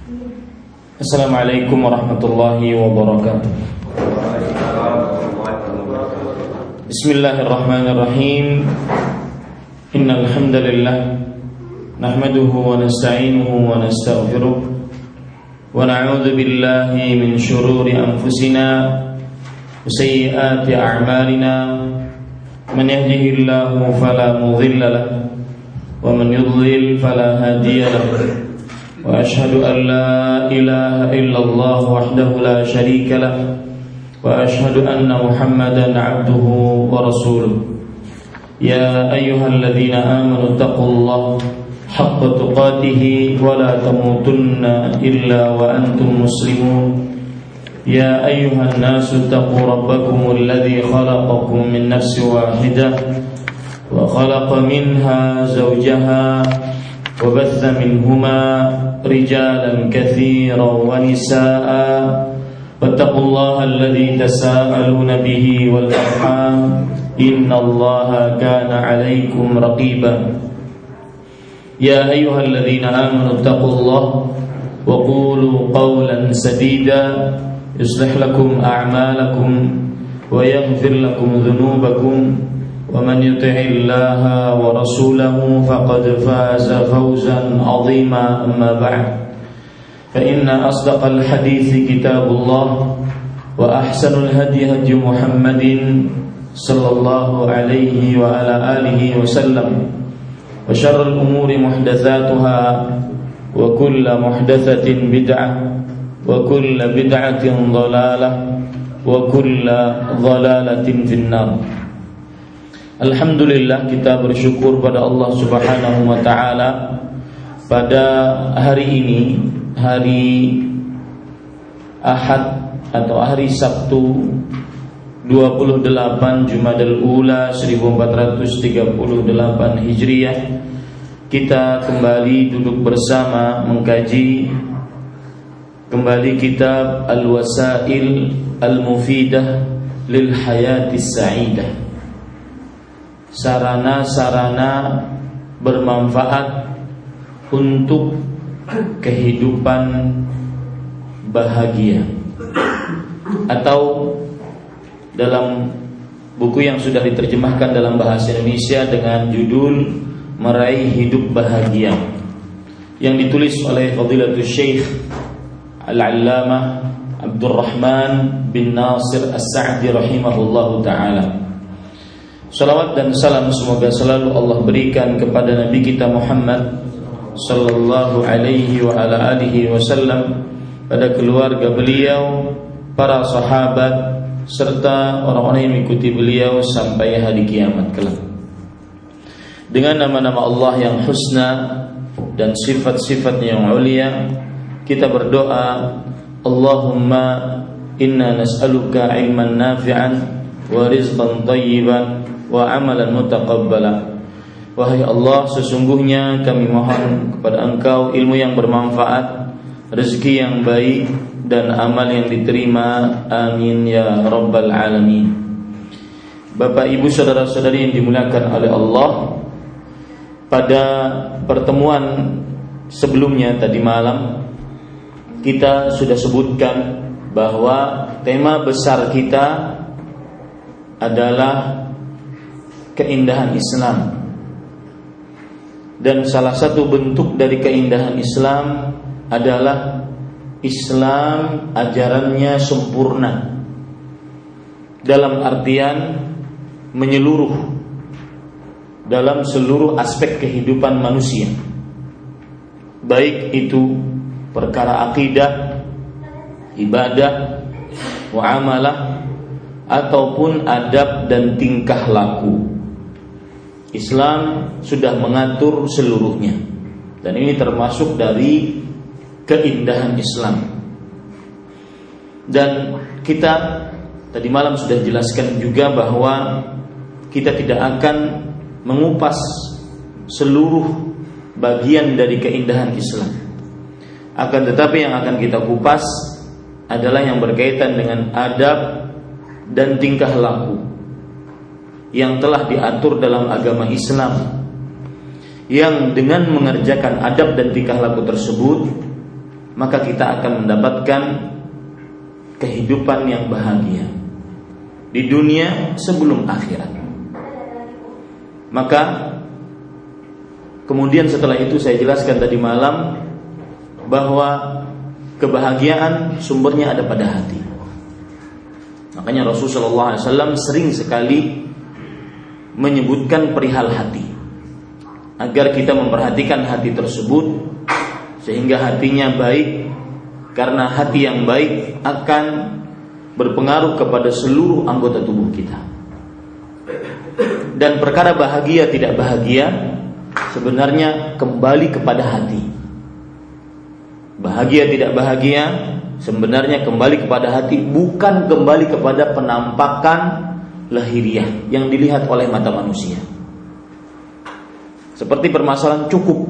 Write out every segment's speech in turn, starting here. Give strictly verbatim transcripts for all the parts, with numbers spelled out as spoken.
Assalamualaikum warahmatullahi wabarakatuh. Bismillahirrahmanirrahim. Innal hamdalillah nahmaduhu wa nasta'inuhu wa nastaghfiruh wa na'udzu billahi min shururi anfusina wa sayyiati a'malina. Man yahdihillahu fala mudilla lahu wa man yudlil fala hadiya lahu. Wa ashhadu an la ilaha illallah wahdahu la syarika lah wa ashhadu anna Muhammadan 'abduhu wa rasuluh. Ya ayyuhalladzina amanu taqullaha haqqa tuqatih wa la tamutunna illa wa antum muslimun. Ya ayyuhan nasu taqu rabbakumul ladzi khalaqakum min nafsin wahidah wa khalaqa minha zawjaha وبث منهما رجالا كثيرا ونساء واتقوا الله الذي تساءلون به والأرحام إن الله كان عليكم رقيبا. يا أيها الذين آمنوا اتقوا الله وقولوا قولا سديدا يصلح لكم أعمالكم ويغفر لكم ذنوبكم ومن يطع الله ورسوله فقد فاز فوزا عظيما. أما بعد فإن أصدق الحديث كتاب الله وأحسن الهدي هدي محمد صلى الله عليه وعلى آله وسلم وشر الأمور محدثاتها وكل محدثة بدعة وكل بدعة ضلالة وكل ضلالة في النار. Alhamdulillah, kita bersyukur pada Allah Subhanahu wa taala pada hari ini, hari Ahad atau hari Sabtu dua puluh delapan Jumadal Ula seribu empat ratus tiga puluh delapan Hijriah, kita kembali duduk bersama mengkaji kembali kitab Al-Wasail Al-Mufidah lil Hayatis Sa'idah, sarana-sarana bermanfaat untuk kehidupan bahagia, atau dalam buku yang sudah diterjemahkan dalam bahasa Indonesia dengan judul Meraih Hidup Bahagia, yang ditulis oleh Fadilatul Syekh Al-Allamah Abdurrahman bin Nasir As-Sa'di rahimahullahu ta'ala. Salawat dan salam semoga selalu Allah berikan kepada Nabi kita Muhammad sallallahu alaihi wa ala alihi wasallam, pada keluarga beliau, para sahabat, serta orang-orang yang mengikuti beliau sampai hari kiamat kelak. Dengan nama-nama Allah yang husna dan sifat-sifatnya yang mulia, kita berdoa, Allahumma inna nas'aluka ilman nafi'an wa rizqan thayyiban wa amalan mutaqabbala. Wahai Allah, sesungguhnya kami mohon kepada Engkau ilmu yang bermanfaat, rezeki yang baik, dan amal yang diterima. Amin ya rabbal alamin. Bapak Ibu saudara-saudari yang dimuliakan oleh Allah, pada pertemuan sebelumnya tadi malam kita sudah sebutkan bahwa tema besar kita adalah keindahan Islam, dan salah satu bentuk dari keindahan Islam adalah Islam ajarannya sempurna dalam artian menyeluruh dalam seluruh aspek kehidupan manusia, baik itu perkara akidah, ibadah, muamalah, ataupun adab dan tingkah laku. Islam sudah mengatur seluruhnya, dan ini termasuk dari keindahan Islam. Dan kita tadi malam sudah jelaskan juga bahwa kita tidak akan mengupas seluruh bagian dari keindahan Islam, akan tetapi yang akan kita kupas adalah yang berkaitan dengan adab dan tingkah laku yang telah diatur dalam agama Islam, yang dengan mengerjakan adab dan tingkah laku tersebut maka kita akan mendapatkan kehidupan yang bahagia di dunia sebelum akhirat. Maka kemudian setelah itu saya jelaskan tadi malam bahwa kebahagiaan sumbernya ada pada hati. Makanya Rasulullah shallallahu alaihi wasallam sering sekali menyebutkan perihal hati, agar kita memperhatikan hati tersebut sehingga hatinya baik, karena hati yang baik akan berpengaruh kepada seluruh anggota tubuh kita. Dan perkara bahagia tidak bahagia sebenarnya kembali kepada hati. Bahagia tidak bahagia sebenarnya kembali kepada hati, bukan kembali kepada penampakan lahiriah yang dilihat oleh mata manusia. Seperti permasalahan cukup.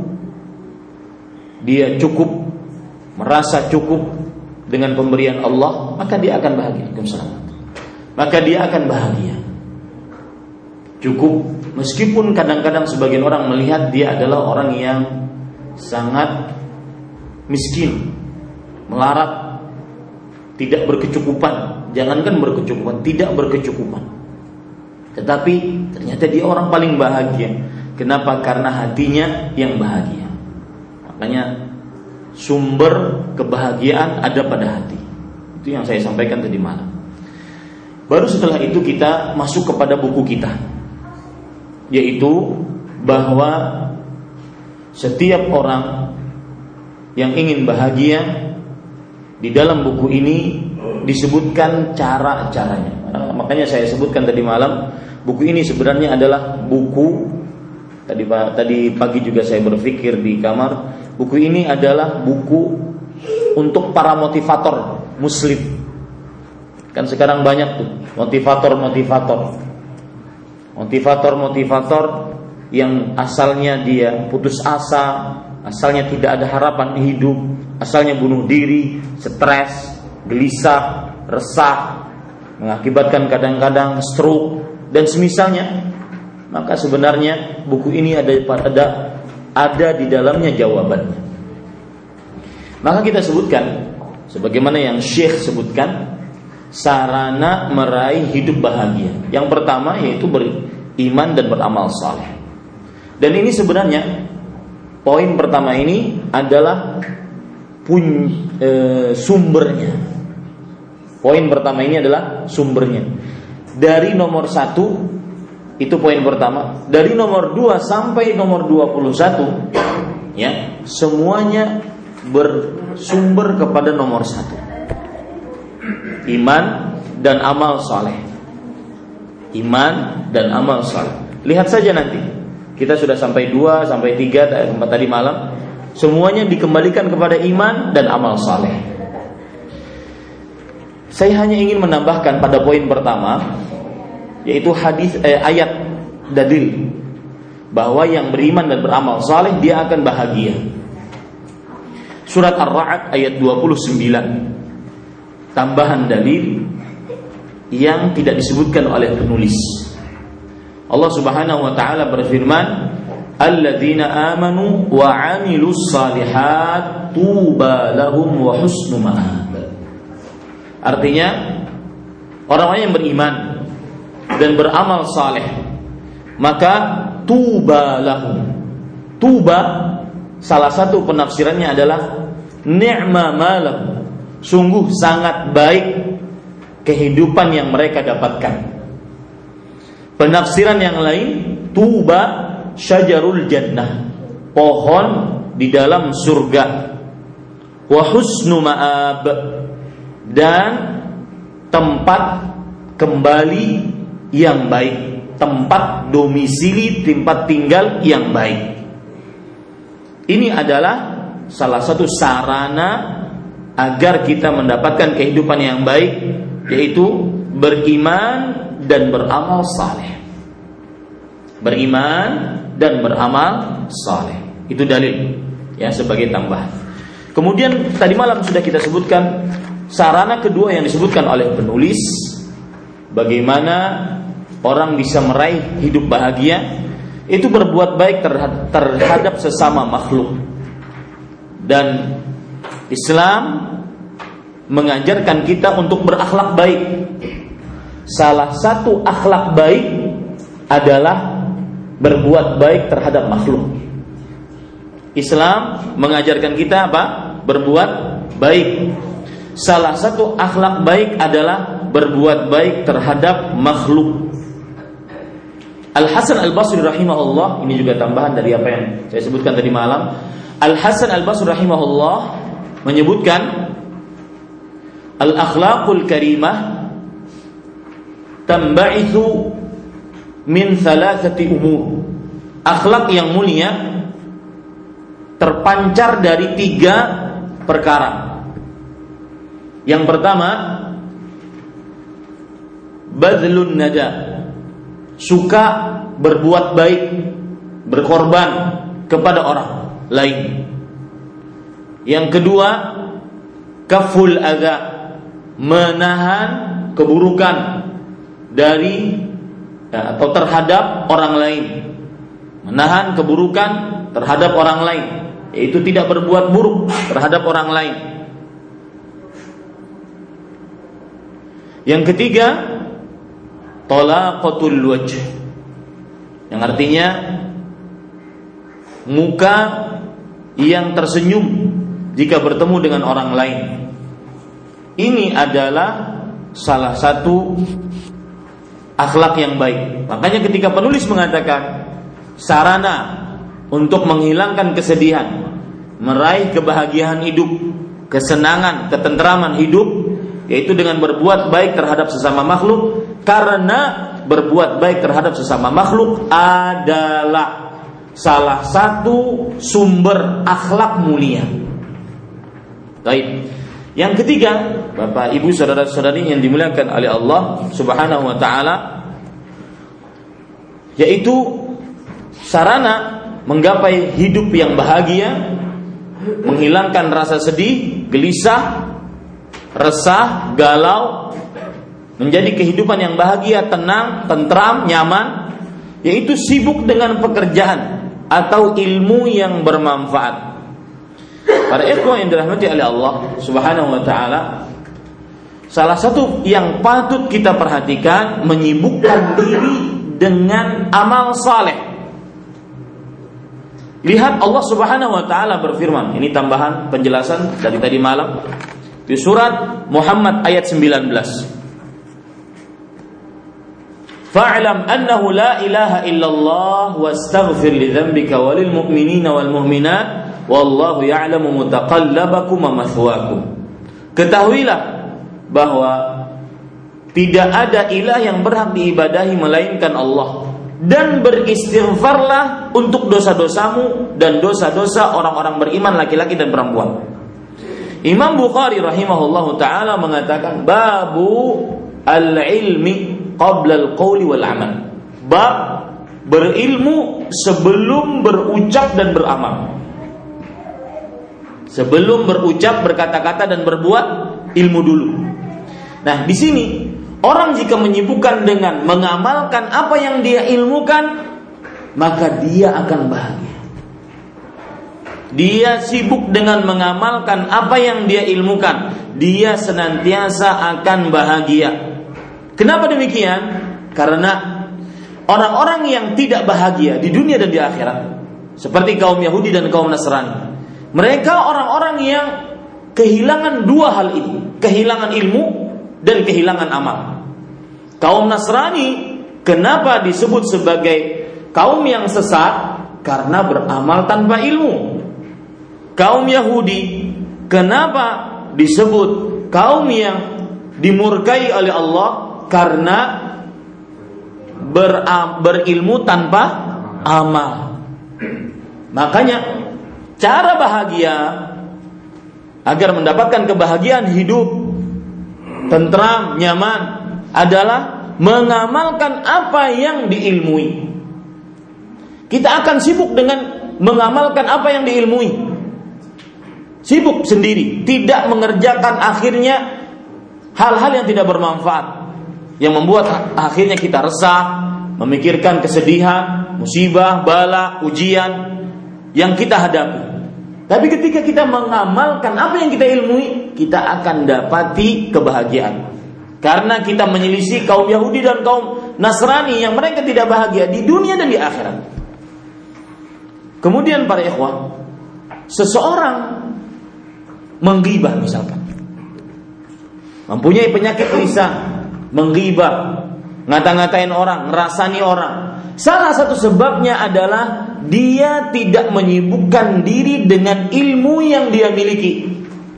Dia cukup, merasa cukup dengan pemberian Allah, maka dia akan bahagia. Maka dia akan bahagia. Cukup, meskipun kadang-kadang sebagian orang melihat dia adalah orang yang sangat miskin, melarat, tidak berkecukupan. Jangankan berkecukupan, tidak berkecukupan. Tetapi ternyata dia orang paling bahagia. Kenapa? Karena hatinya yang bahagia. Makanya sumber kebahagiaan ada pada hati. Itu yang saya sampaikan tadi malam. Baru setelah itu kita masuk kepada buku kita, yaitu bahwa setiap orang yang ingin bahagia, di dalam buku ini disebutkan cara-caranya. Nah, makanya saya sebutkan tadi malam, buku ini sebenarnya adalah buku. Tadi tadi pagi juga saya berpikir di kamar, buku ini adalah buku untuk para motivator muslim. Kan sekarang banyak tuh motivator-motivator. Motivator-motivator yang asalnya dia putus asa, asalnya tidak ada harapan hidup, asalnya bunuh diri, stres, gelisah, resah, mengakibatkan kadang-kadang stroke dan semisalnya. Maka sebenarnya buku ini ada ada ada di dalamnya jawabannya. Maka kita sebutkan sebagaimana yang Syekh sebutkan, sarana meraih hidup bahagia. Yang pertama yaitu beriman dan beramal saleh. Dan ini sebenarnya poin pertama ini adalah pun, e, sumbernya. Poin pertama ini adalah sumbernya. Dari nomor satu, itu poin pertama. Dari nomor dua sampai nomor dua puluh satu, ya, semuanya bersumber kepada nomor satu. Iman dan amal saleh. Iman dan amal saleh. Lihat saja nanti. Kita sudah sampai dua, sampai tiga tadi malam. Semuanya dikembalikan kepada iman dan amal saleh. Saya hanya ingin menambahkan pada poin pertama, yaitu hadis eh, ayat dalil bahwa yang beriman dan beramal saleh dia akan bahagia. Surat Ar-Ra'd ayat dua puluh sembilan. Tambahan dalil yang tidak disebutkan oleh penulis. Allah Subhanahu wa taala berfirman, "Alladzina amanu wa 'amilus shalihat tuba lahum wa husnu ma'ab." Artinya orang-orang yang beriman dan beramal saleh, maka tuba lahum. Tuba salah satu penafsirannya adalah ni'ma ma lahum. Sungguh sangat baik kehidupan yang mereka dapatkan. Penafsiran yang lain, tuba syajarul jannah, pohon di dalam surga. Wa husnu ma'ab, dan tempat kembali yang baik, tempat domisili, tempat tinggal yang baik. Ini adalah salah satu sarana agar kita mendapatkan kehidupan yang baik, yaitu beriman dan beramal saleh. Beriman dan beramal saleh. Itu dalil ya, sebagai tambahan. Kemudian tadi malam sudah kita sebutkan sarana kedua yang disebutkan oleh penulis, bagaimana orang bisa meraih hidup bahagia, itu berbuat baik terhadap sesama makhluk. Dan Islam mengajarkan kita untuk berakhlak baik. Salah satu akhlak baik adalah berbuat baik terhadap makhluk. Islam mengajarkan kita apa? Berbuat baik. Salah satu akhlak baik adalah berbuat baik terhadap makhluk. Al-Hasan Al-Basri rahimahullah, ini juga tambahan dari apa yang saya sebutkan tadi malam. Al-Hasan Al-Basri rahimahullah menyebutkan al-akhlaqul karimah tamba'ithu min thalathati umur. Akhlak yang mulia terpancar dari tiga perkara. Yang pertama, badlun nada, suka berbuat baik, berkorban kepada orang lain. Yang kedua, kaful adza, menahan keburukan dari ya, atau terhadap orang lain. Menahan keburukan terhadap orang lain, yaitu tidak berbuat buruk terhadap orang lain. Yang ketiga, talaqatul wajh, yang artinya muka yang tersenyum jika bertemu dengan orang lain. Ini adalah salah satu akhlak yang baik. Makanya ketika penulis mengatakan sarana untuk menghilangkan kesedihan, meraih kebahagiaan hidup, kesenangan, ketentraman hidup, yaitu dengan berbuat baik terhadap sesama makhluk, karena berbuat baik terhadap sesama makhluk adalah salah satu sumber akhlak mulia. Baik. Yang ketiga, Bapak, Ibu, saudara-saudari yang dimuliakan oleh Allah Subhanahu wa taala, yaitu sarana menggapai hidup yang bahagia, menghilangkan rasa sedih, gelisah, resah, galau, menjadi kehidupan yang bahagia, tenang, tentram, nyaman, yaitu sibuk dengan pekerjaan atau ilmu yang bermanfaat. Para ikhwan yang dirahmati oleh Allah Subhanahu wa taala, salah satu yang patut kita perhatikan, menyibukkan diri dengan amal saleh. Lihat Allah Subhanahu wa taala berfirman, ini tambahan penjelasan dari tadi malam, di surat Muhammad ayat sembilan belas. Fa'lam annahu la ilaha illallah wastaghfir li dzambika walil mu'minina wal mu'minat wallahu ya'lamu mutaqallabakum wa mathwaakum. Ketahuilah bahwa tidak ada ilah yang berhak diibadahi melainkan Allah, dan beristighfarlah untuk dosa-dosamu dan dosa-dosa orang-orang beriman laki-laki dan perempuan. Imam Bukhari rahimahullahu taala mengatakan babu al-ilmi qabla al-qawli wal amal. Bab berilmu sebelum berucap dan beramal. Sebelum berucap, berkata-kata dan berbuat, ilmu dulu. Nah, di sini orang jika menyibukkan dengan mengamalkan apa yang dia ilmukan, maka dia akan bahagia. Dia sibuk dengan mengamalkan apa yang dia ilmukan, dia senantiasa akan bahagia. Kenapa demikian? Karena orang-orang yang tidak bahagia di dunia dan di akhirat, seperti kaum Yahudi dan kaum Nasrani, mereka orang-orang yang kehilangan dua hal ini, kehilangan ilmu dan kehilangan amal. Kaum Nasrani kenapa disebut sebagai kaum yang sesat? Karena beramal tanpa ilmu. Kaum Yahudi kenapa disebut kaum yang dimurkai oleh Allah? Karena ber, berilmu tanpa amal. Makanya cara bahagia agar mendapatkan kebahagiaan hidup tentram, nyaman adalah mengamalkan apa yang diilmui. Kita akan sibuk dengan mengamalkan apa yang diilmui. Sibuk sendiri, tidak mengerjakan akhirnya hal-hal yang tidak bermanfaat, yang membuat akhirnya kita resah, memikirkan kesedihan, musibah, bala, ujian yang kita hadapi. Tapi ketika kita mengamalkan apa yang kita ilmui, kita akan dapati kebahagiaan. Karena kita menyelisih kaum Yahudi dan kaum Nasrani yang mereka tidak bahagia di dunia dan di akhirat. Kemudian para ikhwah, seseorang menggibah misalkan, mempunyai penyakit lisan, menggibah, ngata-ngatain orang, ngerasani orang. Salah satu sebabnya adalah dia tidak menyibukkan diri dengan ilmu yang dia miliki.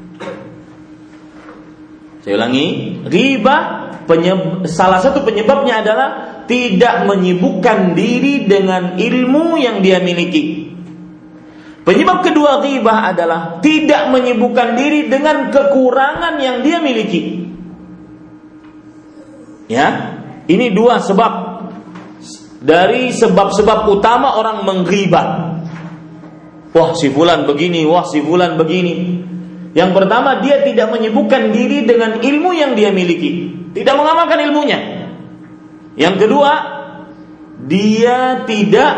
Saya ulangi, ghibah penyeb- salah satu penyebabnya adalah tidak menyibukkan diri dengan ilmu yang dia miliki. Penyebab kedua ghibah adalah tidak menyibukkan diri dengan kekurangan yang dia miliki. Ya, ini dua sebab dari sebab-sebab utama orang menggibah. Wah, si fulan begini, wah si fulan begini. Yang pertama, dia tidak menyibukkan diri dengan ilmu yang dia miliki, tidak mengamalkan ilmunya. Yang kedua, dia tidak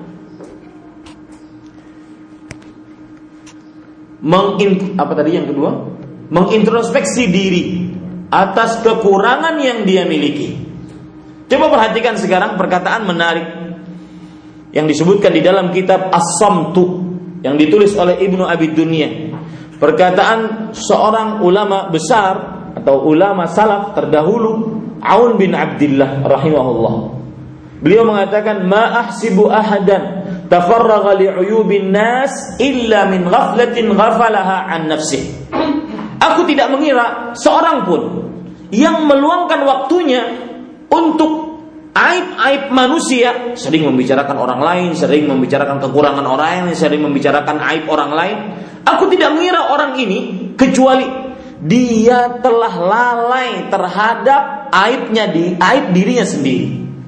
mengin, apa tadi yang kedua? Mengintrospeksi diri atas kekurangan yang dia miliki. Coba perhatikan sekarang perkataan menarik yang disebutkan di dalam kitab As-Samtu yang ditulis oleh Ibnu Abi Dunya. Perkataan seorang ulama besar atau ulama salaf terdahulu, Aun bin Abdillah rahimahullah. Beliau mengatakan, "Ma ahsibu ahadan tafarragha li'uyubin nas illa min ghaflatin ghafalaha an nafsihi." Aku tidak mengira seorang pun yang meluangkan waktunya untuk aib-aib manusia, sering membicarakan orang lain, sering membicarakan kekurangan orang lain, sering membicarakan aib orang lain. Aku tidak mengira orang ini kecuali dia telah lalai terhadap aibnya di aib dirinya sendiri.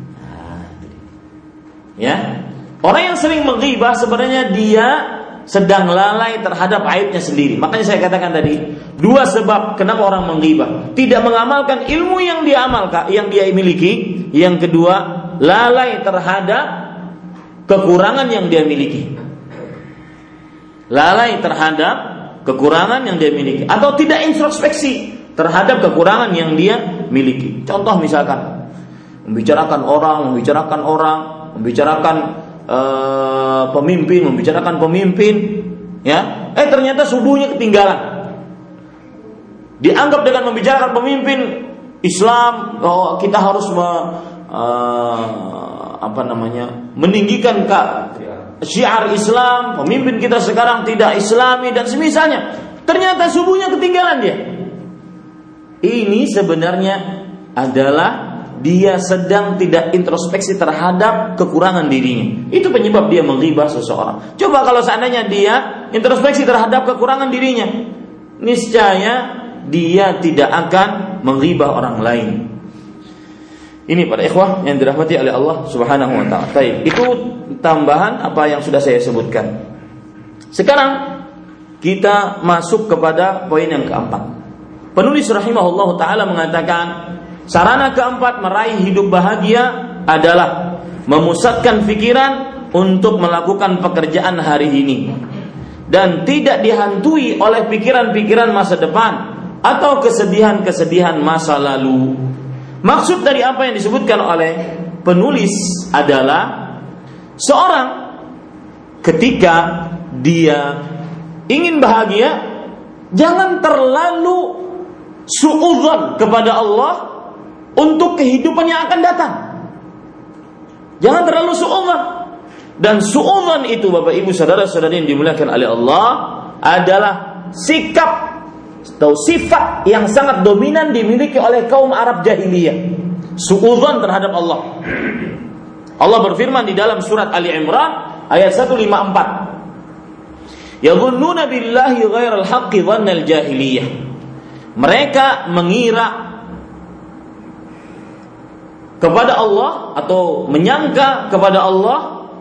Ya, orang yang sering menghibah sebenarnya dia sedang lalai terhadap aibnya sendiri. Makanya saya katakan tadi, dua sebab kenapa orang menghibah: tidak mengamalkan ilmu yang dia amalkan, yang dia miliki. Yang kedua, lalai terhadap kekurangan yang dia miliki. Lalai terhadap kekurangan yang dia miliki, atau tidak introspeksi terhadap kekurangan yang dia miliki. Contoh misalkan, membicarakan orang, membicarakan orang, membicarakan Uh, pemimpin, membicarakan pemimpin, ya, eh ternyata subuhnya ketinggalan. Dianggap dengan membicarakan pemimpin Islam, oh, kita harus me, uh, apa namanya, meninggikan ke syiar Islam. Pemimpin kita sekarang tidak Islami dan semisalnya. Ternyata subuhnya ketinggalan dia. Ini sebenarnya adalah dia sedang tidak introspeksi terhadap kekurangan dirinya. Itu penyebab dia menghibah seseorang. Coba kalau seandainya dia introspeksi terhadap kekurangan dirinya, niscaya dia tidak akan menghibah orang lain. Ini para ikhwah yang dirahmati oleh Allah Subhanahu wa taala. Baik, itu tambahan apa yang sudah saya sebutkan. Sekarang kita masuk kepada poin yang keempat. Penulis rahimahullahu taala mengatakan, sarana keempat meraih hidup bahagia adalah memusatkan pikiran untuk melakukan pekerjaan hari ini dan tidak dihantui oleh pikiran-pikiran masa depan atau kesedihan-kesedihan masa lalu. Maksud dari apa yang disebutkan oleh penulis adalah seorang ketika dia ingin bahagia, jangan terlalu suudzon kepada Allah untuk kehidupan yang akan datang. Jangan terlalu suudzon. Dan suudzon itu, Bapak Ibu saudara-saudari yang dimuliakan oleh Allah, adalah sikap atau sifat yang sangat dominan dimiliki oleh kaum Arab jahiliyah. Suudzon terhadap Allah. Allah berfirman di dalam surat Ali Imran ayat seratus lima puluh empat. Yadhunnuna billahi ghairal haqqi dhannal jahiliyah. Mereka mengira kepada Allah atau menyangka kepada Allah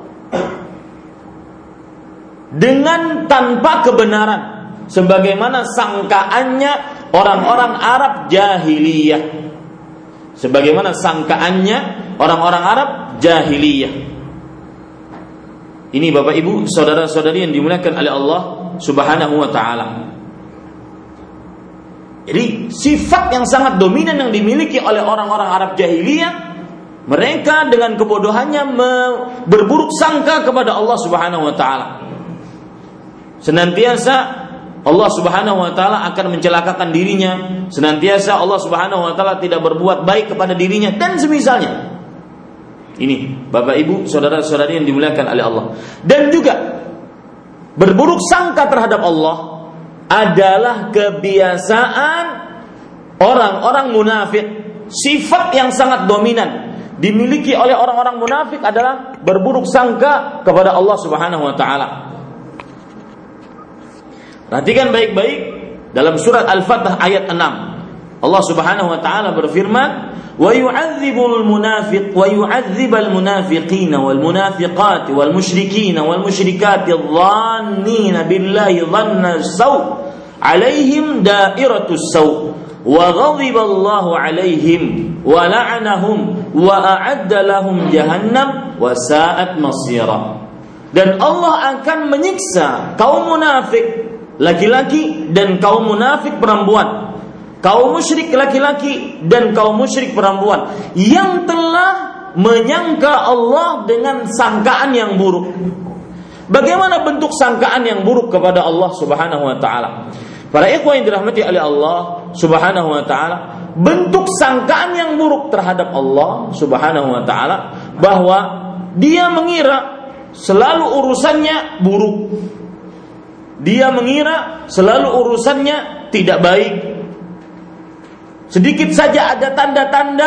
dengan tanpa kebenaran, sebagaimana sangkaannya orang-orang Arab jahiliyah. Sebagaimana sangkaannya orang-orang Arab jahiliyah. Ini Bapak Ibu saudara-saudari yang dimuliakan oleh Allah, Subhanahu wa taala. Jadi sifat yang sangat dominan yang dimiliki oleh orang-orang Arab jahiliyah, mereka dengan kebodohannya berburuk sangka kepada Allah Subhanahu wa taala. Senantiasa Allah Subhanahu wa taala akan mencelakakan dirinya, senantiasa Allah Subhanahu wa taala tidak berbuat baik kepada dirinya dan semisalnya. Ini Bapak Ibu, saudara-saudari yang dimuliakan oleh Allah. Dan juga berburuk sangka terhadap Allah adalah kebiasaan orang-orang munafik. Sifat yang sangat dominan dimiliki oleh orang-orang munafik adalah berburuk sangka kepada Allah Subhanahu wa taala. Perhatikan baik-baik dalam surat Al-Fatah ayat enam. Allah Subhanahu wa taala berfirman, "Wa yu'adzibul munafiq wa yu'adzibal munafiqina wal munafiqati wal musyrikina wal musyrikati adh-dhannina billahi dhanna saw 'alaihim da'iratus saw wa ghadiba Allahu 'alaihim wa la'anahum wa a'adda lahum jahannam wa sa'at masira." Dan Allah akan menyiksa kaum munafik laki-laki dan kaum munafik perempuan, kaum musyrik laki-laki dan kaum musyrik perempuan yang telah menyangka Allah dengan sangkaan yang buruk. Bagaimana bentuk sangkaan yang buruk kepada Allah Subhanahu wa taala? Para ikhwan yang dirahmati oleh Allah Subhanahu wa taala, bentuk sangkaan yang buruk terhadap Allah Subhanahu wa taala bahwa dia mengira selalu urusannya buruk. Dia mengira selalu urusannya tidak baik. Sedikit saja ada tanda-tanda,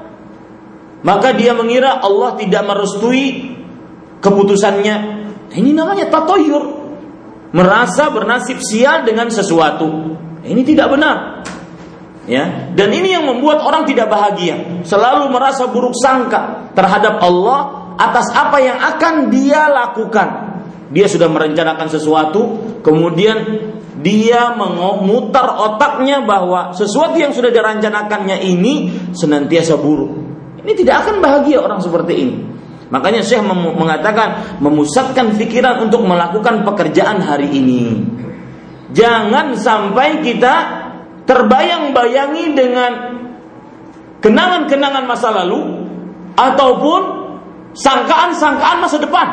maka dia mengira Allah tidak merestui keputusannya. Ini namanya tatoyur, merasa bernasib sial dengan sesuatu. Ini tidak benar, ya. Dan ini yang membuat orang tidak bahagia, selalu merasa buruk sangka terhadap Allah atas apa yang akan dia lakukan. Dia sudah merencanakan sesuatu, kemudian dia memutar otaknya bahwa sesuatu yang sudah direncanakannya ini senantiasa buruk. Ini tidak akan bahagia orang seperti ini. Makanya Syekh mem- mengatakan memusatkan pikiran untuk melakukan pekerjaan hari ini. Jangan sampai kita terbayang-bayangi dengan kenangan-kenangan masa lalu ataupun sangkaan-sangkaan masa depan.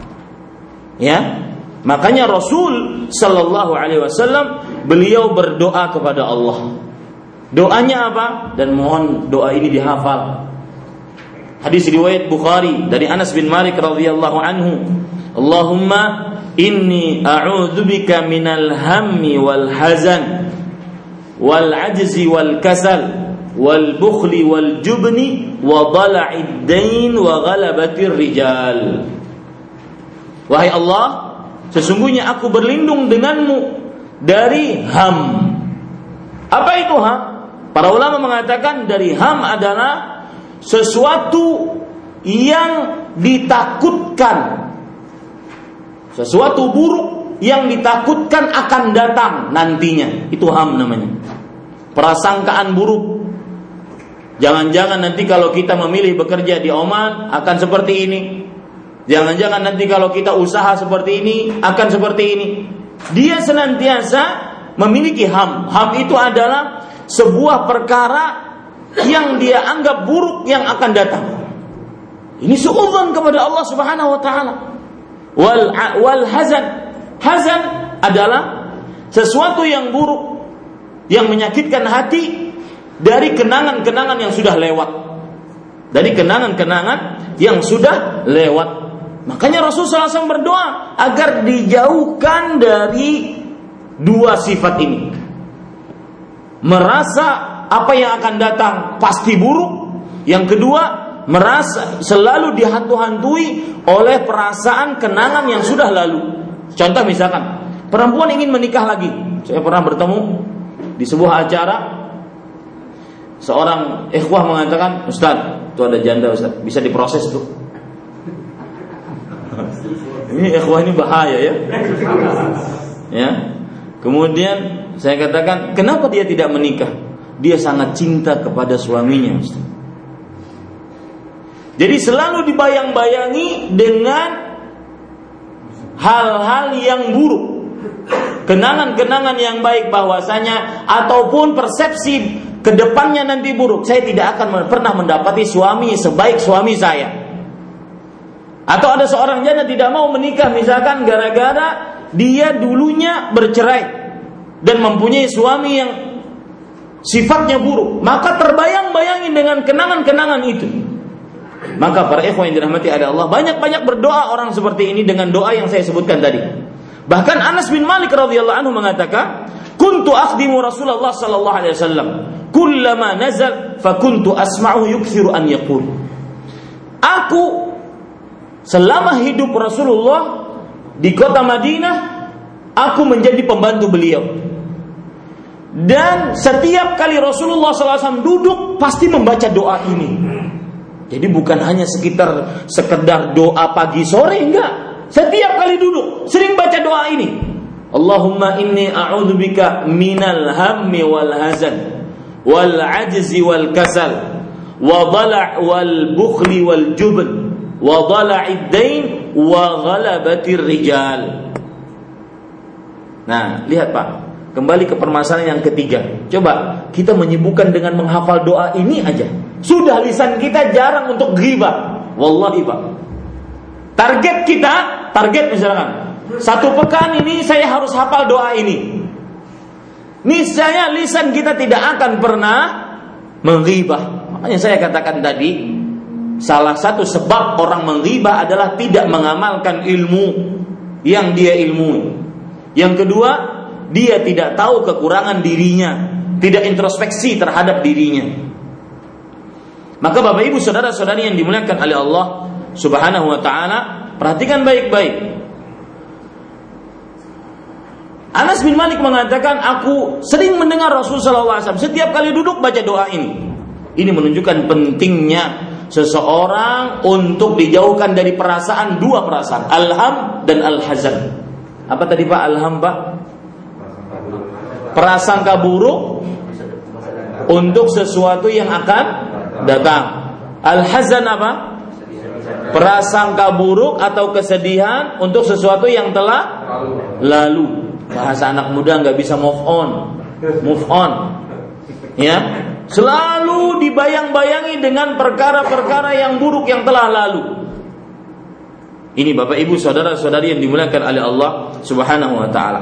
Ya, makanya Rasul Sallallahu Alaihi Wasallam beliau berdoa kepada Allah. Doanya apa? Dan mohon doa ini dihafal. Hadis riwayat Bukhari dari Anas bin Malik radhiyallahu anhu. Allahumma inni a'udzubika minal hammi wal hazan wal ajzi wal kasal wal bukhli wal jubni wa dhala'id dain wa ghalabatir rijal. Wahai Allah, sesungguhnya aku berlindung denganmu dari ham. Apa itu ham? Para ulama mengatakan dari ham adalah sesuatu yang ditakutkan, sesuatu buruk yang ditakutkan akan datang nantinya. Itu ham namanya. Prasangkaan buruk. Jangan-jangan nanti kalau kita memilih bekerja di Oman akan seperti ini. Jangan-jangan nanti kalau kita usaha seperti ini akan seperti ini. Dia senantiasa memiliki ham. Ham itu adalah sebuah perkara yang dia anggap buruk yang akan datang. Ini suudzon kepada Allah Subhanahu wa taala. Wal wal hazan. Hazan adalah sesuatu yang buruk yang menyakitkan hati dari kenangan-kenangan yang sudah lewat. Dari kenangan-kenangan yang sudah lewat. Makanya Rasulullah shallallahu alaihi wasallam berdoa agar dijauhkan dari dua sifat ini. Merasa apa yang akan datang pasti buruk. Yang kedua, merasa selalu dihantu-hantui oleh perasaan kenangan yang sudah lalu. Contoh misalkan, perempuan ingin menikah lagi. Saya pernah bertemu di sebuah acara, seorang ikhwah mengatakan, Ustaz, itu ada janda Ustaz, bisa diproses tuh. Ini ikhwah ini bahaya ya. Ya. Kemudian saya katakan, kenapa dia tidak menikah? Dia sangat cinta kepada suaminya, Ustaz. Jadi selalu dibayang-bayangi dengan hal-hal yang buruk. kenangan-kenangan yang baik bahwasanya ataupun persepsi kedepannya nanti buruk, saya tidak akan pernah mendapati suami sebaik suami saya. Atau ada seorang janda tidak mau menikah misalkan gara-gara dia dulunya bercerai dan mempunyai suami yang sifatnya buruk, maka terbayang-bayangi dengan kenangan-kenangan itu. Maka para ikhwan yang dirahmati oleh Allah, banyak-banyak berdoa orang seperti ini dengan doa yang saya sebutkan tadi. Bahkan Anas bin Malik radhiyallahu anhu mengatakan, "Kuntu akhdimu Rasulullah sallallahu alaihi wasallam, kullama nazal fa kuntu asma'uhu yukthiru an yaqul." Aku selama hidup Rasulullah di kota Madinah, aku menjadi pembantu beliau. Dan setiap kali Rasulullah sallallahu alaihi wasallam duduk pasti membaca doa ini. Jadi bukan hanya sekitar sekedar doa pagi sore, enggak. Setiap kali duduk sering baca doa ini. Allahumma inni a'udzubika minal hammi wal hazan wal ajzi wal kasal wa dhala' wal bukhli wal jubn wa dhala'id dain wa ghalabatir rijal. Nah, lihat Pak, kembali ke permasalahan yang ketiga. Coba kita menyibukkan dengan menghafal doa ini aja. Sudah lisan kita jarang untuk ghibah. Wallahi Pak. Target kita, target misalkan satu pekan ini saya harus hafal doa ini. Niscaya lisan kita tidak akan pernah menghibah. Makanya saya katakan tadi, salah satu sebab orang menghibah adalah tidak mengamalkan ilmu yang dia ilmui. Yang kedua, dia tidak tahu kekurangan dirinya, tidak introspeksi terhadap dirinya. Maka Bapak Ibu saudara-saudari yang dimuliakan oleh Allah Subhanahu wa taala, perhatikan baik-baik. Anas bin Malik mengatakan, aku sering mendengar Rasulullah sallallahu alaihi wasallam setiap kali duduk baca doa ini. Ini menunjukkan pentingnya seseorang untuk dijauhkan dari perasaan, dua perasaan, alham dan al-hazan. Apa tadi Pak alham Pak? Prasangka buruk untuk sesuatu yang akan datang. Al-hazan apa? Prasangka buruk atau kesedihan untuk sesuatu yang telah lalu. Bahasa anak muda nggak bisa move on, move on, ya. Selalu dibayang-bayangi dengan perkara-perkara yang buruk yang telah lalu. Ini Bapak Ibu saudara-saudari yang dimuliakan oleh Allah Subhanahu wa taala.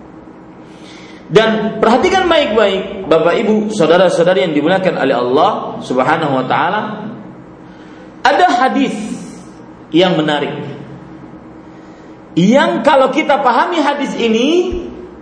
Dan perhatikan baik-baik Bapak Ibu saudara-saudari yang dimuliakan oleh Allah Subhanahu wa taala. Ada hadis yang menarik, yang kalau kita pahami hadis ini,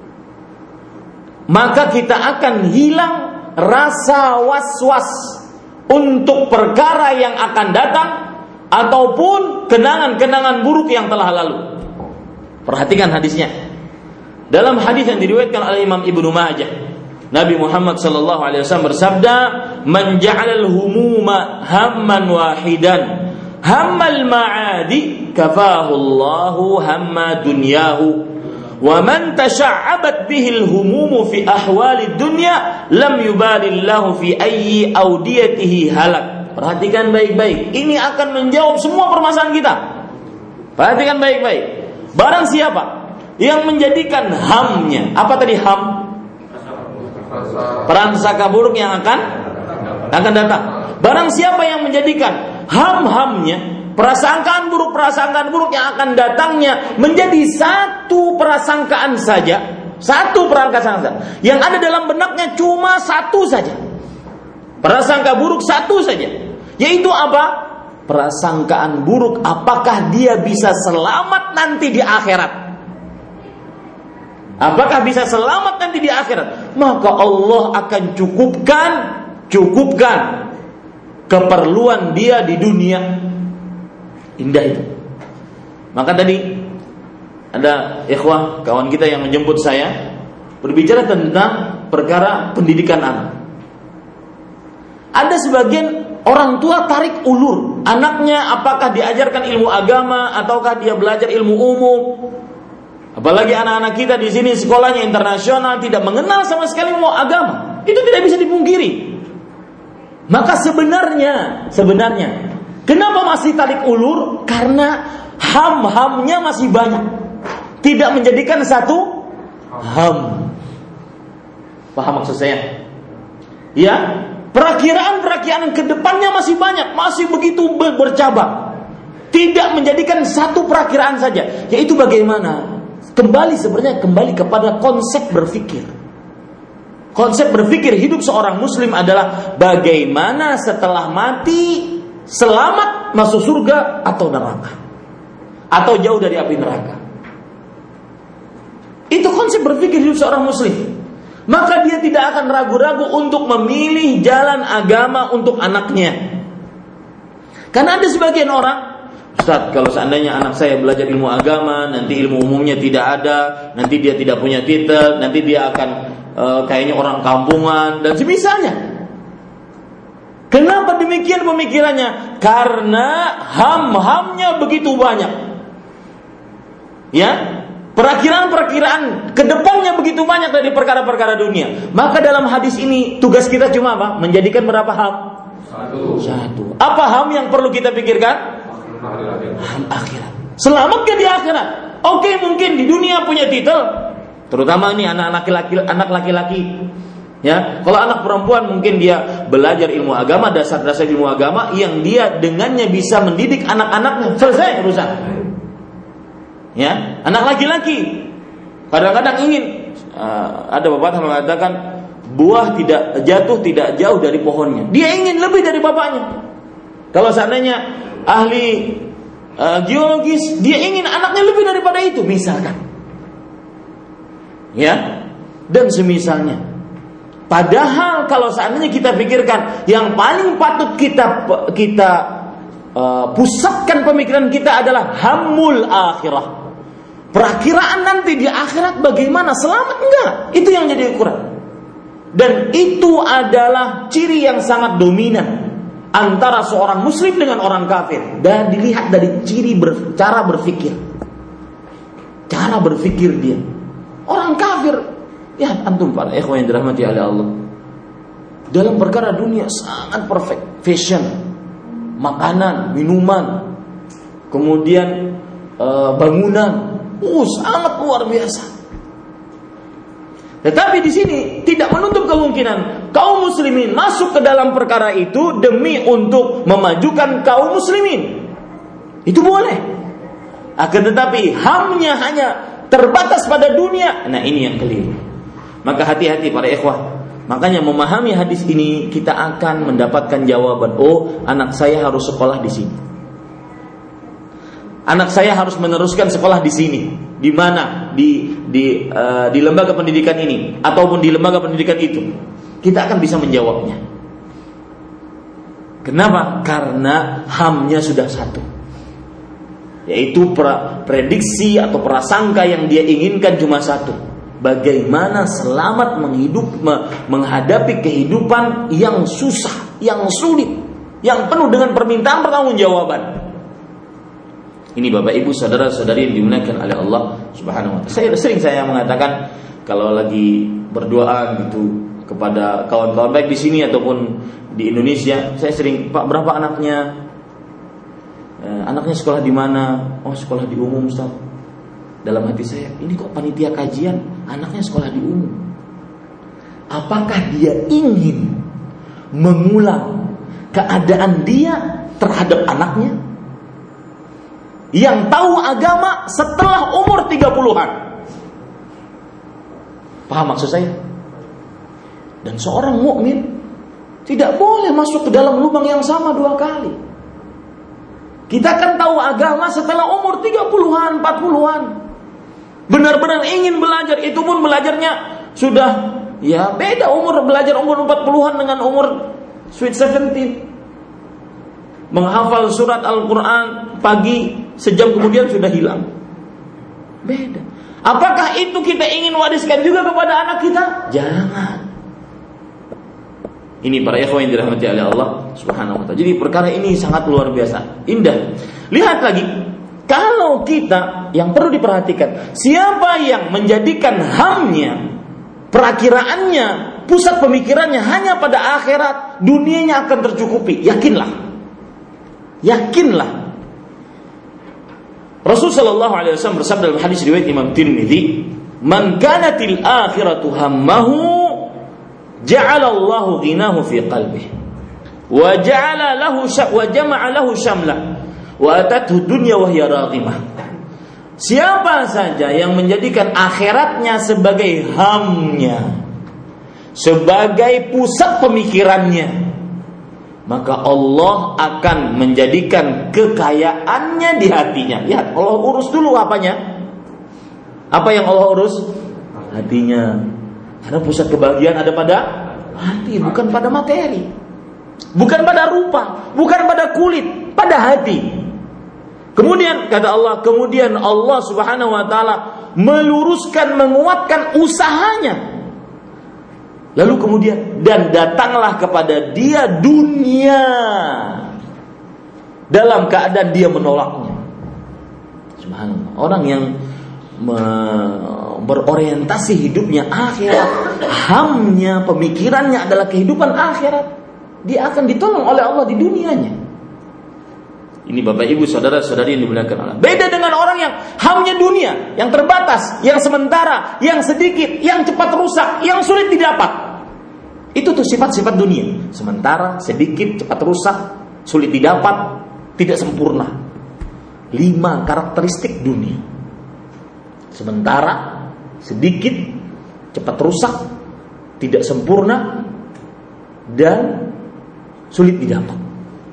maka kita akan hilang rasa was-was untuk perkara yang akan datang ataupun kenangan-kenangan buruk yang telah lalu. Perhatikan hadisnya. Dalam hadis yang diriwayatkan oleh Imam Ibnu Majah, Nabi Muhammad sallallahu alaihi wasallam bersabda, "Man ja'alal humuma hamman wahidan, hammal ma'adi kafahu Allahu hamma dunyahu, wa man tasha'abat bihil humumu fi ahwalid dunya lam yubalillahu fi ayyi awdiyatihi halak." Perhatikan baik-baik. Ini akan menjawab semua permasalahan kita. Perhatikan baik-baik. Barang siapa yang menjadikan hamnya, apa tadi ham? Prasangka buruk yang akan akan datang. Barang siapa yang menjadikan ham-hamnya, prasangkaan buruk-prasangkaan buruk yang akan datangnya menjadi satu prasangkaan saja, satu prasangkaan saja, yang ada dalam benaknya cuma satu saja, prasangka buruk satu saja, yaitu apa? Prasangkaan buruk apakah dia bisa selamat nanti di akhirat. Apakah bisa selamat nanti di akhirat? Maka Allah akan cukupkan cukupkan keperluan dia di dunia. Indah itu. Maka tadi ada ikhwah kawan kita yang menjemput saya berbicara tentang perkara pendidikan anak. Ada sebagian orang tua tarik ulur anaknya, apakah diajarkan ilmu agama ataukah dia belajar ilmu umum. Apalagi anak-anak kita di sini sekolahnya internasional, tidak mengenal sama sekali ilmu agama. Itu tidak bisa dipungkiri. Maka sebenarnya, sebenarnya, kenapa masih tarik ulur? Karena ham-hamnya masih banyak. Tidak menjadikan satu ham. Paham maksud saya? Ya, perakiraan-perakiraan ke depannya masih banyak, masih begitu bercabang. Tidak menjadikan satu perakiraan saja, yaitu bagaimana? Kembali sebenarnya kembali kepada konsep berpikir. Konsep berpikir hidup seorang muslim adalah bagaimana setelah mati selamat masuk surga atau neraka, atau jauh dari api neraka. Itu konsep berpikir hidup seorang muslim. Maka dia tidak akan ragu-ragu untuk memilih jalan agama untuk anaknya. Karena ada sebagian orang, Ustaz, kalau seandainya anak saya belajar ilmu agama, nanti ilmu umumnya tidak ada, nanti dia tidak punya titel, nanti dia akan e, kayaknya orang kampungan dan semisalnya. Kenapa demikian pemikirannya? Karena ham-hamnya begitu banyak. Ya, perakiraan-perakiraan kedepannya begitu banyak dari perkara-perkara dunia. Maka dalam hadis ini tugas kita cuma apa? Menjadikan berapa ham? Satu. Satu. Apa ham yang perlu kita pikirkan? Ham akhirat. Selamat ke di akhirat. Oke, mungkin di dunia punya titel, terutama ini anak laki-laki, anak laki-laki. Ya, kalau anak perempuan mungkin dia belajar ilmu agama, dasar-dasar ilmu agama yang dia dengannya bisa mendidik anak-anaknya. Selesai urusan. Ya, anak laki-laki kadang-kadang ingin uh, ada pepatah mengatakan buah tidak jatuh tidak jauh dari pohonnya. Dia ingin lebih dari bapaknya. Kalau seandainya ahli uh, geologis, dia ingin anaknya lebih daripada itu, misalkan. Ya, dan semisalnya. Padahal kalau seandainya kita pikirkan yang paling patut kita kita uh, pusatkan pemikiran kita adalah hammul akhirah. Perakiraan nanti di akhirat bagaimana, selamat enggak? Itu yang jadi ukuran. Dan itu adalah ciri yang sangat dominan antara seorang muslim dengan orang kafir. Dan dilihat dari ciri ber, cara berpikir. Cara berpikir dia. Orang kafir, ya antum para ikhwan yang dirahmati oleh Allah, dalam perkara dunia sangat perfect. Fashion, makanan, minuman, kemudian uh, bangunan, uh, sangat luar biasa. Tetapi di sini tidak menutup kemungkinan kaum muslimin masuk ke dalam perkara itu demi untuk memajukan kaum muslimin. Itu boleh. Akan tetapi hamnya hanya terbatas pada dunia. Nah, ini yang keliru. Maka hati-hati para ikhwah. Makanya memahami hadis ini kita akan mendapatkan jawaban. Oh, anak saya harus sekolah di sini. Anak saya harus meneruskan sekolah di sini. Di mana? Di di uh, di lembaga pendidikan ini ataupun di lembaga pendidikan itu. Kita akan bisa menjawabnya. Kenapa? Karena hamnya sudah satu. Yaitu pra, prediksi atau prasangka yang dia inginkan cuma satu. Bagaimana selamat menghidup menghadapi kehidupan yang susah, yang sulit, yang penuh dengan permintaan pertanggungjawaban. Ini Bapak Ibu saudara-saudari yang dimuliakan oleh Allah Subhanahu wa taala. Saya sering saya mengatakan kalau lagi berdoa gitu kepada kawan-kawan baik di sini ataupun di Indonesia, saya sering, Pak, berapa anaknya? Eh, anaknya sekolah di mana? Oh, sekolah di umum, Ustaz. Dalam hati saya, ini kok panitia kajian anaknya sekolah di umum? Apakah dia ingin mengulang keadaan dia terhadap anaknya yang tahu agama setelah umur tiga puluhan? Paham maksud saya? Dan seorang mukmin tidak boleh masuk ke dalam lubang yang sama dua kali. Kita kan tahu agama setelah umur tiga puluhan, empat puluhan. Benar-benar ingin belajar, itu pun belajarnya sudah ya beda umur, belajar umur empat puluhan dengan umur sweet seventeen. Menghafal surat Al-Quran pagi, sejam kemudian sudah hilang. Beda. Apakah itu kita ingin wariskan juga kepada anak kita? Jangan. Ini para ikhwan yang dirahmati oleh Allah Subhanahu wa taala. Jadi perkara ini sangat luar biasa, indah. Lihat lagi, kalau kita yang perlu diperhatikan, siapa yang menjadikan hamnya, perakiraannya, pusat pemikirannya hanya pada akhirat, dunianya akan tercukupi. Yakinlah. Yakinlah. Rasulullah sallallahu alaihi wasallam bersabda dalam hadis riwayat Imam Tirmidzi, Man kanatil akhiratu hammahu ja'ala Allahu ghinahu fi qalbihi wa ja'ala lahu wa jama'a lahu syamlah wa atathu dunya wa hiya raghimah. Siapa saja yang menjadikan akhiratnya sebagai hamnya, sebagai pusat pemikirannya, maka Allah akan menjadikan kekayaannya di hatinya. Lihat, Allah urus dulu apanya? Apa yang Allah urus? Hatinya. Karena pusat kebahagiaan ada pada hati, bukan pada materi, bukan pada rupa, bukan pada kulit, pada hati. Kemudian kata Allah, kemudian Allah Subhanahu wa taala meluruskan, menguatkan usahanya. Lalu kemudian, dan datanglah kepada dia dunia dalam keadaan dia menolaknya. Subhanallah. Orang yang me- berorientasi hidupnya akhirat, hamnya, pemikirannya adalah kehidupan akhirat, dia akan ditolong oleh Allah di dunianya. Ini Bapak Ibu saudara-saudari yang dimuliakan Allah. Beda dengan orang yang hamnya dunia, yang terbatas, yang sementara, yang sedikit, yang cepat rusak, yang sulit didapat. Itu tuh sifat-sifat dunia. Sementara, sedikit, cepat rusak, sulit didapat, tidak sempurna. Lima karakteristik dunia. Sementara, sedikit, cepat rusak, tidak sempurna, dan sulit didapat.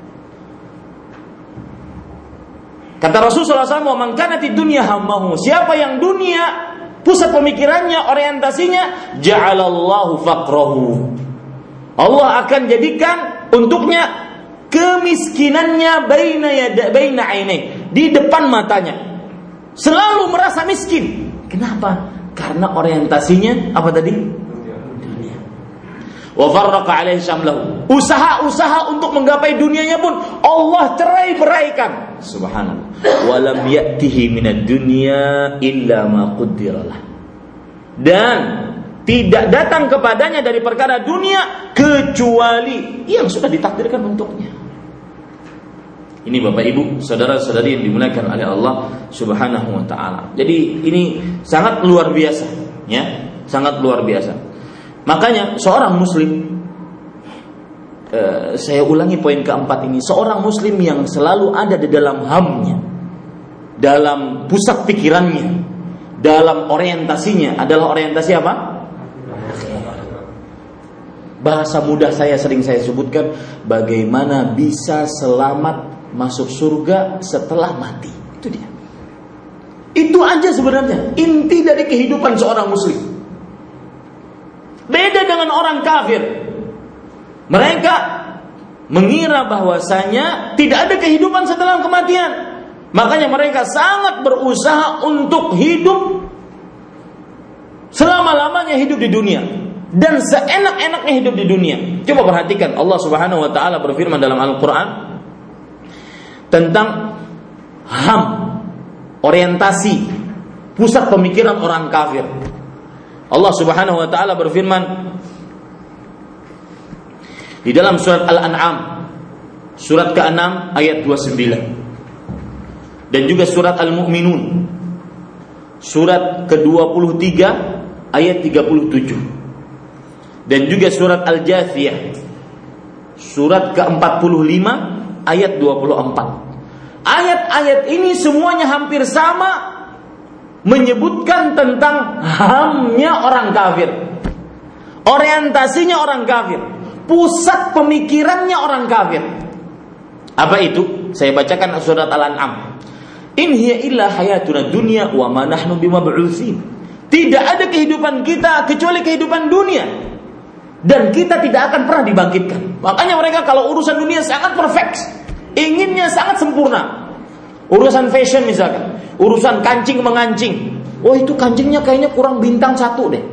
Kata Rasulullah shallallahu alaihi wasallam, "Man kanatid dunya hammahu." Siapa yang dunia pusat pemikirannya, orientasinya, ja'alallahu faqrahu. Allah akan jadikan untuknya kemiskinannya baina yada baina ainai, di depan matanya. Selalu merasa miskin. Kenapa? Karena orientasinya apa tadi? Dunia. Wa farraqa alaihi syamlahu. Usaha-usaha untuk menggapai dunianya pun Allah cerai-beraikan. Subhanallah. Wa lam ya'tihi minad dunya illa ma qaddaralah. Dan tidak datang kepadanya dari perkara dunia kecuali yang sudah ditakdirkan untuknya. Ini Bapak Ibu, saudara-saudari yang dimuliakan oleh Allah Subhanahu wa taala. Jadi ini sangat luar biasa, ya, sangat luar biasa. Makanya seorang muslim, eh, saya ulangi poin keempat ini, seorang muslim yang selalu ada di dalam hamnya, dalam pusat pikirannya, dalam orientasinya adalah orientasi apa? Bahasa mudah saya sering saya sebutkan, bagaimana bisa selamat masuk surga setelah mati. Itu dia. Itu aja sebenarnya inti dari kehidupan seorang muslim. Beda dengan orang kafir. Mereka mengira bahwasanya tidak ada kehidupan setelah kematian. Makanya mereka sangat berusaha untuk hidup selama-lamanya hidup di dunia dan seenak-enaknya hidup di dunia. Coba perhatikan, Allah Subhanahu wa taala berfirman dalam Al-Qur'an tentang ham, orientasi, pusat pemikiran orang kafir. Allah Subhanahu wa taala berfirman di dalam surat Al-An'am surat keenam ayat dua puluh sembilan, dan juga surat Al-Mu'minun surat ke dua puluh tiga ayat tiga puluh tujuh, dan juga surat Al-Jathiyah surat ke empat puluh lima ayat dua puluh empat. Ayat-ayat ini semuanya hampir sama menyebutkan tentang hamnya orang kafir, orientasinya orang kafir, pusat pemikirannya orang kafir. Apa itu? Saya bacakan surat Al-An'am. In hiya illa hayatuna dunya wa ma nahnu bimab'utsin. Tidak ada kehidupan kita kecuali kehidupan dunia, dan kita tidak akan pernah dibangkitkan. Makanya mereka kalau urusan dunia sangat perfect, inginnya sangat sempurna. Urusan fashion misalkan, urusan kancing mengancing, oh itu kancingnya kayaknya kurang bintang satu deh.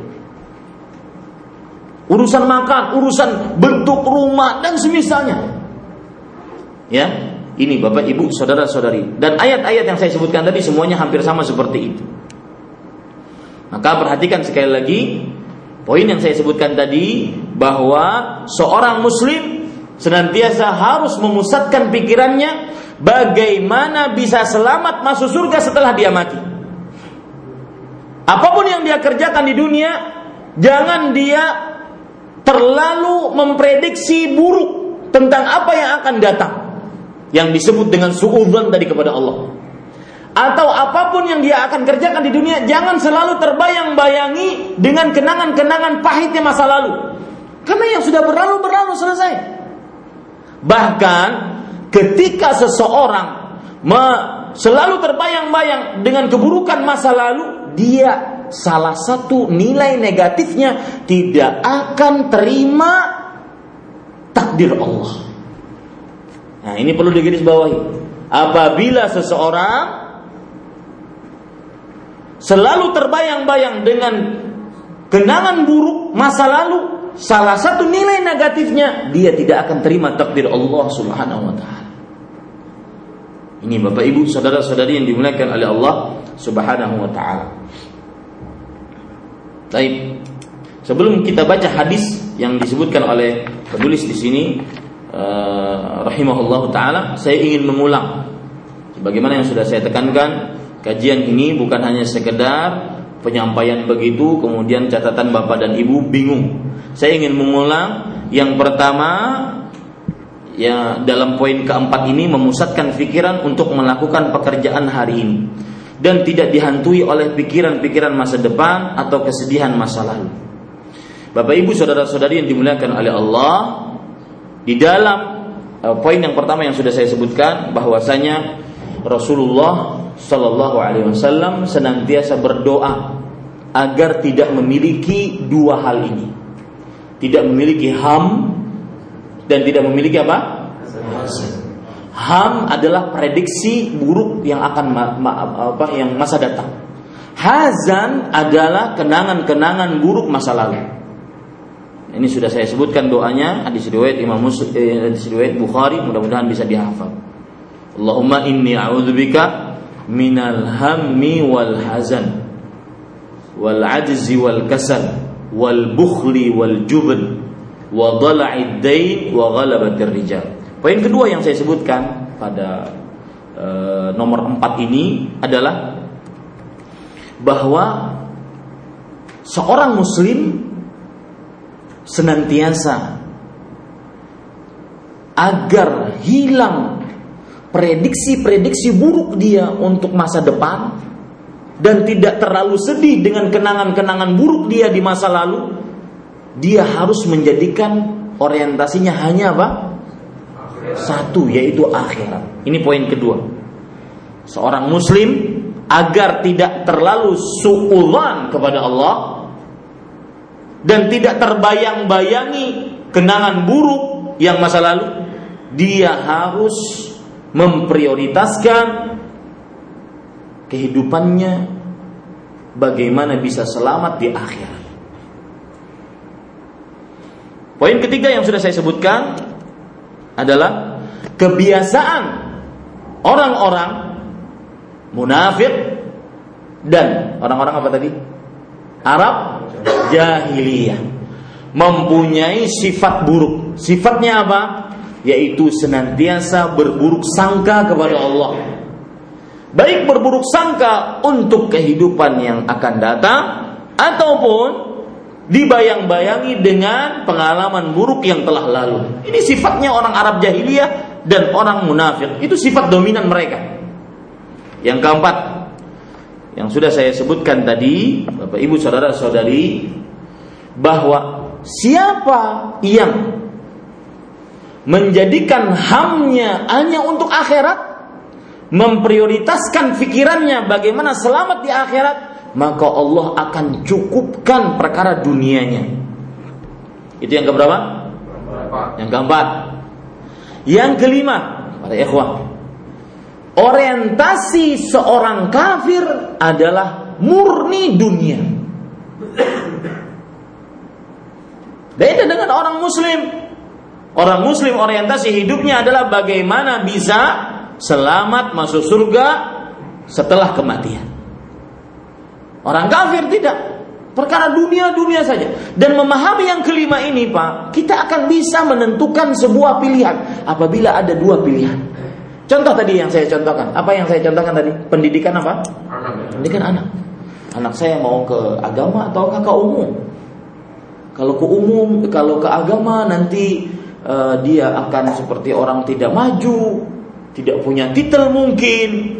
Urusan makan, urusan bentuk rumah dan semisalnya. Ya, ini Bapak Ibu saudara-saudari, dan ayat-ayat yang saya sebutkan tadi semuanya hampir sama seperti itu. Maka perhatikan sekali lagi poin yang saya sebutkan tadi, bahwa seorang muslim senantiasa harus memusatkan pikirannya bagaimana bisa selamat masuk surga setelah dia mati. Apapun yang dia kerjakan di dunia, jangan dia terlalu memprediksi buruk tentang apa yang akan datang, yang disebut dengan suudzon tadi kepada Allah. Atau apapun yang dia akan kerjakan di dunia, jangan selalu terbayang-bayangi dengan kenangan-kenangan pahitnya masa lalu. Karena yang sudah berlalu, berlalu, selesai. Bahkan ketika seseorang me- selalu terbayang-bayang dengan keburukan masa lalu, dia salah satu nilai negatifnya tidak akan terima takdir Allah. Nah, ini perlu digarisbawahi. Apabila seseorang selalu terbayang-bayang dengan kenangan buruk masa lalu, salah satu nilai negatifnya dia tidak akan terima takdir Allah Subhanahu wa taala. Ini Bapak Ibu, saudara-saudari yang dimuliakan oleh Allah Subhanahu wa taala. Baik. Sebelum kita baca hadis yang disebutkan oleh penulis di sini uh, rahimahullahu taala, saya ingin mengulang sebagaimana yang sudah saya tekankan, kajian ini bukan hanya sekedar penyampaian begitu kemudian catatan Bapak dan Ibu bingung. Saya ingin mengulang yang pertama, ya, dalam poin keempat ini memusatkan pikiran untuk melakukan pekerjaan hari ini dan tidak dihantui oleh pikiran-pikiran masa depan atau kesedihan masa lalu. Bapak Ibu saudara-saudari yang dimuliakan oleh Allah, di dalam uh, poin yang pertama yang sudah saya sebutkan bahwasanya Rasulullah Sallallahu Alaihi Wasallam senantiasa berdoa agar tidak memiliki dua hal ini, tidak memiliki ham dan tidak memiliki apa? Ham adalah prediksi buruk yang akan ma- ma- apa yang masa datang. Hazan adalah kenangan-kenangan buruk masa lalu. Ini sudah saya sebutkan doanya, hadis riwayat Imam Muslim, eh, hadis riwayat Bukhari, mudah-mudahan bisa dihafal. Allahumma inni a'udzubika minal hammi wal hazan wal ajzi wal kasal wal bukhli wal jubn wa dhala'id dain wa ghalabatir rijal. Poin kedua yang saya sebutkan pada e, nomor empat ini adalah bahwa seorang muslim senantiasa agar hilang prediksi-prediksi buruk dia untuk masa depan dan tidak terlalu sedih dengan kenangan-kenangan buruk dia di masa lalu, dia harus menjadikan orientasinya hanya apa? Satu, yaitu akhirat. Ini poin kedua. Seorang muslim agar tidak terlalu suudzon kepada Allah dan tidak terbayang-bayangi kenangan buruk yang masa lalu, dia harus memprioritaskan kehidupannya bagaimana bisa selamat di akhirat. Poin ketiga yang sudah saya sebutkan adalah kebiasaan orang-orang munafik dan orang-orang apa tadi? Arab jahiliyah mempunyai sifat buruk. Sifatnya apa? Yaitu senantiasa berburuk sangka kepada Allah. Baik berburuk sangka untuk kehidupan yang akan datang ataupun dibayang-bayangi dengan pengalaman buruk yang telah lalu. Ini sifatnya orang Arab jahiliyah dan orang munafik. Itu sifat dominan mereka. Yang keempat, yang sudah saya sebutkan tadi, Bapak Ibu saudara-saudari, bahwa siapa yang menjadikan hamnya hanya untuk akhirat, memprioritaskan pikirannya bagaimana selamat di akhirat, maka Allah akan cukupkan perkara dunianya. Itu yang keberapa? Yang keempat. Yang kelima, para ikhwah, orientasi seorang kafir adalah murni dunia. Beda dengan orang muslim. Orang muslim orientasi hidupnya adalah bagaimana bisa selamat masuk surga setelah kematian. Orang kafir tidak, perkara dunia-dunia saja. Dan memahami yang kelima ini, Pak, kita akan bisa menentukan sebuah pilihan apabila ada dua pilihan. Contoh tadi yang saya contohkan, apa yang saya contohkan tadi? Pendidikan apa? Anak. Pendidikan anak. anak saya mau ke agama atau ke umum? Kalau ke umum, kalau ke agama nanti uh, dia akan seperti orang tidak maju, tidak punya titel mungkin.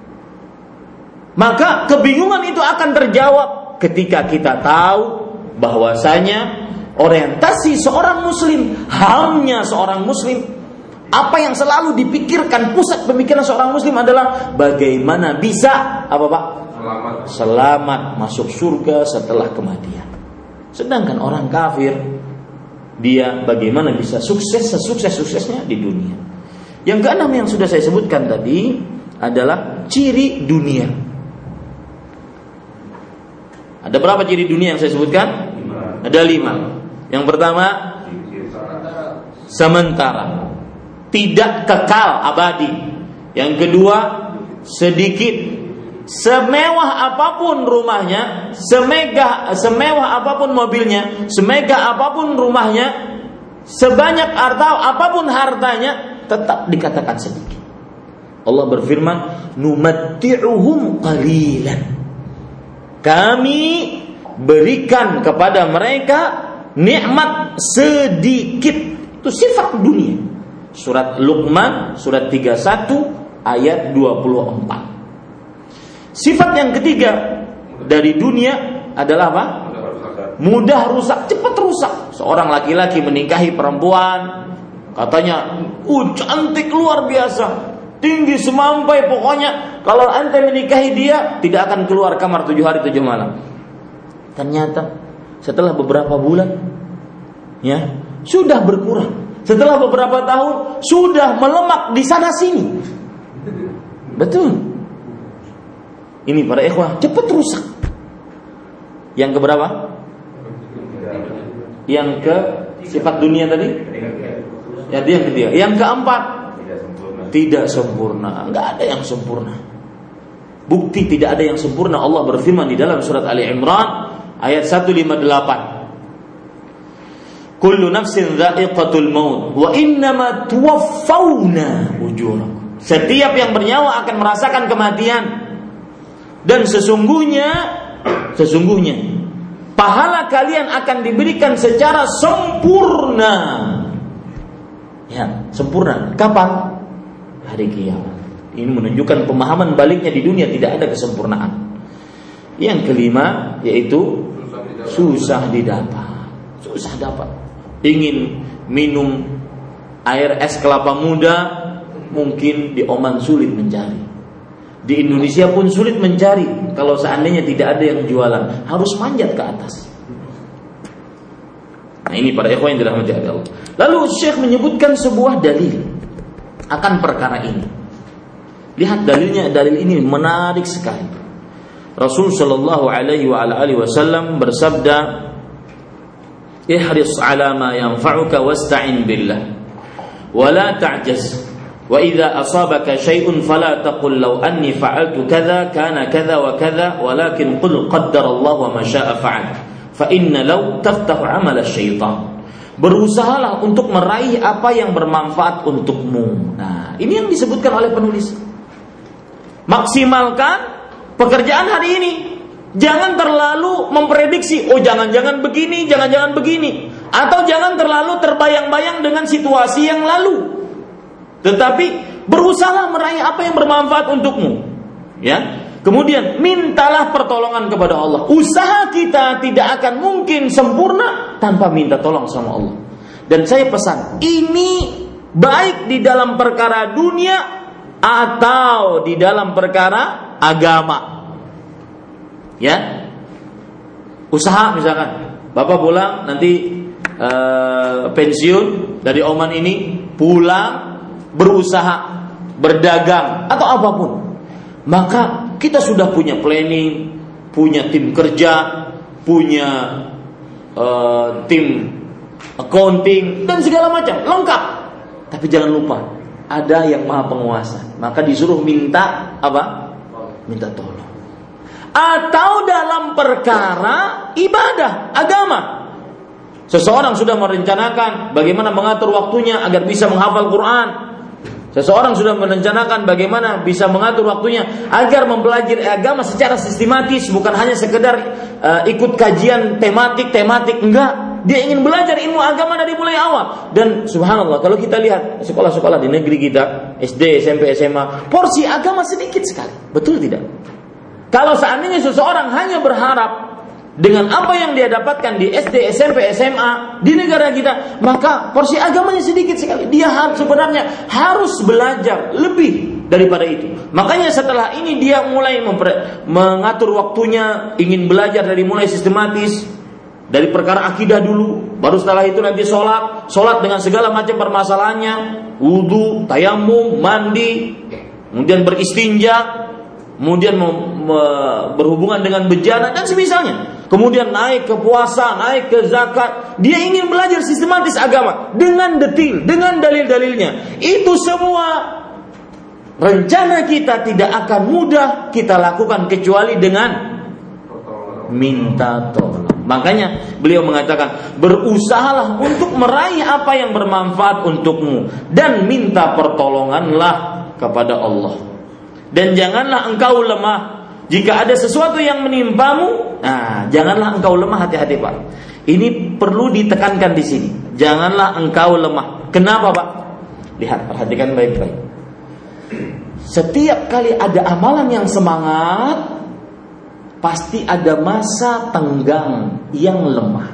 Maka kebingungan itu akan terjawab ketika kita tahu bahwasanya orientasi seorang muslim, hamnya seorang muslim, apa yang selalu dipikirkan, pusat pemikiran seorang muslim adalah bagaimana bisa apa Pak? Selamat. Selamat masuk surga setelah kematian. Sedangkan orang kafir, dia bagaimana bisa sukses sesukses-suksesnya di dunia. Yang keenam yang sudah saya sebutkan tadi adalah ciri dunia. Ada berapa ciri dunia yang saya sebutkan? Lima. Ada lima. Yang pertama, sementara, tidak kekal abadi. Yang kedua, sedikit. Semewah apapun rumahnya, semegah semewah apapun mobilnya, semegah apapun rumahnya, sebanyak harta apapun hartanya, tetap dikatakan sedikit. Allah berfirman, numatti'uhum qalilan. Kami berikan kepada mereka nikmat sedikit. Itu sifat dunia. Surat Luqman surat tiga puluh satu ayat dua puluh empat. Sifat yang ketiga dari dunia adalah apa? Mudah rusak, cepat rusak. Seorang laki-laki menikahi perempuan, katanya, "Uh, cantik luar biasa, tinggi semampai, pokoknya kalau ente menikahi dia tidak akan keluar kamar tujuh hari tujuh malam." Ternyata setelah beberapa bulan, ya sudah berkurang. Setelah beberapa tahun sudah melemak di sana sini. Betul. Ini para ikhwah cepat rusak. Yang keberapa? Yang ke sifat dunia tadi? Ya, yang ketiga. Yang keempat, tidak sempurna. Enggak ada yang sempurna. Bukti tidak ada yang sempurna. Allah berfirman di dalam surat Ali Imran ayat seratus lima puluh delapan. Kullu nafsin dha'iqatul maut wa innama tuwaffawna ujurakum. Setiap yang bernyawa akan merasakan kematian. Dan sesungguhnya sesungguhnya pahala kalian akan diberikan secara sempurna. Ya, sempurna. Kapan? Hari kiamat. Ini menunjukkan pemahaman baliknya di dunia tidak ada kesempurnaan. Yang kelima yaitu susah didapat. Susah dapat. Ingin minum air es kelapa muda, mungkin di Oman sulit mencari. Di Indonesia pun sulit mencari. Kalau seandainya tidak ada yang jualan, harus manjat ke atas. Nah, ini para ikhwan yang dirahmati Allah. Lalu Syekh menyebutkan sebuah dalil akan perkara ini. Lihat dalilnya, dalil ini menarik sekali. Rasul sallallahu alaihi wa ala alihi wasallam bersabda, "Ihris 'ala ma yanfa'uka wasta'in billah wa la ta'jaz. Wa idza asabaka syai'un fala taqul law anni fa'altu kadza kana kadza wa kadza walakin qul qaddarallahu wa ma syaa'a fa'al fa inna law taftahu 'amal asy-syaitan." Berusahalah untuk meraih apa yang bermanfaat untukmu. Nah, ini yang disebutkan oleh penulis. Maksimalkan pekerjaan hari ini. Jangan terlalu memprediksi, oh jangan-jangan begini, jangan-jangan begini, atau jangan terlalu terbayang-bayang dengan situasi yang lalu. Tetapi berusaha meraih apa yang bermanfaat untukmu. Ya. Kemudian mintalah pertolongan kepada Allah. Usaha kita tidak akan mungkin sempurna tanpa minta tolong sama Allah. Dan saya pesan, ini baik di dalam perkara dunia atau di dalam perkara agama. Ya. Usaha misalkan, Bapak pulang nanti uh, pensiun dari Oman ini, pulang berusaha, berdagang atau apapun, maka kita sudah punya planning, punya tim kerja, punya uh, tim accounting dan segala macam lengkap. Tapi jangan lupa ada yang maha penguasa, maka disuruh minta apa? Minta tolong. Atau dalam perkara ibadah agama, seseorang sudah merencanakan bagaimana mengatur waktunya agar bisa menghafal Quran. Seseorang sudah merencanakan bagaimana bisa mengatur waktunya agar mempelajari agama secara sistematis, bukan hanya sekedar uh, ikut kajian tematik-tematik, enggak. Dia ingin belajar ilmu agama dari mulai awal. Dan subhanallah, kalau kita lihat sekolah-sekolah di negeri kita, S D, S M P, S M A, porsi agama sedikit sekali. Betul tidak? Kalau seandainya seseorang hanya berharap dengan apa yang dia dapatkan di S D, S M P, S M A di negara kita, maka porsi agamanya sedikit sekali. Dia harus sebenarnya harus belajar lebih daripada itu. Makanya setelah ini dia mulai mempre- mengatur waktunya, ingin belajar dari mulai sistematis. Dari perkara akidah dulu, baru setelah itu nanti sholat, sholat dengan segala macam permasalahannya, wudu, tayamum, mandi, kemudian beristinja, kemudian berhubungan dengan bejana dan semisalnya. Kemudian naik ke puasa, naik ke zakat. Dia ingin belajar sistematis agama dengan detil, dengan dalil-dalilnya. Itu semua rencana kita tidak akan mudah kita lakukan kecuali dengan minta tolong. Makanya beliau mengatakan, berusahalah untuk meraih apa yang bermanfaat untukmu dan minta pertolonganlah kepada Allah. Dan janganlah engkau lemah jika ada sesuatu yang menimpamu. Nah, janganlah engkau lemah, hati-hati Pak. Ini perlu ditekankan di sini. Janganlah engkau lemah. Kenapa Pak? Lihat, perhatikan baik-baik. Setiap kali ada amalan yang semangat, pasti ada masa tenggang yang lemah.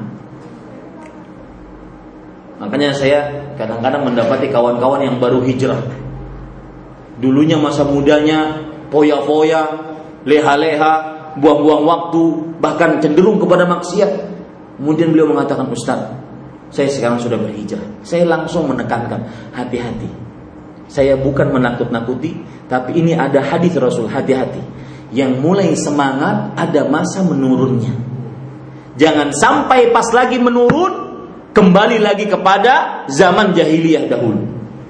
Makanya saya kadang-kadang mendapati kawan-kawan yang baru hijrah. Dulunya masa mudanya foya-foya, leha-leha, buang-buang waktu, bahkan cenderung kepada maksiat. Kemudian beliau mengatakan, Ustaz, saya sekarang sudah berhijrah. Saya langsung menekankan, hati-hati. Saya bukan menakut-nakuti, tapi ini ada hadis Rasul, hati-hati. Yang mulai semangat ada masa menurunnya. Jangan sampai pas lagi menurun kembali lagi kepada zaman jahiliyah dahulu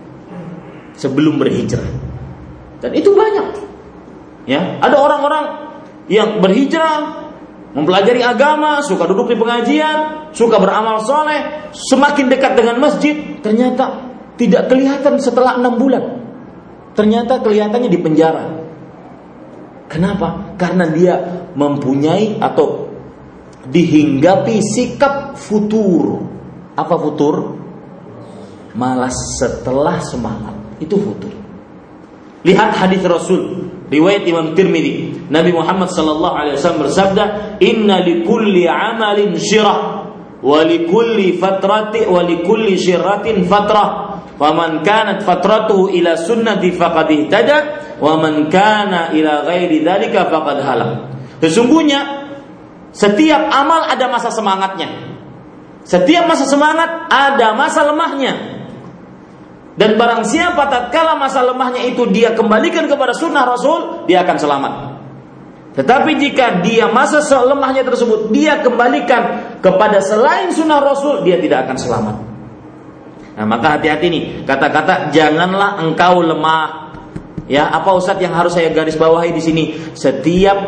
sebelum berhijrah. Dan itu banyak. Ya, ada orang-orang yang berhijrah, mempelajari agama, suka duduk di pengajian, suka beramal soleh, semakin dekat dengan masjid, ternyata tidak kelihatan setelah enam bulan. Ternyata kelihatannya di penjara. Kenapa? Karena dia mempunyai atau dihinggapi sikap futur. Apa futur? Malas setelah semangat. Itu futur. Lihat hadis Rasul, riwayat Imam Tirmidzi. Nabi Muhammad sallallahu alaihi wasallam bersabda, "Inna likulli 'amalin syirah wa likulli fatrati wa likulli syirratin fatrah. Faman kanat fatratuhu ila sunnati faqad ihtada wa man kana ila ghairi dzalika faqad halak." Sesungguhnya setiap amal ada masa semangatnya. Setiap masa semangat ada masa lemahnya. Dan barang siapa tatkala masa lemahnya itu dia kembalikan kepada sunnah Rasul, dia akan selamat. Tetapi jika dia masa lemahnya tersebut dia kembalikan kepada selain sunnah Rasul, dia tidak akan selamat. Nah, maka hati-hati nih, kata-kata janganlah engkau lemah. Ya, apa Ustaz yang harus saya garis bawahi di sini? Setiap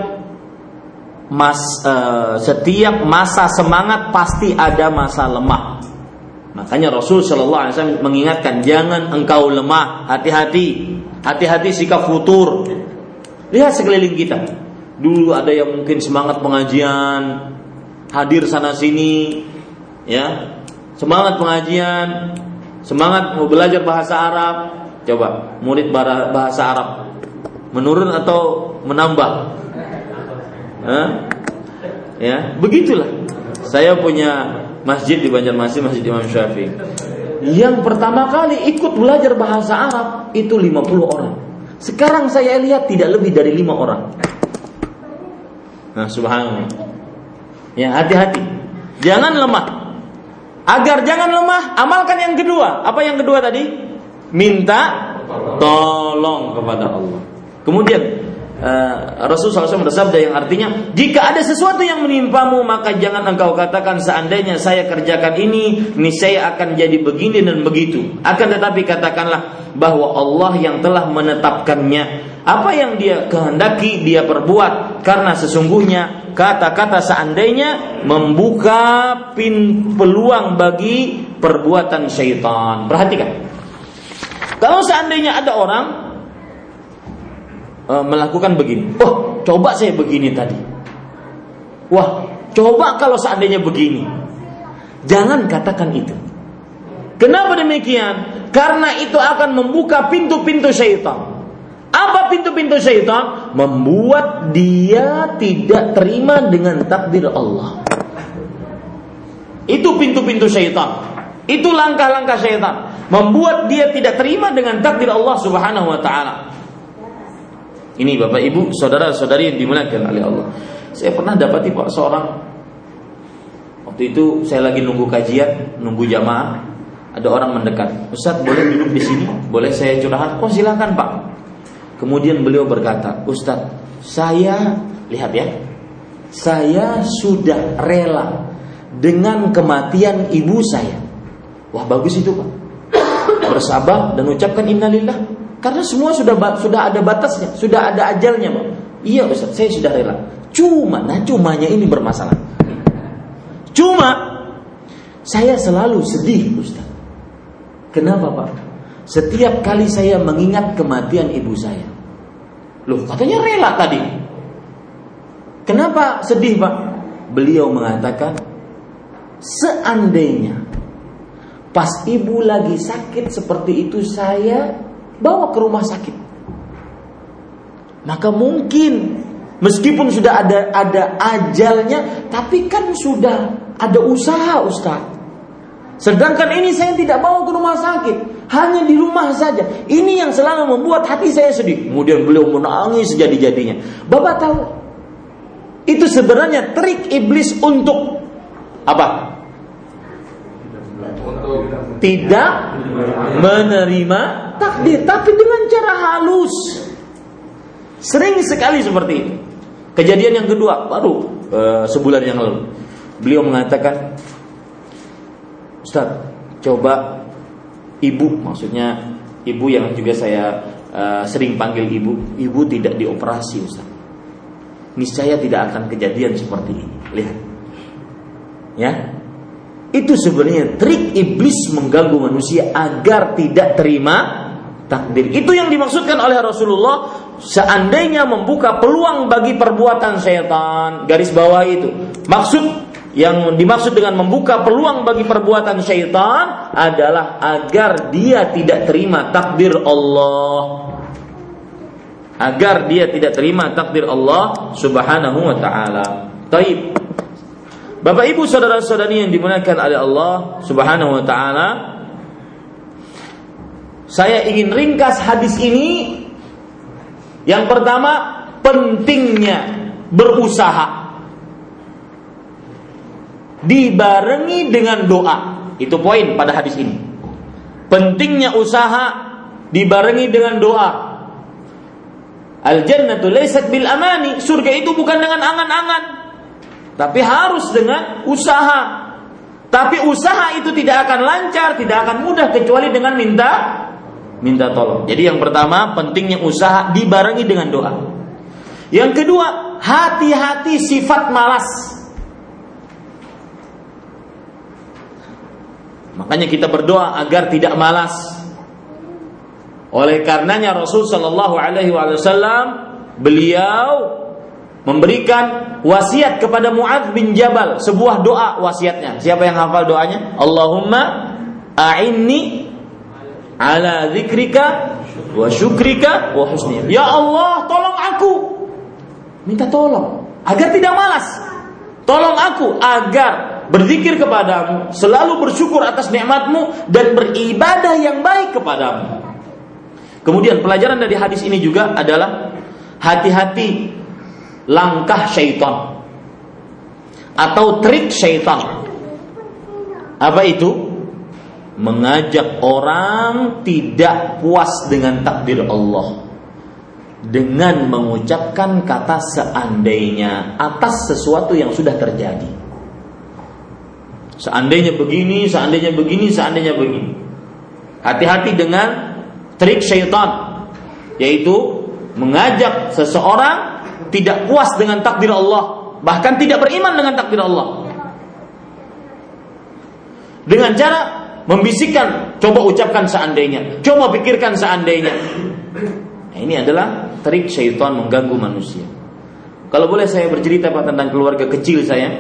mas uh, setiap masa semangat pasti ada masa lemah. Makanya Rasul sallallahu alaihi wasallam mengingatkan, jangan engkau lemah, hati-hati. Hati-hati sikap futur. Lihat sekeliling kita. Dulu ada yang mungkin semangat pengajian, hadir sana sini, ya. Semangat pengajian, semangat mau belajar bahasa Arab. Coba, murid bahasa Arab menurun atau menambah? Hah? Ya, begitulah. Saya punya masjid di Banjarmasin, Masjid Imam Syafi'i. Yang pertama kali ikut belajar bahasa Arab itu lima puluh orang. Sekarang saya lihat tidak lebih dari lima orang. Nah, subhanallah. Ya, hati-hati. Jangan lemah. Agar jangan lemah, amalkan yang kedua. Apa yang kedua tadi? Minta tolong kepada Allah. Kemudian uh, Rasulullah shallallahu alaihi wasallam bersabda yang artinya, jika ada sesuatu yang menimpamu, maka jangan engkau katakan seandainya saya kerjakan ini, niscaya akan jadi begini dan begitu. Akan tetapi katakanlah bahwa Allah yang telah menetapkannya. Apa yang dia kehendaki dia perbuat, karena sesungguhnya kata-kata seandainya membuka pin peluang bagi perbuatan syaitan. Perhatikan. Kalau seandainya ada orang uh, melakukan begini, oh coba saya begini tadi, wah coba kalau seandainya begini, jangan katakan itu. Kenapa demikian? Karena itu akan membuka pintu-pintu syaitan. Apa pintu-pintu syaitan? Membuat dia tidak terima dengan takdir Allah. Itu pintu-pintu syaitan. Itu langkah-langkah syaitan. Membuat dia tidak terima dengan takdir Allah Subhanahu wa ta'ala. Ini Bapak Ibu, saudara-saudari yang dimuliakan oleh Allah. Saya pernah dapati Pak seorang, waktu itu saya lagi nunggu kajian, nunggu jamaah. Ada orang mendekat, Ustaz boleh duduk di sini? Boleh saya curhat? Oh silakan Pak. Kemudian beliau berkata, Ustaz, saya lihat ya, saya sudah rela dengan kematian ibu saya. Wah bagus itu Pak. Bersabar dan ucapkan innalillah. Karena semua sudah sudah ada batasnya, sudah ada ajalnya Pak. Iya Ustaz, saya sudah rela. Cuma, nah cumanya ini bermasalah. Cuma saya selalu sedih Ustaz. Kenapa Pak? Setiap kali saya mengingat kematian ibu saya. Loh katanya rela tadi. Kenapa sedih Pak? Beliau mengatakan, seandainya pas ibu lagi sakit seperti itu saya bawa ke rumah sakit, maka mungkin meskipun sudah ada ada ajalnya, tapi kan sudah ada usaha Ustaz. Sedangkan ini saya tidak bawa ke rumah sakit, hanya di rumah saja. Ini yang selalu membuat hati saya sedih. Kemudian beliau menangis sejadi-jadinya. Bapak tahu, itu sebenarnya trik iblis untuk apa? Untuk tidak menerima takdir, tapi dengan cara halus. Sering sekali seperti itu. Kejadian yang kedua, baru uh, sebulan yang lalu, beliau mengatakan, Ustaz, coba ibu, maksudnya ibu yang juga saya uh, sering panggil ibu, ibu tidak dioperasi Ustaz. Niscaya tidak akan kejadian seperti ini. Lihat, ya, itu sebenarnya trik iblis mengganggu manusia agar tidak terima takdir. Itu yang dimaksudkan oleh Rasulullah. Seandainya membuka peluang bagi perbuatan syaitan, garis bawah itu. Maksud yang dimaksud dengan membuka peluang bagi perbuatan syaitan adalah agar dia tidak terima takdir Allah. Agar dia tidak terima takdir Allah Subhanahu wa ta'ala. Taib. Bapak Ibu saudara-saudari yang dimuliakan oleh Allah Subhanahu wa ta'ala, saya ingin ringkas hadis ini. Yang pertama, pentingnya berusaha dibarengi dengan doa. Itu poin pada hadis ini. Pentingnya usaha dibarengi dengan doa. Al-jannatu laysat bil amani. Surga itu bukan dengan angan-angan, tapi harus dengan usaha. Tapi usaha itu tidak akan lancar, tidak akan mudah kecuali dengan minta minta tolong. Jadi yang pertama, pentingnya usaha dibarengi dengan doa. Yang kedua, hati-hati sifat malas. Makanya kita berdoa agar tidak malas. Oleh karenanya Rasul sallallahu alaihi wasallam beliau memberikan wasiat kepada Muadz bin Jabal, sebuah doa wasiatnya. Siapa yang hafal doanya? Allahumma a'inni ala dzikrika wa syukrika wa husni. Ya Allah, tolong aku. Minta tolong agar tidak malas. Tolong aku agar berzikir kepadamu, selalu bersyukur atas nikmatmu dan beribadah yang baik kepadamu. Kemudian pelajaran dari hadis ini juga adalah hati-hati langkah syaitan atau trik syaitan. Apa itu? Mengajak orang tidak puas dengan takdir Allah dengan mengucapkan kata seandainya atas sesuatu yang sudah terjadi. Seandainya begini, seandainya begini, seandainya begini. Hati-hati dengan trik syaitan, yaitu mengajak seseorang tidak puas dengan takdir Allah, bahkan tidak beriman dengan takdir Allah, dengan cara membisikkan, coba ucapkan seandainya, coba pikirkan seandainya. Nah, ini adalah trik syaitan mengganggu manusia. Kalau boleh saya bercerita Pak tentang keluarga kecil saya.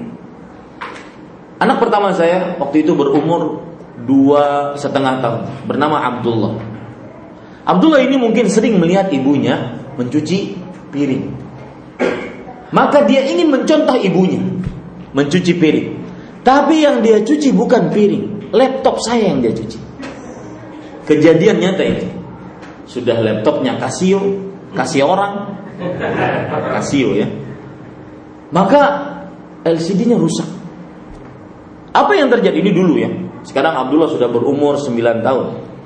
Anak pertama saya waktu itu berumur dua setengah tahun, bernama Abdullah. Abdullah ini mungkin sering melihat ibunya mencuci piring, maka dia ingin mencontoh ibunya mencuci piring. Tapi yang dia cuci bukan piring, laptop saya yang dia cuci. Kejadian nyata ini. Sudah laptopnya Casio, kasih orang, Casio ya. Maka L C D-nya rusak. Apa yang terjadi ini dulu ya. Sekarang Abdullah sudah berumur sembilan tahun.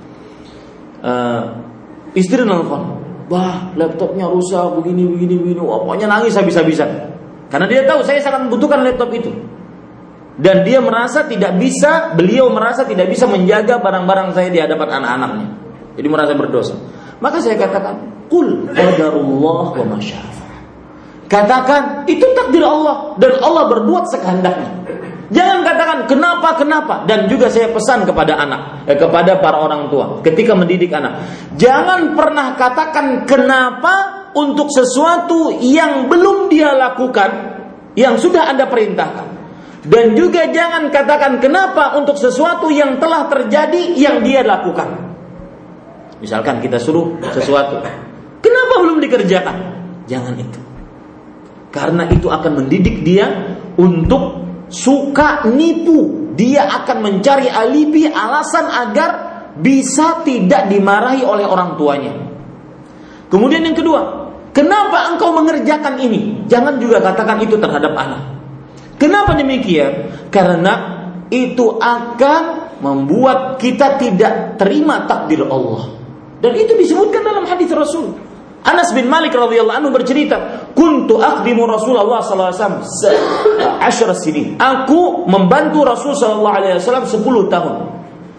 Uh, istri nelfon, "Bah, laptopnya rusak, begini begini begini." Oh, pokoknya nangis habis-habisan. Karena dia tahu saya sangat membutuhkan laptop itu. Dan dia merasa tidak bisa, beliau merasa tidak bisa menjaga barang-barang saya di hadapan anak-anaknya. Jadi merasa berdosa. Maka saya katakan, "Qul qadarullah wa ma syaa." Katakan, itu takdir Allah dan Allah berbuat sekehendaknya. Jangan katakan kenapa kenapa. Dan juga saya pesan kepada anak, eh, kepada para orang tua ketika mendidik anak, jangan pernah katakan kenapa untuk sesuatu yang belum dia lakukan, yang sudah Anda perintahkan. Dan juga jangan katakan kenapa untuk sesuatu yang telah terjadi yang dia lakukan. Misalkan kita suruh sesuatu, kenapa belum dikerjakan? Jangan itu. Karena itu akan mendidik dia untuk suka nipu. Dia akan mencari alibi, alasan agar bisa tidak dimarahi oleh orang tuanya. Kemudian yang kedua, kenapa engkau mengerjakan ini? Jangan juga katakan itu terhadap anak. Kenapa demikian? Karena itu akan membuat kita tidak terima takdir Allah. Dan itu disebutkan dalam hadis Rasul. Anas bin Malik radhiyallahu anhu bercerita, "Kuntu akhdimu Rasulullah sallallahu alaihi wasallam ashra sinin." Aku membantu Rasul sallallahu alaihi wasallam sepuluh tahun.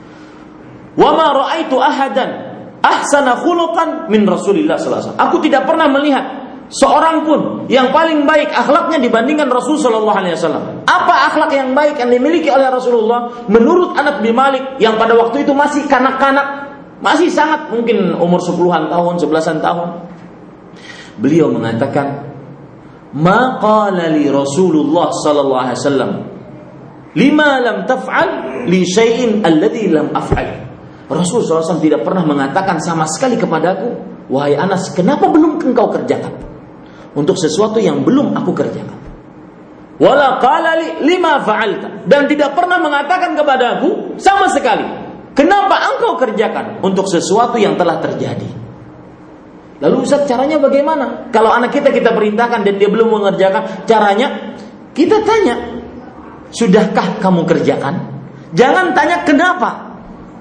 "Wa ma ra'aitu ahadan ahsana khuluqan min Rasulillah sallallahu alaihi wasallam." Aku tidak pernah melihat seorang pun yang paling baik akhlaknya dibandingkan Rasul sallallahu alaihi wasallam. Apa akhlak yang baik yang dimiliki oleh Rasulullah? Menurut Anas bin Malik yang pada waktu itu masih kanak-kanak, masih sangat mungkin umur sepuluhan tahun, sebelasan tahun. Beliau mengatakan, "Ma qala li Rasulullah sallallahu alaihi wasallam lima lam taf'al li syai'in alladhi lam af'al." Rasul sallallahu alaihi wasallam tidak pernah mengatakan sama sekali kepadaku, "Wahai Anas, kenapa belum engkau kerjakan?" Untuk sesuatu yang belum aku kerjakan. Wala qala li lima fa'alta, dan tidak pernah mengatakan kepadaku sama sekali, "Kenapa engkau kerjakan?" Untuk sesuatu yang telah terjadi. Lalu Ustaz, caranya bagaimana? Kalau anak kita kita perintahkan dan dia belum mengerjakan, caranya kita tanya, "Sudahkah kamu kerjakan?" Jangan tanya kenapa.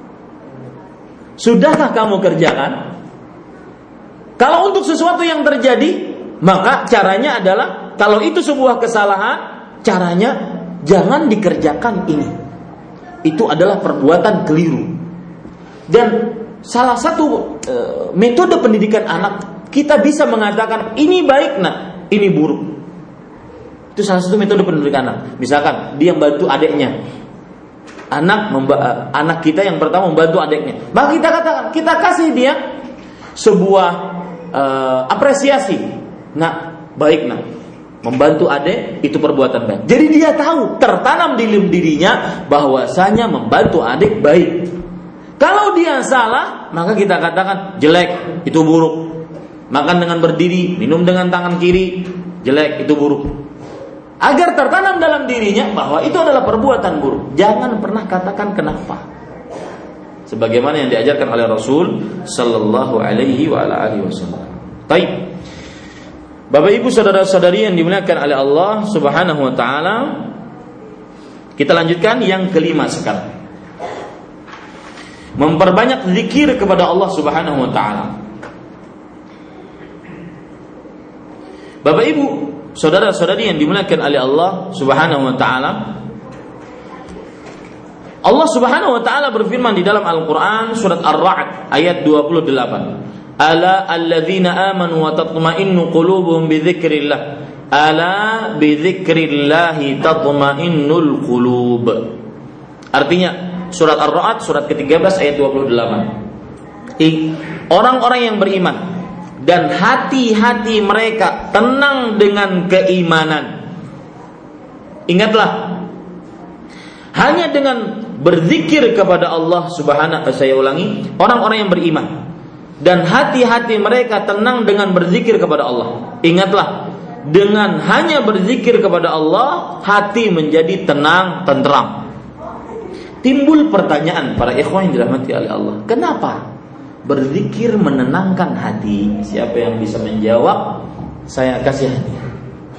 Sudahkah kamu kerjakan? Kalau untuk sesuatu yang terjadi, maka caranya adalah, kalau itu sebuah kesalahan, caranya jangan dikerjakan ini. Itu adalah perbuatan keliru. Dan salah satu e, metode pendidikan anak, kita bisa mengatakan ini baik nak, ini buruk. Itu salah satu metode pendidikan anak. Misalkan dia membantu adiknya, anak memba- anak kita yang pertama membantu adiknya, maka kita katakan, kita kasih dia sebuah e, apresiasi. Nah, baik nak, membantu adik itu perbuatan baik. Jadi dia tahu, tertanam di dalam dirinya bahwasanya membantu adik baik. Kalau dia salah, maka kita katakan jelek, itu buruk. Makan dengan berdiri, minum dengan tangan kiri, jelek, itu buruk. Agar tertanam dalam dirinya bahwa itu adalah perbuatan buruk. Jangan pernah katakan kenapa. Sebagaimana yang diajarkan oleh Rasul sallallahu alaihi wa ala alihi wasallam. Baik. Bapak Ibu saudara-saudari yang dimuliakan oleh Allah Subhanahu wa taala, kita lanjutkan yang kelima sekarang. Memperbanyak zikir kepada Allah Subhanahu wa taala. Bapak Ibu, saudara-saudari yang dimuliakan oleh Allah Subhanahu wa taala, Allah Subhanahu wa taala berfirman di dalam Al-Qur'an surat Ar-Ra'd ayat dua puluh delapan. Ala alladzina amanu wa tatma'innu qulubuhum bi dzikrillah. Ala bi dzikrillah tatma'innul qulub. Artinya, surat Ar-Ra'd surat ketiga belas ayat dua puluh delapan. Orang-orang yang beriman dan hati-hati mereka tenang dengan keimanan. Ingatlah, hanya dengan berzikir kepada Allah Subhanahu, saya ulangi, orang-orang yang beriman dan hati-hati mereka tenang dengan berzikir kepada Allah. Ingatlah, dengan hanya berzikir kepada Allah, hati menjadi tenang, tenteram. Timbul pertanyaan para ikhwan yang dirahmati oleh Allah, kenapa berzikir menenangkan hati? Siapa yang bisa menjawab, saya kasih hadiah.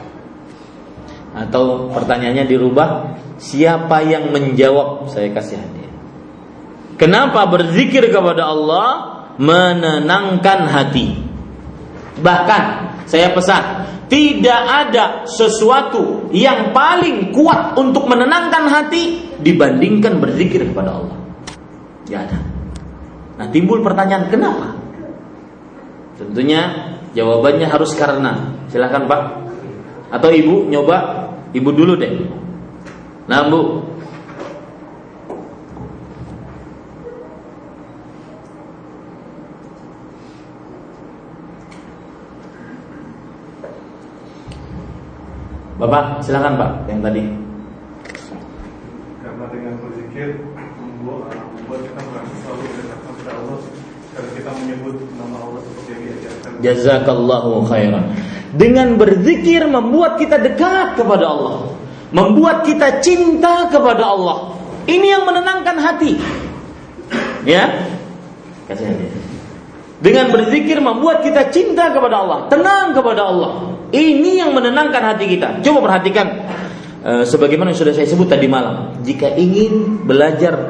Atau pertanyaannya dirubah, siapa yang menjawab, saya kasih hadiah. Kenapa berzikir kepada Allah menenangkan hati? Bahkan saya pesan, tidak ada sesuatu yang paling kuat untuk menenangkan hati dibandingkan berzikir kepada Allah. Tidak ada. Nah, timbul pertanyaan, kenapa? Tentunya jawabannya harus karena. Silakan Pak. Atau Ibu, nyoba Ibu dulu deh. Nah, Bu. Bapak, silakan Pak, yang tadi. Karena dengan berzikir membuat, membuat kita merasa selalu dekat kepada Allah, karena kita menyebut nama Allah seperti yang diajarkan. Jazakallahu khairan. Dengan berzikir membuat kita dekat kepada Allah, membuat kita cinta kepada Allah. Ini yang menenangkan hati. Ya, kasih hadiah. Dengan berzikir membuat kita cinta kepada Allah, tenang kepada Allah. Ini yang menenangkan hati kita. Coba perhatikan, uh, sebagaimana yang sudah saya sebut tadi malam. Jika ingin belajar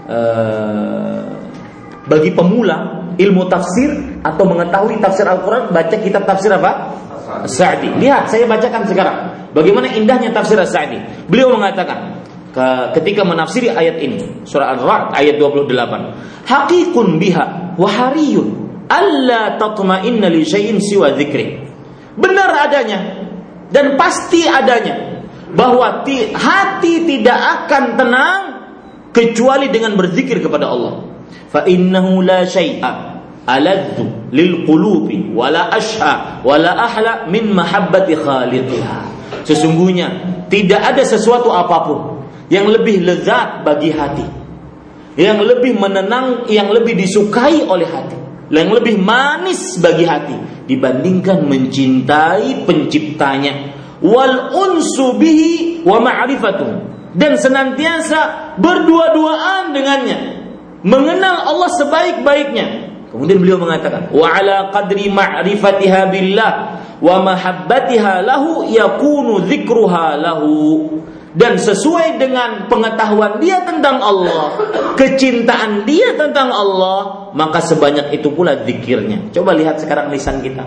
uh, bagi pemula ilmu tafsir atau mengetahui tafsir Al-Quran, baca kitab tafsir apa? As-Sa'di. Lihat, saya bacakan sekarang bagaimana indahnya tafsir As-Sa'di. Beliau mengatakan ketika menafsiri ayat ini, surah Ar-Ra'd ayat dua puluh delapan, haqiqun biha wa hariyun alla tatma'inna li syai'in siwa dzikri. Benar adanya dan pasti adanya bahwa hati tidak akan tenang kecuali dengan berzikir kepada Allah. Fa innahu la syai'a aladzu lil qulubi wala ashha wala ahla min mahabbati khaliqiha. Sesungguhnya tidak ada sesuatu apapun yang lebih lezat bagi hati, yang lebih menenang, yang lebih disukai oleh hati, yang lebih manis bagi hati dibandingkan mencintai penciptanya. Wal unsu bihi wa ma'rifatuh, dan senantiasa berdua-duaan dengannya, mengenal Allah sebaik-baiknya. Kemudian beliau mengatakan, wa ala qadri ma'rifatiha billah wa mahabbatiha lahu yakunu dzikruha lahu. Dan sesuai dengan pengetahuan dia tentang Allah, kecintaan dia tentang Allah, maka sebanyak itu pula zikirnya. Coba lihat sekarang lisan kita.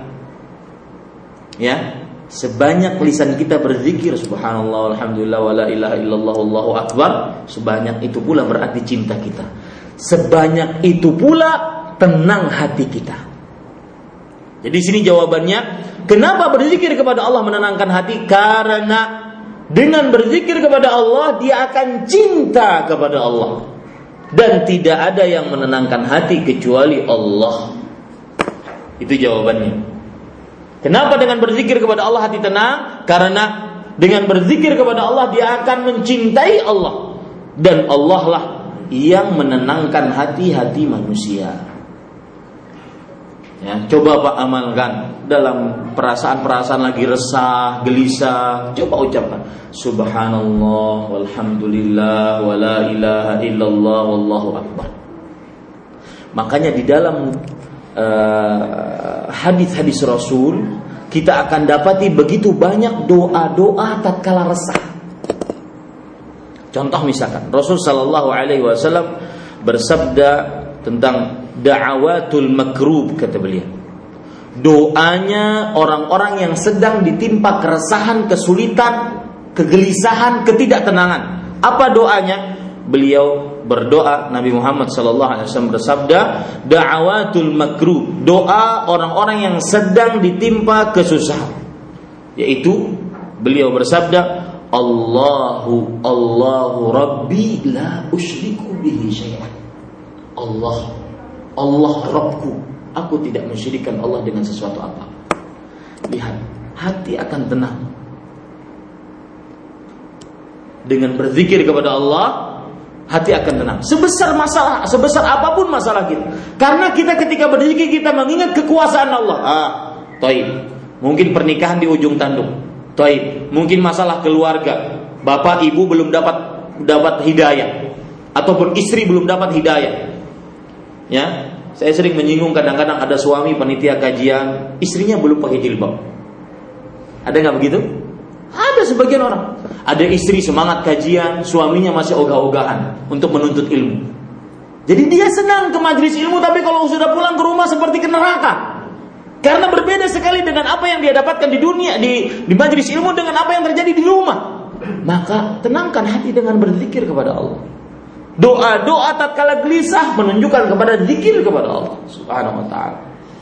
Ya, sebanyak lisan kita berzikir subhanallah walhamdulillah wala ilaha illallah wallahu akbar, sebanyak itu pula berarti cinta kita. Sebanyak itu pula tenang hati kita. Jadi sini jawabannya, kenapa berzikir kepada Allah menenangkan hati? Karena dengan berzikir kepada Allah, dia akan cinta kepada Allah. Dan tidak ada yang menenangkan hati kecuali Allah. Itu jawabannya. Kenapa dengan berzikir kepada Allah hati tenang? Karena dengan berzikir kepada Allah, dia akan mencintai Allah. Dan Allah lah yang menenangkan hati-hati manusia. Ya, coba Pak amalkan dalam perasaan-perasaan lagi resah, gelisah, coba ucapkan subhanallah walhamdulillah wala ilaha illallah wallahu akbar. Makanya di dalam uh, hadis-hadis Rasul kita akan dapati begitu banyak doa-doa tatkala resah. Contoh misalkan Rasul sallallahu alaihi wasallam bersabda tentang da'awatul makrub, kata beliau, doanya orang-orang yang sedang ditimpa keresahan, kesulitan, kegelisahan, ketidaktenangan. Apa doanya? Beliau berdoa, Nabi Muhammad sallallahu alaihi wasallam bersabda, da'awatul makrub, doa orang-orang yang sedang ditimpa kesusahan. Yaitu beliau bersabda, Allahu Allahu Rabbi la usyriku bihi syai'an. Allah Allah Rabbku, aku tidak mensyirikkan Allah dengan sesuatu apa. Lihat, hati akan tenang dengan berzikir kepada Allah. Hati akan tenang. Sebesar masalah, sebesar apapun masalah kita. Karena kita ketika berzikir kita mengingat kekuasaan Allah. Ah, taib. Mungkin pernikahan di ujung tanduk. Taib. Mungkin masalah keluarga. Bapak ibu belum dapat dapat hidayah, ataupun istri belum dapat hidayah. Ya, saya sering menyinggung kadang-kadang ada suami panitia kajian, istrinya belum pakai jilbab. Ada nggak begitu? Ada sebagian orang. Ada istri semangat kajian, suaminya masih ogah-ogahan untuk menuntut ilmu. Jadi dia senang ke majelis ilmu, tapi kalau sudah pulang ke rumah seperti ke neraka. Karena berbeda sekali dengan apa yang dia dapatkan di dunia, di, di majelis ilmu dengan apa yang terjadi di rumah. Maka tenangkan hati dengan berzikir kepada Allah. Doa-doa tatkala gelisah menunjukkan kepada zikir kepada Allah Subhanahu wa ta'ala.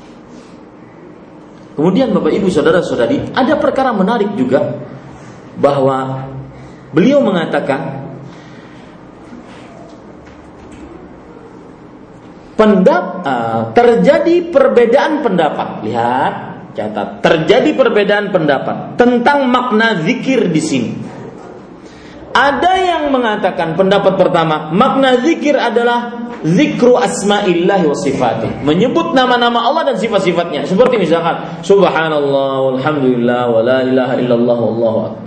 Kemudian Bapak Ibu saudara-saudari, ada perkara menarik juga, bahwa beliau mengatakan pendap, uh, terjadi perbedaan pendapat. Lihat, catat, terjadi perbedaan pendapat tentang makna zikir di sini. Ada yang mengatakan pendapat pertama, makna zikir adalah zikru asma'illahi wa sifatih, menyebut nama-nama Allah dan sifat-sifatnya. Seperti misalkan subhanallah walhamdulillah wa la ilaha illallah wallahu akbar,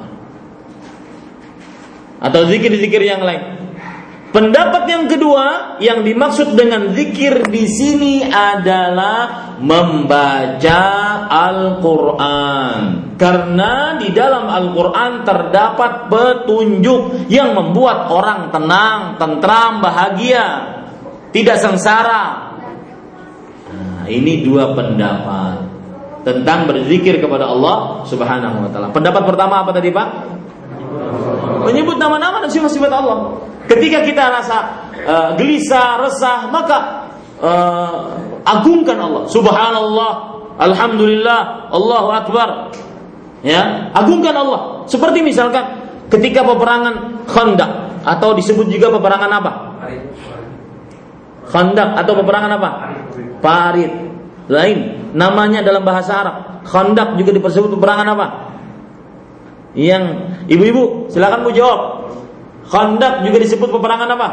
atau zikir-zikir yang lain. Pendapat yang kedua, yang dimaksud dengan zikir di sini adalah membaca Al-Quran, karena di dalam Al-Quran terdapat petunjuk yang membuat orang tenang, tentram, bahagia, tidak sengsara. Nah, ini dua pendapat tentang berzikir kepada Allah Subhanahu wa ta'ala. Pendapat pertama apa tadi, Pak? Menyebut nama-nama dan sifat-sifat Allah. Ketika kita rasa uh, gelisah, resah, maka uh, agungkan Allah. Subhanallah, alhamdulillah, Allahu akbar. Ya, agungkan Allah. Seperti misalkan ketika peperangan Khandaq, atau disebut juga peperangan apa? Khandaq atau peperangan apa? Parit. Lain namanya dalam bahasa Arab. Khandaq juga disebut peperangan apa? Yang ibu-ibu silakan Bu jawab. Khandaq juga disebut peperangan apa?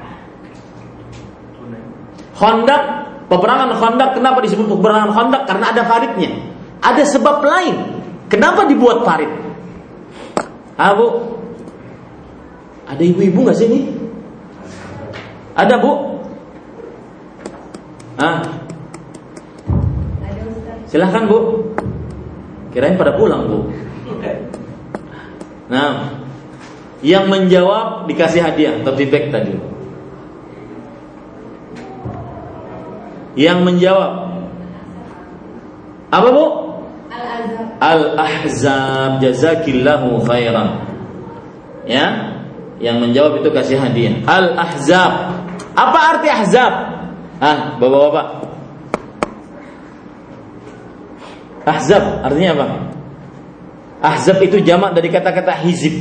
Khandaq, peperangan Khandaq, kenapa disebut peperangan Khandaq? Karena ada paritnya. Ada sebab lain. Kenapa dibuat parit? Ah, Bu? Ada ibu-ibu enggak sih ini? Ada, Bu? Ah. Silakan, Bu. Kirain pada pulang, Bu. Nah, yang menjawab dikasih hadiah tote bag tadi. Yang menjawab apa, Bu? Al-Ahzab. Al-Ahzab, jazakillahu khairan. Ya, yang menjawab itu kasih hadiah. Al-Ahzab. Apa arti Ahzab? Ah, Bapak-bapak. Ahzab artinya apa? Ahzab itu jamak dari kata-kata hizib,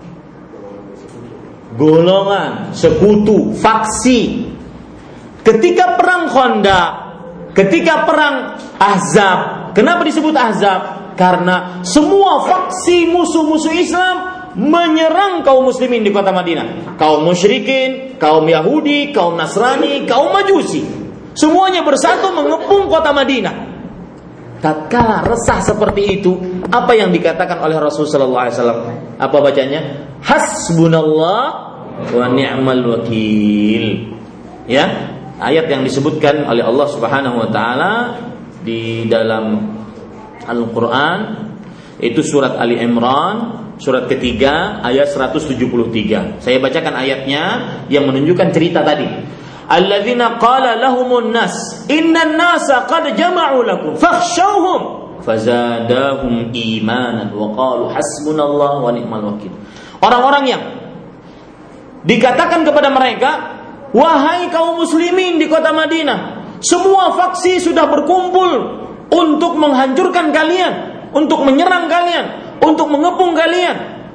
golongan, sekutu, faksi. Ketika perang Khandaq, ketika perang Ahzab, kenapa disebut Ahzab? Karena semua faksi musuh-musuh Islam menyerang kaum muslimin di kota Madinah. Kaum musyrikin, kaum Yahudi, kaum Nasrani, kaum Majusi, semuanya bersatu mengepung kota Madinah. Tatkala resah seperti itu, apa yang dikatakan oleh Rasulullah sallallahu alaihi wasallam? Apa bacanya? Hasbunallah wa ni'mal wakil. Ya, ayat yang disebutkan oleh Allah Subhanahu wa taala di dalam Al-Qur'an, itu surat Ali Imran, surat ketiga ayat seratus tujuh puluh tiga. Saya bacakan ayatnya yang menunjukkan cerita tadi. Alladzina qala lahumun nas innan nasa qad jama'u lakum fakhshawhum fazadahum imanan wa qalu hasbunallahu wa ni'mal wakil. Orang-orang yang dikatakan kepada mereka, wahai kaum muslimin di kota Madinah, semua faksi sudah berkumpul untuk menghancurkan kalian, untuk menyerang kalian, untuk mengepung kalian.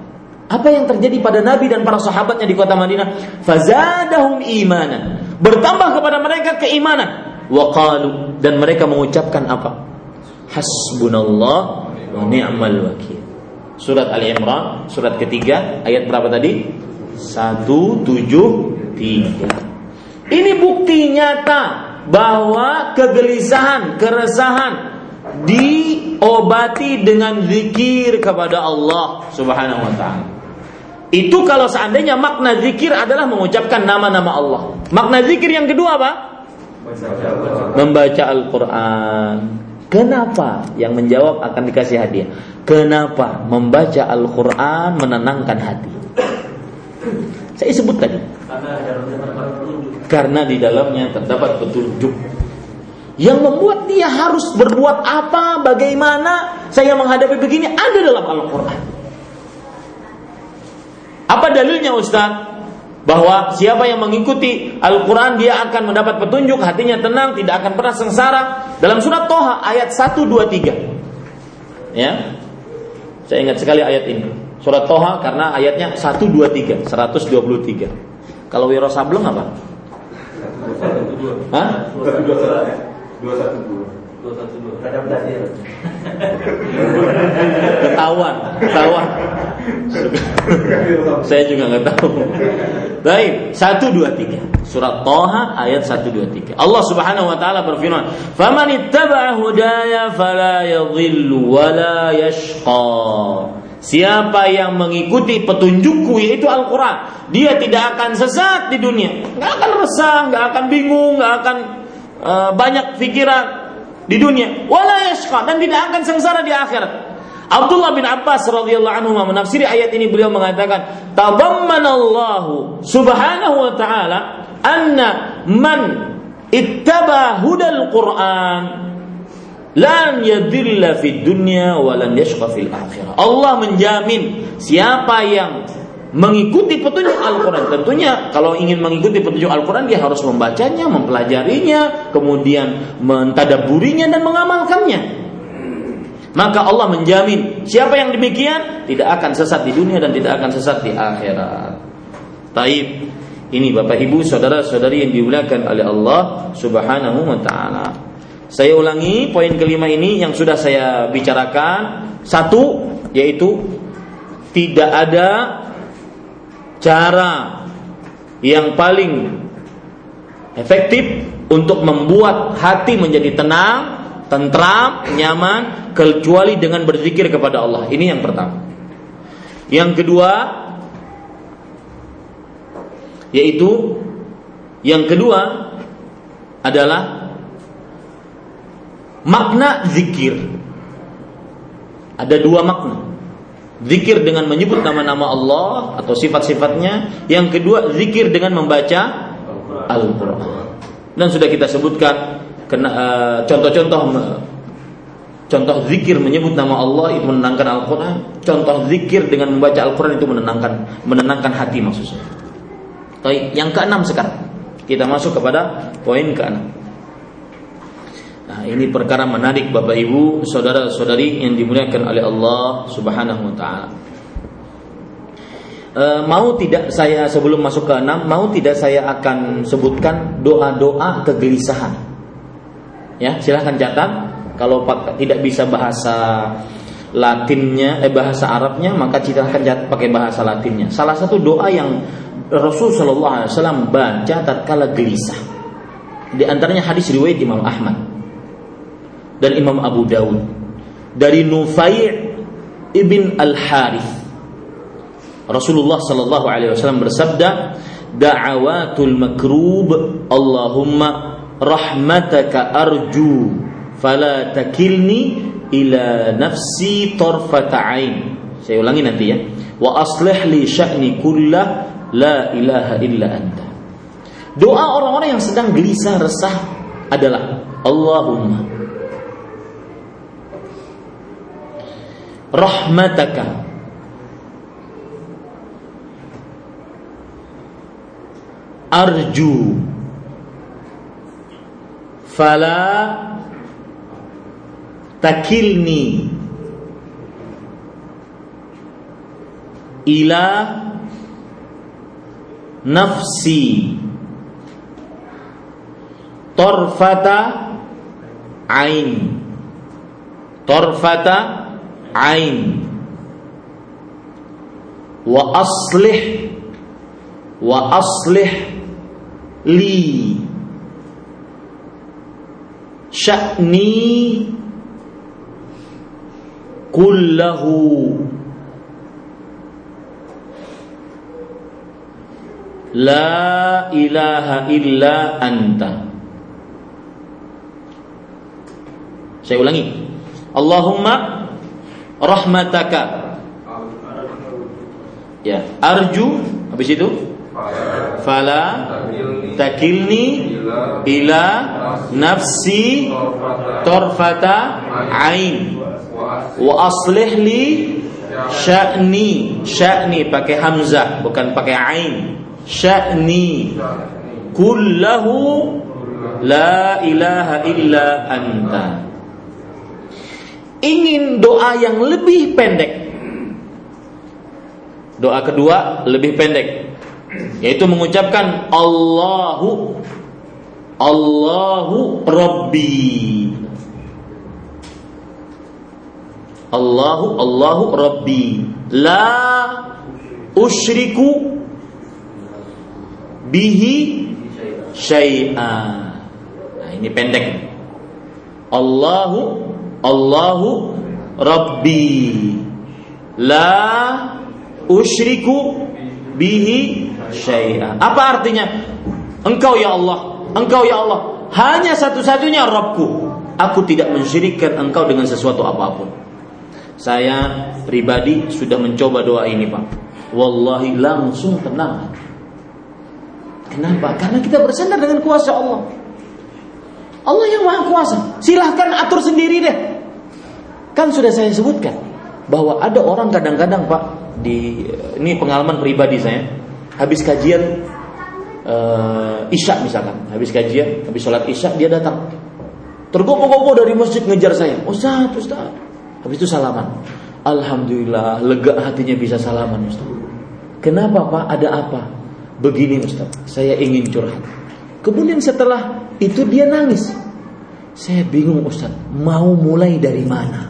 Apa yang terjadi pada Nabi dan para sahabatnya di kota Madinah? Fazadahum imanan. Bertambah kepada mereka keimanan. Wa qalu, dan mereka mengucapkan apa? Hasbunallah wa ni'mal wakil. Surat Ali Imran, surat ketiga, ayat berapa tadi? seratus tujuh puluh tiga. Ini bukti nyata bahwa kegelisahan, keresahan diobati dengan zikir kepada Allah Subhanahu wa ta'ala. Itu kalau seandainya makna zikir adalah mengucapkan nama-nama Allah. Makna zikir yang kedua apa? Membaca Al-Quran. Kenapa? Yang menjawab akan dikasih hadiah. Kenapa? Membaca Al-Quran menenangkan hati. Saya sebut tadi. Karena di dalamnya terdapat petunjuk yang membuat dia harus berbuat apa, bagaimana saya menghadapi begini, ada dalam Al-Quran. Apa dalilnya Ustaz? Bahwa siapa yang mengikuti Al-Quran dia akan mendapat petunjuk, hatinya tenang, tidak akan pernah sengsara. Dalam surat Toha ayat seratus dua puluh tiga. Ya, saya ingat sekali ayat ini. Surat Toha karena ayatnya seratus dua puluh tiga, seratus dua puluh tiga. Kalau Wiro Sableng apa? Hah? dua satu dua. dua satu dua. Ketahuan, ketahuan. Saya juga nggak tahu. Baik, seratus dua puluh tiga. Surat Toha ayat seratus dua puluh tiga. Allah Subhanahu wa taala berfirman, "Faman ittaba'a hudaya fala yadhillu wa la yashqa." Siapa yang mengikuti petunjukku yaitu Al-Quran, dia tidak akan sesat di dunia, nggak akan resah, nggak akan bingung, nggak akan uh, banyak pikiran di dunia, wala yashqa, dan tidak akan sengsara di akhirat. Abdullah bin Abbas radhiyallahu anhu menafsiri ayat ini, beliau mengatakan, tadammanallahu subhanahu wa ta'ala anna man ittaba hudal Quran lan yadilla fid dunya wa lan yashqa fil akhirah. Allah menjamin siapa yang mengikuti petunjuk Al-Quran. Tentunya kalau ingin mengikuti petunjuk Al-Quran dia harus membacanya, mempelajarinya, kemudian mentadabburinya dan mengamalkannya. Maka Allah menjamin siapa yang demikian tidak akan sesat di dunia dan tidak akan sesat di akhirat. Taib. Ini Bapak Ibu, saudara-saudari yang dimuliakan oleh Allah Subhanahu wa taala. Saya ulangi poin kelima ini yang sudah saya bicarakan. Satu, yaitu tidak ada cara yang paling efektif untuk membuat hati menjadi tenang, tentram, nyaman kecuali dengan berzikir kepada Allah. Ini yang pertama. Yang kedua, yaitu yang kedua adalah makna zikir. Ada dua makna. Zikir dengan menyebut nama-nama Allah atau sifat-sifatnya. Yang kedua, zikir dengan membaca Al-Quran. Dan sudah kita sebutkan kena, uh, contoh-contoh contoh zikir menyebut nama Allah itu menenangkan Al-Quran. Contoh zikir dengan membaca Al-Quran itu menenangkan menenangkan hati maksudnya. Yang keenam sekarang kita masuk kepada poin keenam. Nah, ini perkara menarik Bapak Ibu, saudara-saudari yang dimuliakan oleh Allah Subhanahu wa taala. E, mau tidak saya sebelum masuk ke enam, mau tidak saya akan sebutkan doa-doa kegelisahan. Ya, silahkan catat. Kalau pak, tidak bisa bahasa Latinnya, eh bahasa Arabnya, maka silahkan catat pakai bahasa Latinnya. Salah satu doa yang Rasul sallallahu alaihi wasallam baca tatkala gelisah. Di antaranya hadis riwayat Imam Ahmad dan Imam Abu Dawud dari Nufai' ibn Al-Harith. Rasulullah sallallahu alaihi wasallam bersabda, da'awatul makrub Allahumma rahmataka arju fala takilni ila nafsi tarfata ain. Saya ulangi nanti ya. Wa aslih li sya'ni kullah la ilaha illa anta. Doa orang-orang yang sedang gelisah resah adalah Allahumma rahmataka arju fala takilni ila nafsi tarfata ain, tarfata ain, wa aslih wa aslih li sya'ni kullahu la ilaha illa anta. Saya ulangi. Allahumma rahmataka, ya, arju, habis itu fala takilni ila nafsi tarfata ain wa aslih li sya'ni, sya'ni pakai hamzah bukan pakai ain, sya'ni kullahu la ilaha illa anta. Ingin doa yang lebih pendek, doa kedua lebih pendek, yaitu mengucapkan Allahu Allahu Rabbi, Allahu Allahu Rabbi, la usyriku bihi syai'a. Nah, ini pendek. Allahu Allahu Rabbi, la usyriku bihi syai'a. Apa artinya? Engkau ya Allah, Engkau ya Allah, hanya satu-satunya Rabbku. Aku tidak mensyirikkan Engkau dengan sesuatu apapun. Saya pribadi sudah mencoba doa ini, Pak. Wallahi langsung tenang. Kenapa? Karena kita bersandar dengan kuasa Allah. Allah yang Maha Kuasa. Silahkan atur sendiri deh. Kan sudah saya sebutkan bahwa ada orang kadang-kadang, Pak, di ini pengalaman pribadi saya. Habis kajian uh, Isya misalkan, habis kajian, habis sholat Isya dia datang. Tergopoh-gopoh dari masjid ngejar saya. Ustaz, Ustaz. Habis itu salaman. Alhamdulillah, lega hatinya bisa salaman, Ustaz. Kenapa, Pak? Ada apa? Begini, Ustaz. Saya ingin curhat. Kemudian setelah itu dia nangis. Saya bingung, Ustaz. Mau mulai dari mana?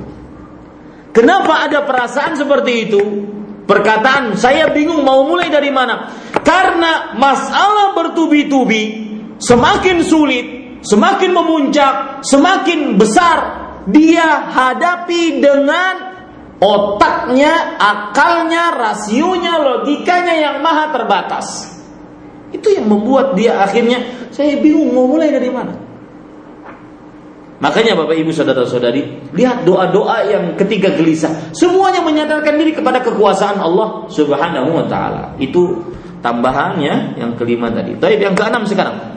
Kenapa ada perasaan seperti itu? Perkataan saya bingung mau mulai dari mana? Karena masalah bertubi-tubi, semakin sulit, semakin memuncak, semakin besar, dia hadapi dengan otaknya, akalnya, rasionya, logikanya yang maha terbatas. Itu yang membuat dia akhirnya saya bingung mau mulai dari mana. Makanya Bapak Ibu saudara-saudari, lihat doa-doa yang ketika gelisah, semuanya menyadarkan diri kepada kekuasaan Allah Subhanahu wa taala. Itu tambahannya yang kelima tadi. Baik, yang keenam sekarang.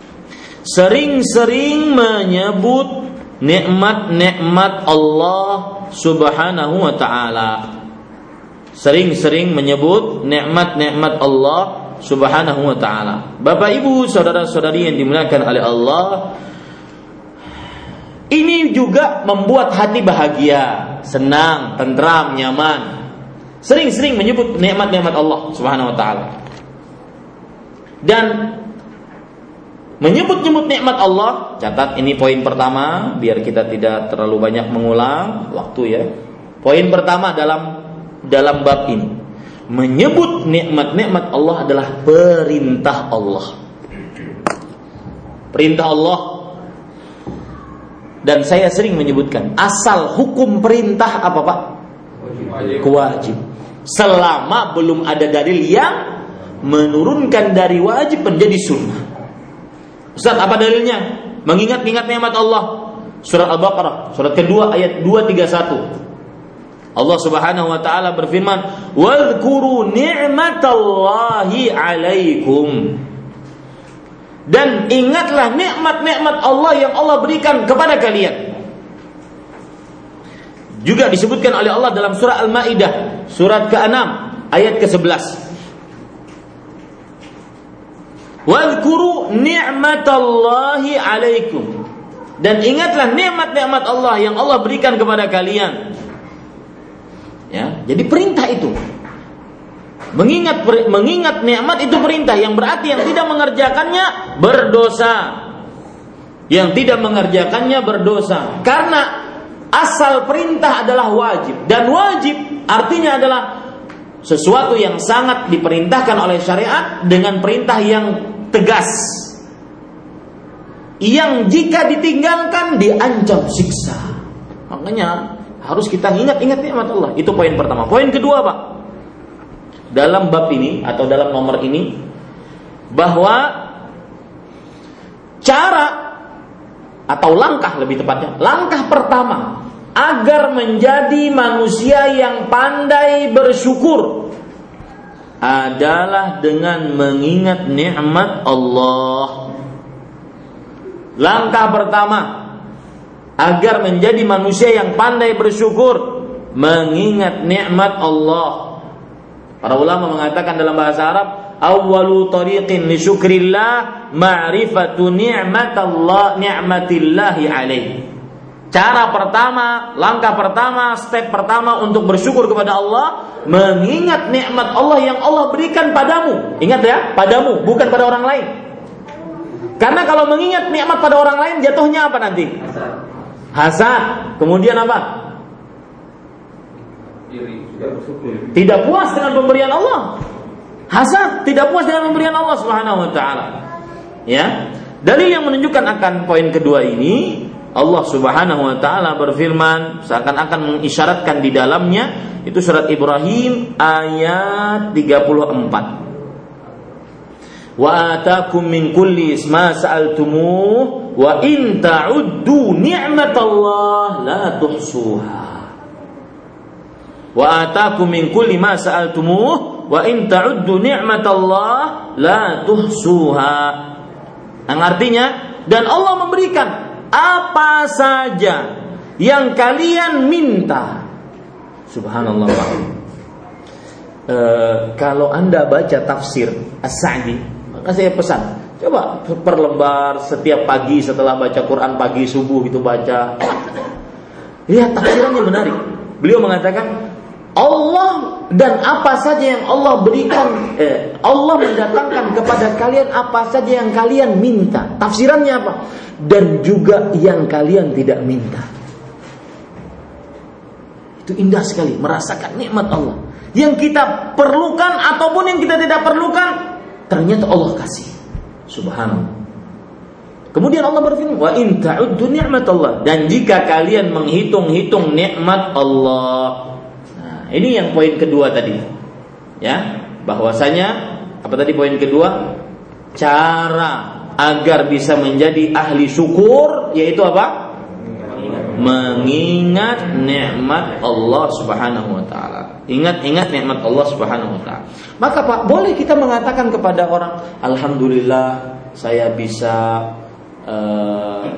Sering-sering menyebut nikmat-nikmat Allah Subhanahu wa taala. Sering-sering menyebut nikmat-nikmat Allah Subhanahu wa taala. Bapak Ibu saudara-saudari yang dimuliakan oleh Allah, ini juga membuat hati bahagia, senang, tentram, nyaman. Sering-sering menyebut nikmat-nikmat Allah Subhanahu wa taala. Dan menyebut-nyebut nikmat Allah, catat ini poin pertama biar kita tidak terlalu banyak mengulang waktu ya. Poin pertama dalam dalam bab ini, menyebut nikmat-nikmat Allah adalah perintah Allah. Perintah Allah. Dan saya sering menyebutkan, asal hukum perintah apa, Pak? Wajib. Selama belum ada dalil yang menurunkan dari wajib menjadi sunnah. Ustaz, apa dalilnya? Mengingat-ingat nikmat Allah. Surat Al-Baqarah, surat kedua ayat dua tiga satu. Allah Subhanahu wa taala berfirman, "Wadhkuru ni'matallahi 'alaikum." Dan ingatlah nikmat-nikmat Allah yang Allah berikan kepada kalian. Juga disebutkan oleh Allah dalam surah Al-Maidah, surat keenam ayat kesebelas. Wadhkuru ni'matallahi 'alaikum. Dan ingatlah nikmat-nikmat Allah yang Allah berikan kepada kalian. Ya, jadi perintah itu. Mengingat mengingat nikmat itu perintah, yang berarti yang tidak mengerjakannya berdosa. Yang tidak mengerjakannya berdosa. Karena asal perintah adalah wajib, dan wajib artinya adalah sesuatu yang sangat diperintahkan oleh syariat dengan perintah yang tegas, yang jika ditinggalkan diancam siksa. Makanya harus kita ingat-ingat nikmat Allah. Itu poin pertama. Poin kedua, Pak, dalam bab ini atau dalam nomor ini, bahwa cara atau langkah lebih tepatnya, langkah pertama agar menjadi manusia yang pandai bersyukur adalah dengan mengingat nikmat Allah. Langkah pertama agar menjadi manusia yang pandai bersyukur, mengingat nikmat Allah. Para ulama mengatakan dalam bahasa Arab, awwalu tariqin li syukrillah ma'rifatu ni'matallah ni'matillahi alaihi. Cara pertama, langkah pertama, step pertama untuk bersyukur kepada Allah, mengingat nikmat Allah yang Allah berikan padamu. Ingat ya, padamu, bukan pada orang lain. Karena kalau mengingat nikmat pada orang lain, jatuhnya apa nanti? Hasad. Kemudian apa? Tidak puas dengan pemberian Allah. Hasad, tidak puas dengan pemberian Allah Subhanahu wa taala. Ya. Dalil yang menunjukkan akan poin kedua ini, Allah Subhanahu wa taala berfirman seakan-akan mengisyaratkan di dalamnya, itu surat Ibrahim ayat tiga puluh empat. Wa atakum min kulli ma sa'altumuh wa in ta'uddu ni'matallah la tuhsuha. Wa atakum min kulli ma sa'altumuh wa in ta'uddu ni'matallah la tuhsuha. Yang artinya, dan Allah memberikan apa saja yang kalian minta. Subhanallah, Pak. E, kalau Anda baca tafsir As-Sa'di, maka saya pesan, coba per lembar setiap pagi setelah baca Quran pagi subuh itu baca. Lihat tafsirannya menarik. Beliau mengatakan Allah dan apa saja yang Allah berikan, eh, Allah mendatangkan kepada kalian apa saja yang kalian minta. Tafsirannya apa? Dan juga yang kalian tidak minta. Itu indah sekali, merasakan nikmat Allah. Yang kita perlukan ataupun yang kita tidak perlukan, ternyata Allah kasih. Subhanallah. Kemudian Allah berfirman, wa in ta'uddu ni'matallah, dan jika kalian menghitung-hitung nikmat Allah. Ini yang poin kedua tadi, ya, bahwasanya apa tadi poin kedua? Cara agar bisa menjadi ahli syukur, yaitu apa? Mengingat nikmat Allah Subhanahu wa taala. Ingat-ingat nikmat Allah Subhanahu wa taala. Maka Pak, boleh kita mengatakan kepada orang, alhamdulillah saya bisa uh,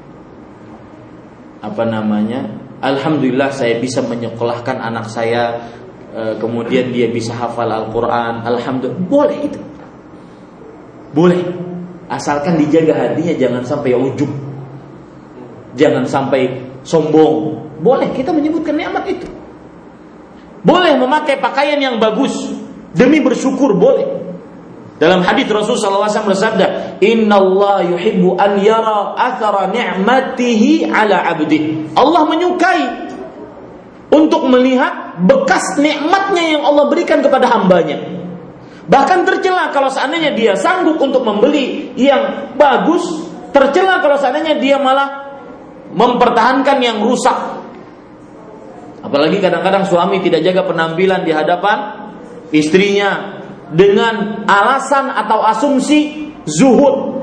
apa namanya? Alhamdulillah saya bisa menyekolahkan anak saya, e, kemudian dia bisa hafal Al-Quran. Alhamdulillah, boleh itu, boleh, asalkan dijaga hatinya, jangan sampai ujub, jangan sampai sombong. Boleh kita menyebutkan nikmat itu. Boleh memakai pakaian yang bagus demi bersyukur, boleh. Dalam hadis Rasul sallallahu alaihi wasallam bersabda, "Innallaha yuhibbu an yara athara ni'matihi 'ala 'abdihi." Allah menyukai untuk melihat bekas nikmatnya yang Allah berikan kepada hambanya. Bahkan tercela kalau seandainya dia sanggup untuk membeli yang bagus, tercela kalau seandainya dia malah mempertahankan yang rusak. Apalagi kadang-kadang suami tidak jaga penampilan di hadapan istrinya dengan alasan atau asumsi zuhud.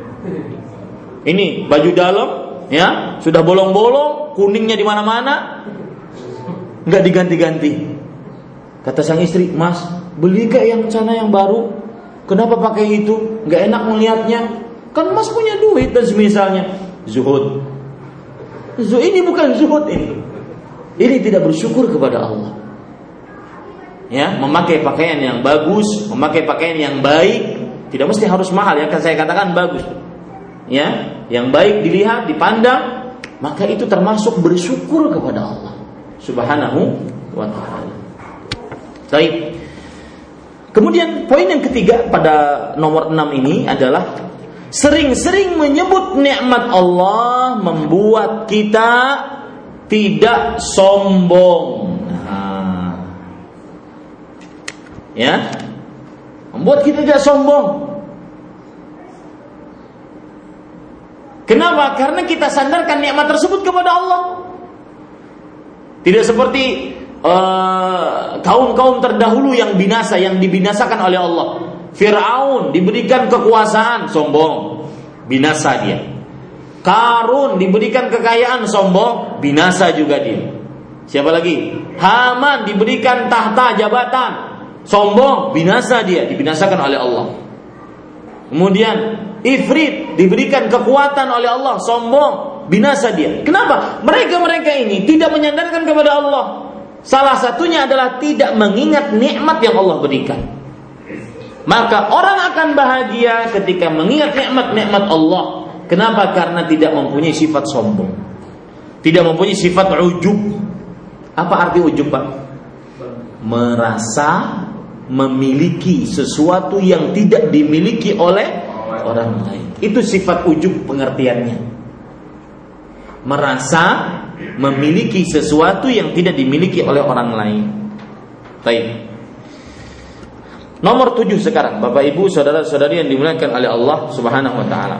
Ini baju dalam, ya, sudah bolong-bolong, kuningnya di mana-mana, nggak diganti-ganti. Kata sang istri, Mas, beli gak yang sana yang baru? Kenapa pakai itu? Nggak enak melihatnya. Kan Mas punya duit dan semisalnya. Zuhud. Zuhud ini bukan zuhud ini. Ini tidak bersyukur kepada Allah. Ya, memakai pakaian yang bagus, memakai pakaian yang baik, tidak mesti harus mahal, ya kan saya katakan bagus. Ya, yang baik dilihat, dipandang, maka itu termasuk bersyukur kepada Allah Subhanahu wa taala. Baik. Kemudian poin yang ketiga pada nomor enam ini adalah sering-sering menyebut nikmat Allah membuat kita tidak sombong. Nah, ya, membuat kita tidak sombong. Kenapa? Karena kita sandarkan nikmat tersebut kepada Allah. Tidak seperti uh, kaum-kaum terdahulu yang binasa, yang dibinasakan oleh Allah. Fir'aun diberikan kekuasaan, sombong, binasa dia. Qarun diberikan kekayaan, sombong, binasa juga dia. Siapa lagi? Haman diberikan tahta jabatan, sombong, binasa dia, dibinasakan oleh Allah. Kemudian Ifrit diberikan kekuatan oleh Allah, sombong, binasa dia. Kenapa? Mereka-mereka ini tidak menyandarkan kepada Allah. Salah satunya adalah tidak mengingat nikmat yang Allah berikan. Maka orang akan bahagia ketika mengingat nikmat-nikmat Allah. Kenapa? Karena tidak mempunyai sifat sombong, tidak mempunyai sifat ujub. Apa arti ujub, Pak? Merasa memiliki sesuatu yang tidak dimiliki oleh orang lain. Itu sifat ujub pengertiannya. Merasa memiliki sesuatu yang tidak dimiliki oleh orang lain. Baik. Nomor tujuh sekarang, Bapak Ibu, saudara-saudari yang dimuliakan oleh Allah Subhanahu wa taala.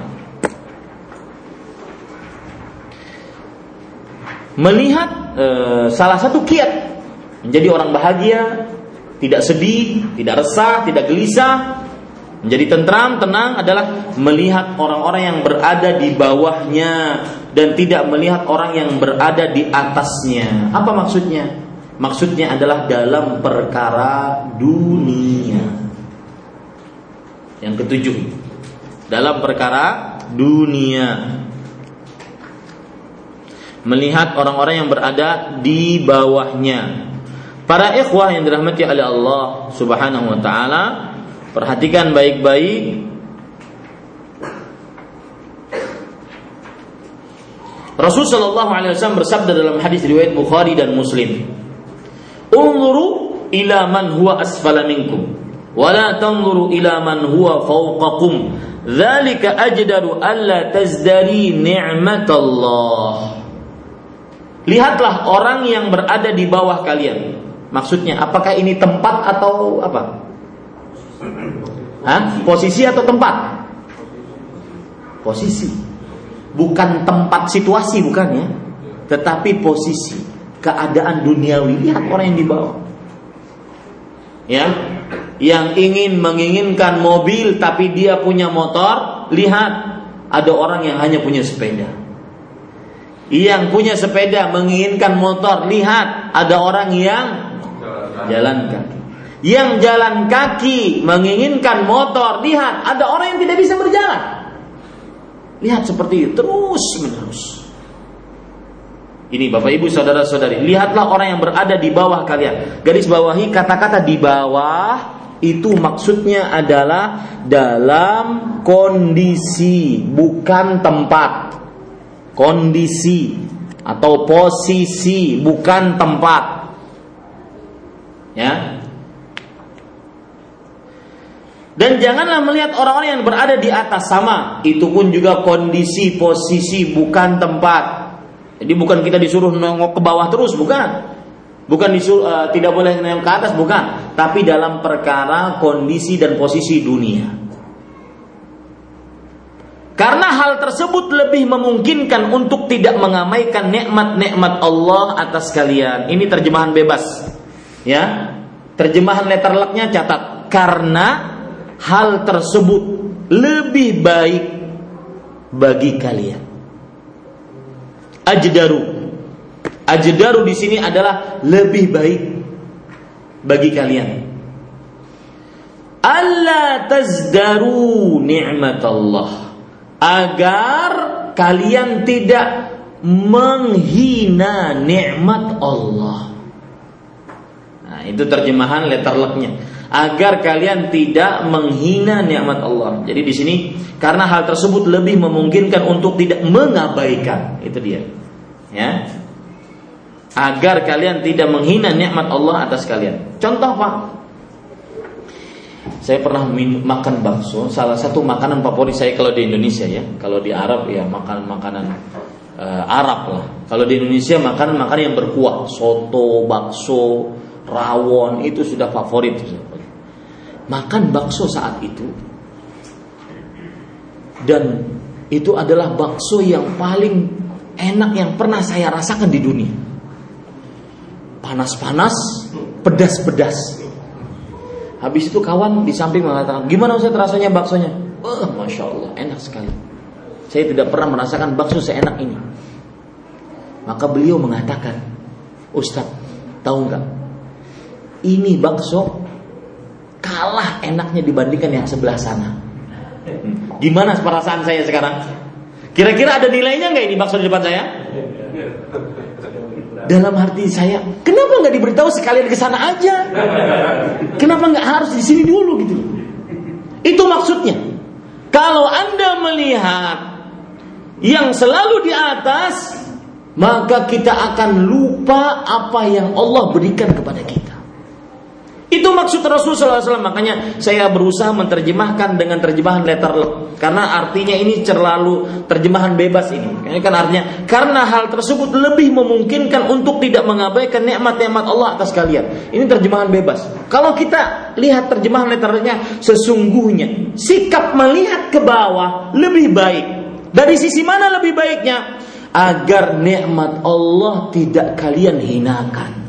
Melihat e, salah satu kiat menjadi orang bahagia, tidak sedih, tidak resah, tidak gelisah, menjadi tentram, tenang adalah melihat orang-orang yang berada di bawahnya dan tidak melihat orang yang berada di atasnya. Apa maksudnya? Maksudnya adalah dalam perkara dunia. Yang ketujuh, dalam perkara dunia. Melihat orang-orang yang berada di bawahnya. Para ikhwah yang dirahmati oleh Allah Subhanahu wa taala, perhatikan baik-baik. Rasul sallallahu alaihi wasallam bersabda dalam hadis riwayat Bukhari dan Muslim, "Unzuru ila man huwa asfala minkum, wa la tanzuru ila man huwa fawqakum. Dzalika ajdaru alla tazdari ni'matallah." Lihatlah orang yang berada di bawah kalian. Maksudnya, apakah ini tempat atau apa? Hah? Posisi atau tempat? Posisi. Bukan tempat situasi, bukan ya. Tetapi posisi, keadaan duniawi. Lihat orang yang di bawah. Ya, yang ingin menginginkan mobil tapi dia punya motor, lihat ada orang yang hanya punya sepeda. Yang punya sepeda menginginkan motor, lihat ada orang yang jalan kaki. Yang jalan kaki menginginkan motor, lihat ada orang yang tidak bisa berjalan. Lihat seperti itu terus menerus. Ini Bapak Ibu saudara-saudari, lihatlah orang yang berada di bawah kalian. Garis bawahi kata-kata di bawah itu maksudnya adalah dalam kondisi, bukan tempat. Kondisi atau posisi, bukan tempat. Ya. Dan janganlah melihat orang-orang yang berada di atas, sama. Itu pun juga kondisi, posisi, bukan tempat. Jadi bukan kita disuruh nengok ke bawah terus, bukan. Bukan disuruh uh, tidak boleh nengok ke atas, bukan. Tapi dalam perkara kondisi dan posisi dunia. Karena hal tersebut lebih memungkinkan untuk tidak mengabaikan nikmat-nikmat Allah atas kalian. Ini terjemahan bebas. Ya. Terjemahan letterlocknya catat. Karena hal tersebut lebih baik bagi kalian. Ajdaru. Ajdaru di sini adalah lebih baik bagi kalian. Alla tazdaru ni'matallah. Agar kalian tidak menghina nikmat Allah. Nah, itu terjemahan letterlocknya. Agar kalian tidak menghina nikmat Allah. Jadi di sini karena hal tersebut lebih memungkinkan untuk tidak mengabaikan. Itu dia. Ya. Agar kalian tidak menghina nikmat Allah atas kalian. Contoh Pak. Saya pernah min- makan bakso, salah satu makanan favorit saya kalau di Indonesia ya. Kalau di Arab ya makan makanan uh, Arab lah. Kalau di Indonesia makan makanan yang berkuah, soto, bakso, rawon itu sudah favorit. Makan bakso saat itu, dan itu adalah bakso yang paling enak yang pernah saya rasakan di dunia. Panas-panas, pedas-pedas. Habis itu kawan di samping mengatakan, gimana Ustaz rasanya baksonya? Wah, Masya Allah, enak sekali. Saya tidak pernah merasakan bakso seenak ini. Maka beliau mengatakan, Ustaz, tahu nggak? Ini bakso kalah enaknya dibandingkan yang sebelah sana. Gimana perasaan saya sekarang? Kira-kira ada nilainya nggak ini bakso di depan saya? Dalam hati saya, kenapa nggak diberitahu sekalian ke sana aja? Kenapa nggak harus di sini dulu gitu? Itu maksudnya. Kalau Anda melihat yang selalu di atas, maka kita akan lupa apa yang Allah berikan kepada kita. Itu maksud Rasulullah shallallahu alaihi wasallam. Makanya saya berusaha menerjemahkan dengan terjemahan letterlock, karena artinya ini terlalu terjemahan bebas ini. Ini kan artinya karena hal tersebut lebih memungkinkan untuk tidak mengabaikan nikmat-nikmat Allah atas kalian. Ini terjemahan bebas. Kalau kita lihat terjemahan letternya, sesungguhnya sikap melihat ke bawah lebih baik. Dari sisi mana lebih baiknya? Agar nikmat Allah tidak kalian hinakan.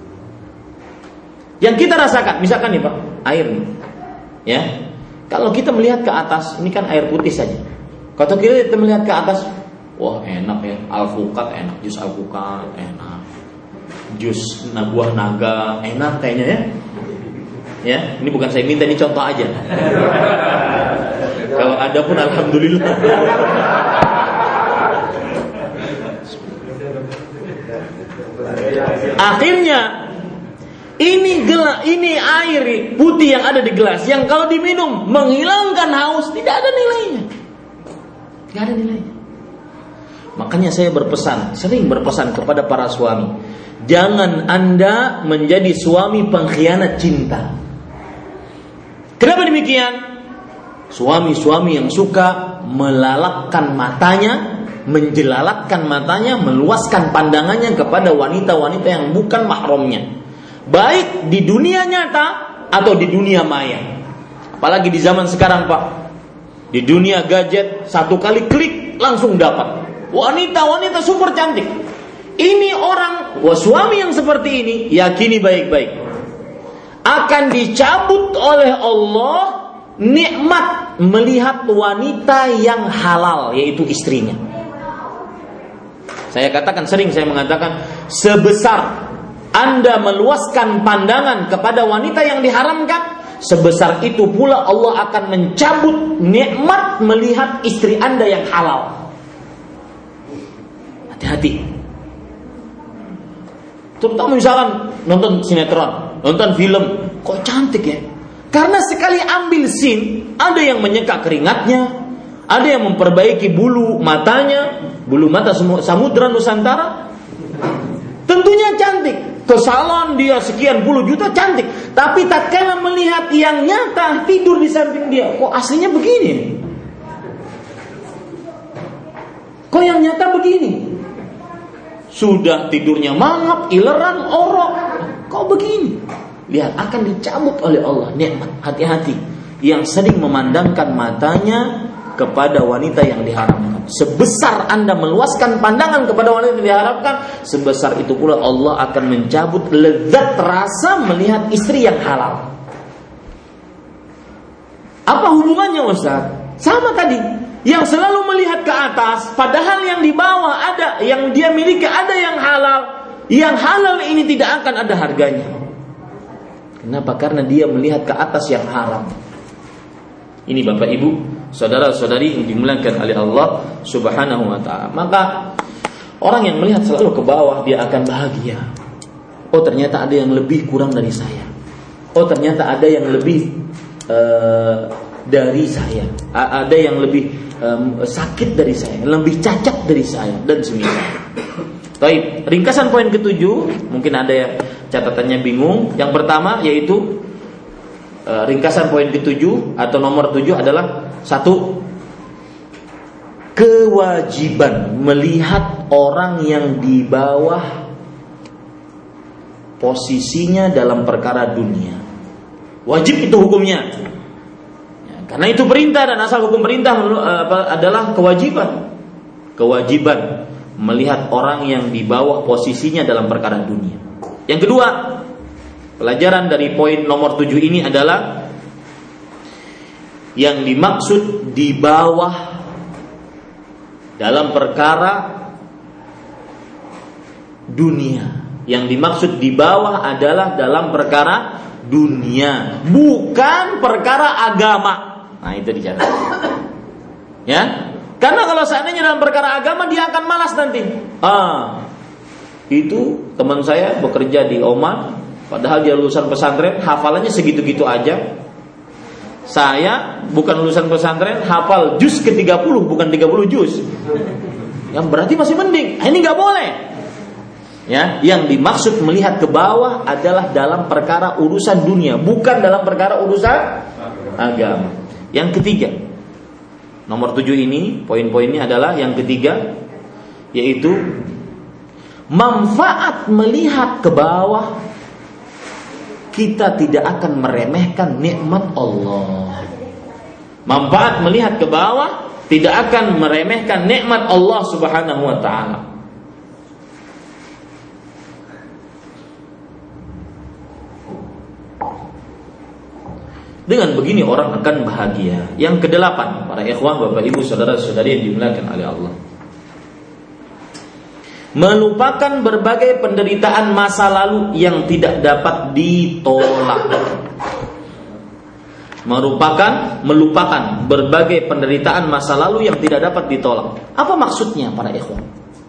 Yang kita rasakan, misalkan nih Pak, air nih, ya. Kalau kita melihat ke atas, ini kan air putih saja. Kalau kita melihat ke atas, wah enak ya, alpukat enak, jus alpukat enak, jus buah naga enak kayaknya ya. Ya, ini bukan saya minta, ini contoh aja. Kalau ada pun alhamdulillah. Akhirnya Ini gelas, ini air putih yang ada di gelas, yang kalau diminum menghilangkan haus, tidak ada nilainya. Tidak ada nilainya. Makanya saya berpesan, sering berpesan kepada para suami, jangan Anda menjadi suami pengkhianat cinta. Kenapa demikian? Suami-suami yang suka melalakkan matanya, menjelalakkan matanya, meluaskan pandangannya kepada wanita-wanita yang bukan mahramnya, baik di dunia nyata atau di dunia maya. Apalagi di zaman sekarang Pak, di dunia gadget, satu kali klik langsung dapat wanita-wanita super cantik. Ini orang, wah suami yang seperti ini, yakini baik-baik, akan dicabut oleh Allah nikmat melihat wanita yang halal, yaitu istrinya. Saya katakan, sering saya mengatakan, sebesar Anda meluaskan pandangan kepada wanita yang diharamkan, sebesar itu pula Allah akan mencabut nikmat melihat istri Anda yang halal. Hati-hati. Terutama misalkan nonton sinetron, nonton film, kok cantik ya? Karena sekali ambil scene, ada yang menyeka keringatnya, ada yang memperbaiki bulu matanya, bulu mata Samudra Nusantara. Tentunya cantik. Ke salon dia sekian puluh juta, cantik. Tapi tatkala melihat yang nyata tidur di samping dia, kok aslinya begini? Kok yang nyata begini? Sudah tidurnya mangap, ileran, orok, kok begini? Lihat, akan dicabut oleh Allah nikmat. Hati-hati yang sering memandangkan matanya kepada wanita yang diharamkan. Sebesar Anda meluaskan pandangan kepada wanita yang diharamkan, sebesar itu pula Allah akan mencabut lezat rasa melihat istri yang halal. Apa hubungannya Ustaz? Sama tadi, yang selalu melihat ke atas, padahal yang di bawah ada, yang dia miliki ada yang halal. Yang halal ini tidak akan ada harganya. Kenapa? Karena dia melihat ke atas yang haram. Ini Bapak Ibu, saudara-saudari yang dimuliakan oleh Allah Subhanahu wa taala. Maka orang yang melihat selalu ke bawah, dia akan bahagia. Oh, ternyata ada yang lebih kurang dari saya. Oh, ternyata ada yang lebih uh, dari saya. Ada yang lebih um, sakit dari saya, lebih cacat dari saya, dan semisal. Baik, ringkasan poin ketujuh, mungkin ada yang catatannya bingung. Yang pertama yaitu e, ringkasan poin ketujuh atau nomor tujuh adalah satu, kewajiban melihat orang yang di bawah posisinya dalam perkara dunia. Wajib itu hukumnya. Ya, karena itu perintah, dan asal hukum perintah adalah kewajiban. Kewajiban melihat orang yang di bawah posisinya dalam perkara dunia. Yang kedua, pelajaran dari poin nomor tujuh ini adalah yang dimaksud di bawah dalam perkara dunia. Yang dimaksud di bawah adalah dalam perkara dunia, bukan perkara agama. Nah, itu dicatat. Ya. Karena kalau seandainya dalam perkara agama dia akan malas nanti. Ah, itu teman saya bekerja di Oman, padahal dia lulusan pesantren, hafalannya segitu-gitu aja. Saya bukan lulusan pesantren, hafal juz ke tiga puluh, bukan tiga puluh juz. Yang berarti masih mending. Ini nggak boleh. Ya, yang dimaksud melihat ke bawah adalah dalam perkara urusan dunia, bukan dalam perkara urusan agama. Yang ketiga, nomor tujuh ini, poin-poinnya adalah yang ketiga, yaitu manfaat melihat ke bawah. Kita tidak akan meremehkan nikmat Allah. Manfaat melihat ke bawah, tidak akan meremehkan nikmat Allah Subhanahu wa ta'ala. Dengan begini orang akan bahagia. Yang kedelapan, para ikhwah, bapak ibu, saudara-saudari yang dimuliakan oleh Allah, melupakan berbagai penderitaan masa lalu yang tidak dapat ditolak. Merupakan, melupakan berbagai penderitaan masa lalu yang tidak dapat ditolak. Apa maksudnya para ikhwah?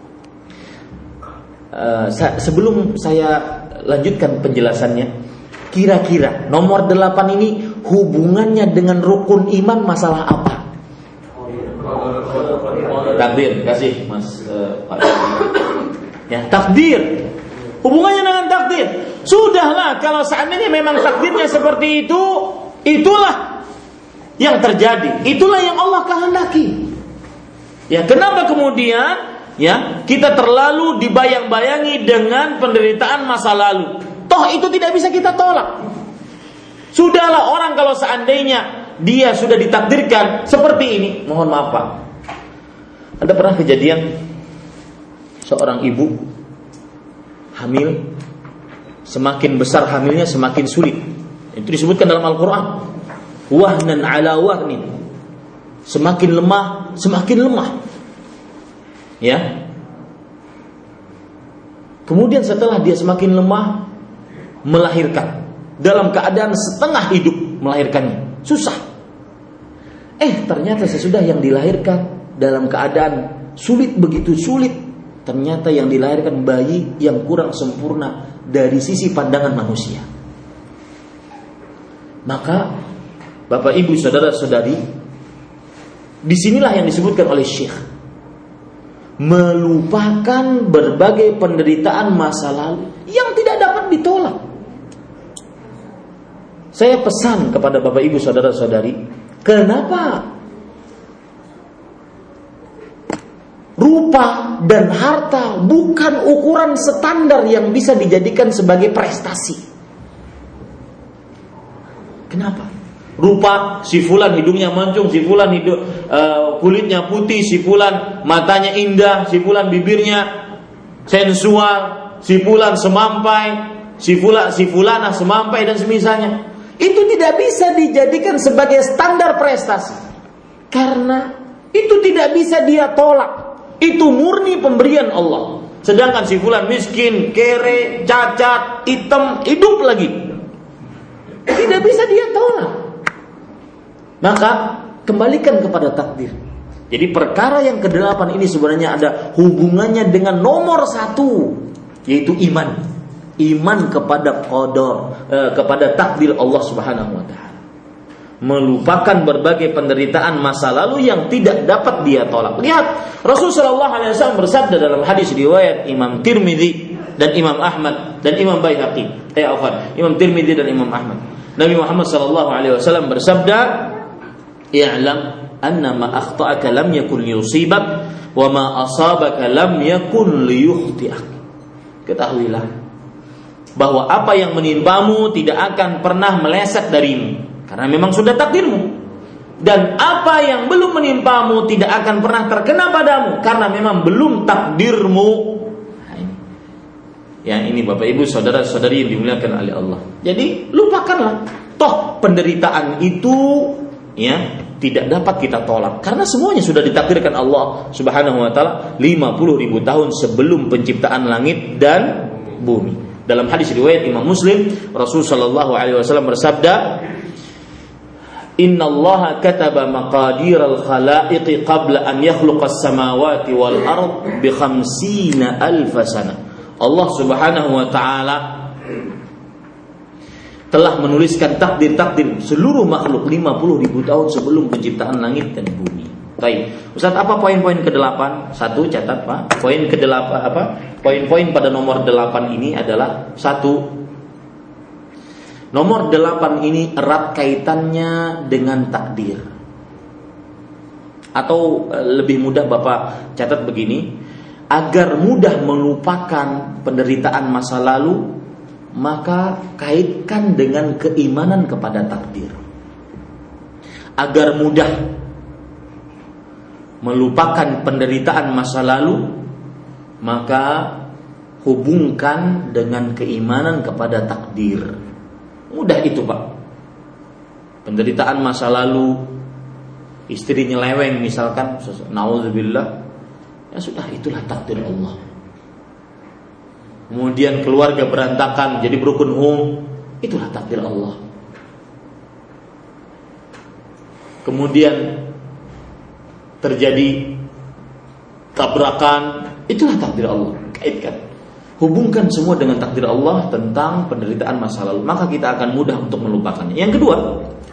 Uh, sebelum saya lanjutkan penjelasannya, kira-kira nomor delapan ini hubungannya dengan rukun iman masalah apa? Takdir, kasih Mas uh, Pak. Ya, takdir. Hubungannya dengan takdir. Sudahlah, kalau seandainya memang takdirnya seperti itu, itulah yang terjadi. Itulah yang Allah kehendaki. Ya, kenapa kemudian ya kita terlalu dibayang-bayangi dengan penderitaan masa lalu? Toh itu tidak bisa kita tolak. Sudahlah, orang kalau seandainya dia sudah ditakdirkan seperti ini, mohon maaf Pak, ada pernah kejadian seorang ibu hamil, semakin besar hamilnya semakin sulit. Itu disebutkan dalam Al-Quran. Wahnan ala wahnin, semakin lemah semakin lemah. Ya. Kemudian setelah dia semakin lemah, melahirkan dalam keadaan setengah hidup melahirkannya, susah. Eh ternyata sesudah yang dilahirkan dalam keadaan sulit, begitu sulit, ternyata yang dilahirkan bayi yang kurang sempurna dari sisi pandangan manusia. Maka Bapak Ibu saudara-saudari, disinilah yang disebutkan oleh Syekh, melupakan berbagai penderitaan masa lalu yang tidak dapat ditolak. Saya pesan kepada Bapak Ibu saudara-saudari, kenapa rupa dan harta bukan ukuran standar yang bisa dijadikan sebagai prestasi? Kenapa? Rupa, si fulan hidungnya mancung, si fulan hidung, uh, kulitnya putih, si fulan matanya indah, si fulan bibirnya sensual, si fulan semampai, si fulan si fulana semampai dan semisalnya. Itu tidak bisa dijadikan sebagai standar prestasi, karena itu tidak bisa dia tolak. Itu murni pemberian Allah. Sedangkan si fulan miskin, kere, cacat, hitam, hidup lagi, tidak bisa dia tolak. Maka kembalikan kepada takdir. Jadi perkara yang kedelapan ini sebenarnya ada hubungannya dengan nomor satu, yaitu iman. Iman kepada qadar, eh, kepada takdir Allah Subhanahu wa taala. Melupakan berbagai penderitaan masa lalu yang tidak dapat dia tolak. Lihat, Rasulullah shallallahu alaihi wasallam bersabda dalam hadis riwayat Imam Tirmidzi dan Imam Ahmad dan Imam Baihaqi. Eh, afwan, Imam Tirmidzi dan Imam Ahmad. Nabi Muhammad sallallahu alaihi wasallam bersabda, "I'lam anna ma akhta'aka lam yakun liyusibak wa ma asabaka lam yakun liyukhti'ak." Ketahuilah bahwa apa yang menimpamu tidak akan pernah meleset darimu, karena memang sudah takdirmu. Dan apa yang belum menimpamu tidak akan pernah terkena padamu, karena memang belum takdirmu. Nah, ini. Ya, ini Bapak Ibu saudara-saudari yang dimuliakan oleh Allah. Jadi lupakanlah. Toh penderitaan itu ya tidak dapat kita tolak, karena semuanya sudah ditakdirkan Allah Subhanahu wa taala lima puluh ribu tahun sebelum penciptaan langit dan bumi. Dalam hadis riwayat Imam Muslim, Rasul sallallahu alaihi wasallam bersabda, "Inna Allah kataba maqadir al-khalaiq qabla an yakhluqa as-samawati wal ard bi khamsina alf sana." Allah Subhanahu wa taala telah menuliskan takdir-takdir seluruh makhluk lima puluh ribu tahun sebelum penciptaan langit dan bumi. Baik, Ustaz, apa poin-poin kedelapan? Satu, catat Pak. Poin kedelapan apa? Poin-poin pada nomor delapan ini adalah satu. Nomor delapan ini erat kaitannya dengan takdir. Atau lebih mudah Bapak catat begini, agar mudah melupakan penderitaan masa lalu, maka kaitkan dengan keimanan kepada takdir. Agar mudah melupakan penderitaan masa lalu, maka hubungkan dengan keimanan kepada takdir. Mudah itu Pak. Penderitaan masa lalu, istri nyeleweng misalkan, naudzubillah, ya sudah, itulah takdir Allah. Kemudian keluarga berantakan jadi broken home, itulah takdir Allah. Kemudian terjadi tabrakan, itulah takdir Allah. Kaitkan, hubungkan semua dengan takdir Allah tentang penderitaan masa lalu, maka kita akan mudah untuk melupakannya. Yang kedua,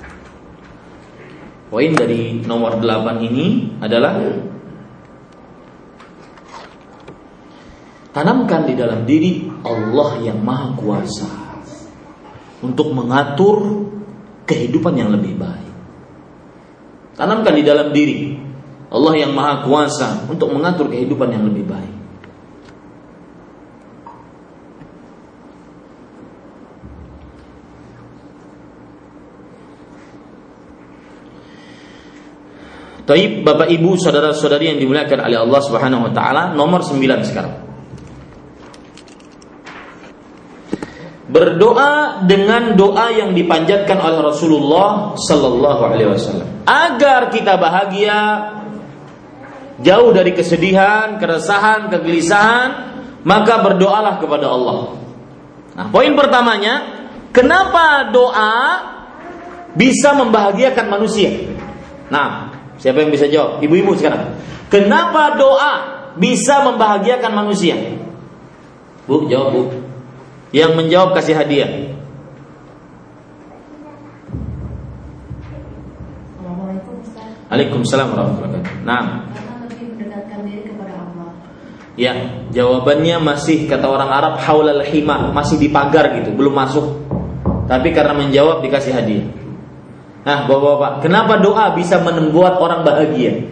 poin dari nomor delapan ini adalah tanamkan di dalam diri Allah yang maha kuasa untuk mengatur kehidupan yang lebih baik. Tanamkan di dalam diri Allah yang maha kuasa untuk mengatur kehidupan yang lebih baik. Taib, Bapak Ibu, saudara-saudari yang dimuliakan oleh Allah Subhanahu wa taala, nomor sembilan sekarang. Berdoa dengan doa yang dipanjatkan oleh Rasulullah sallallahu alaihi wasallam agar kita bahagia, jauh dari kesedihan, keresahan, kegelisahan, maka berdoalah kepada Allah. Nah, poin pertamanya, kenapa doa bisa membahagiakan manusia? Nah, siapa yang bisa jawab? Ibu-ibu sekarang. Kenapa doa bisa membahagiakan manusia? Bu, jawab Bu. Yang menjawab kasih hadiah. Assalamualaikum Ustaz. Waalaikumsalam warahmatullahi wabarakatuh. Nah, karena lebih mendekatkan diri kepada Allah. Ya, jawabannya masih kata orang Arab haulal hima, masih di pagar gitu, belum masuk. Tapi karena menjawab dikasih hadiah. Nah, Bapak-bapak, kenapa doa bisa membuat orang bahagia?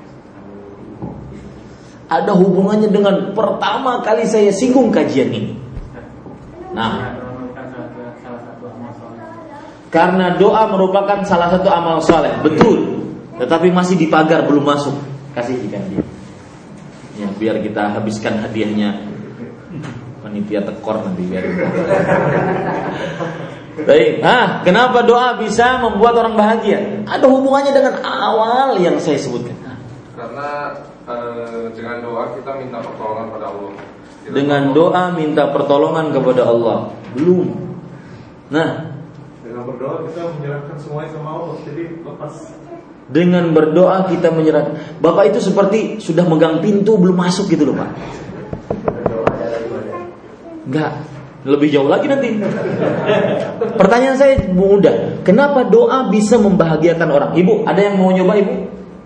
Ada hubungannya dengan pertama kali saya singgung kajian ini. Nah, karena doa merupakan salah satu amal saleh, betul. Tetapi masih di pagar, belum masuk. Kasih ikan dia. Ya, biar kita habiskan hadiahnya. Panitia tekor nanti biar. Baik. Ah, kenapa doa bisa membuat orang bahagia? Ada hubungannya dengan awal yang saya sebutkan. Karena eh, dengan doa kita minta pertolongan pada Allah. Kita dengan doa minta pertolongan kepada Allah. Belum. Nah, dengan berdoa kita menyerahkan semuanya sama Allah, jadi lepas. Dengan berdoa kita menyerahkan. Bapak itu seperti sudah megang pintu belum masuk gitu loh Pak. Enggak, lebih jauh lagi nanti. Pertanyaan saya mudah. Kenapa doa bisa membahagiakan orang? Ibu, ada yang mau nyoba Ibu?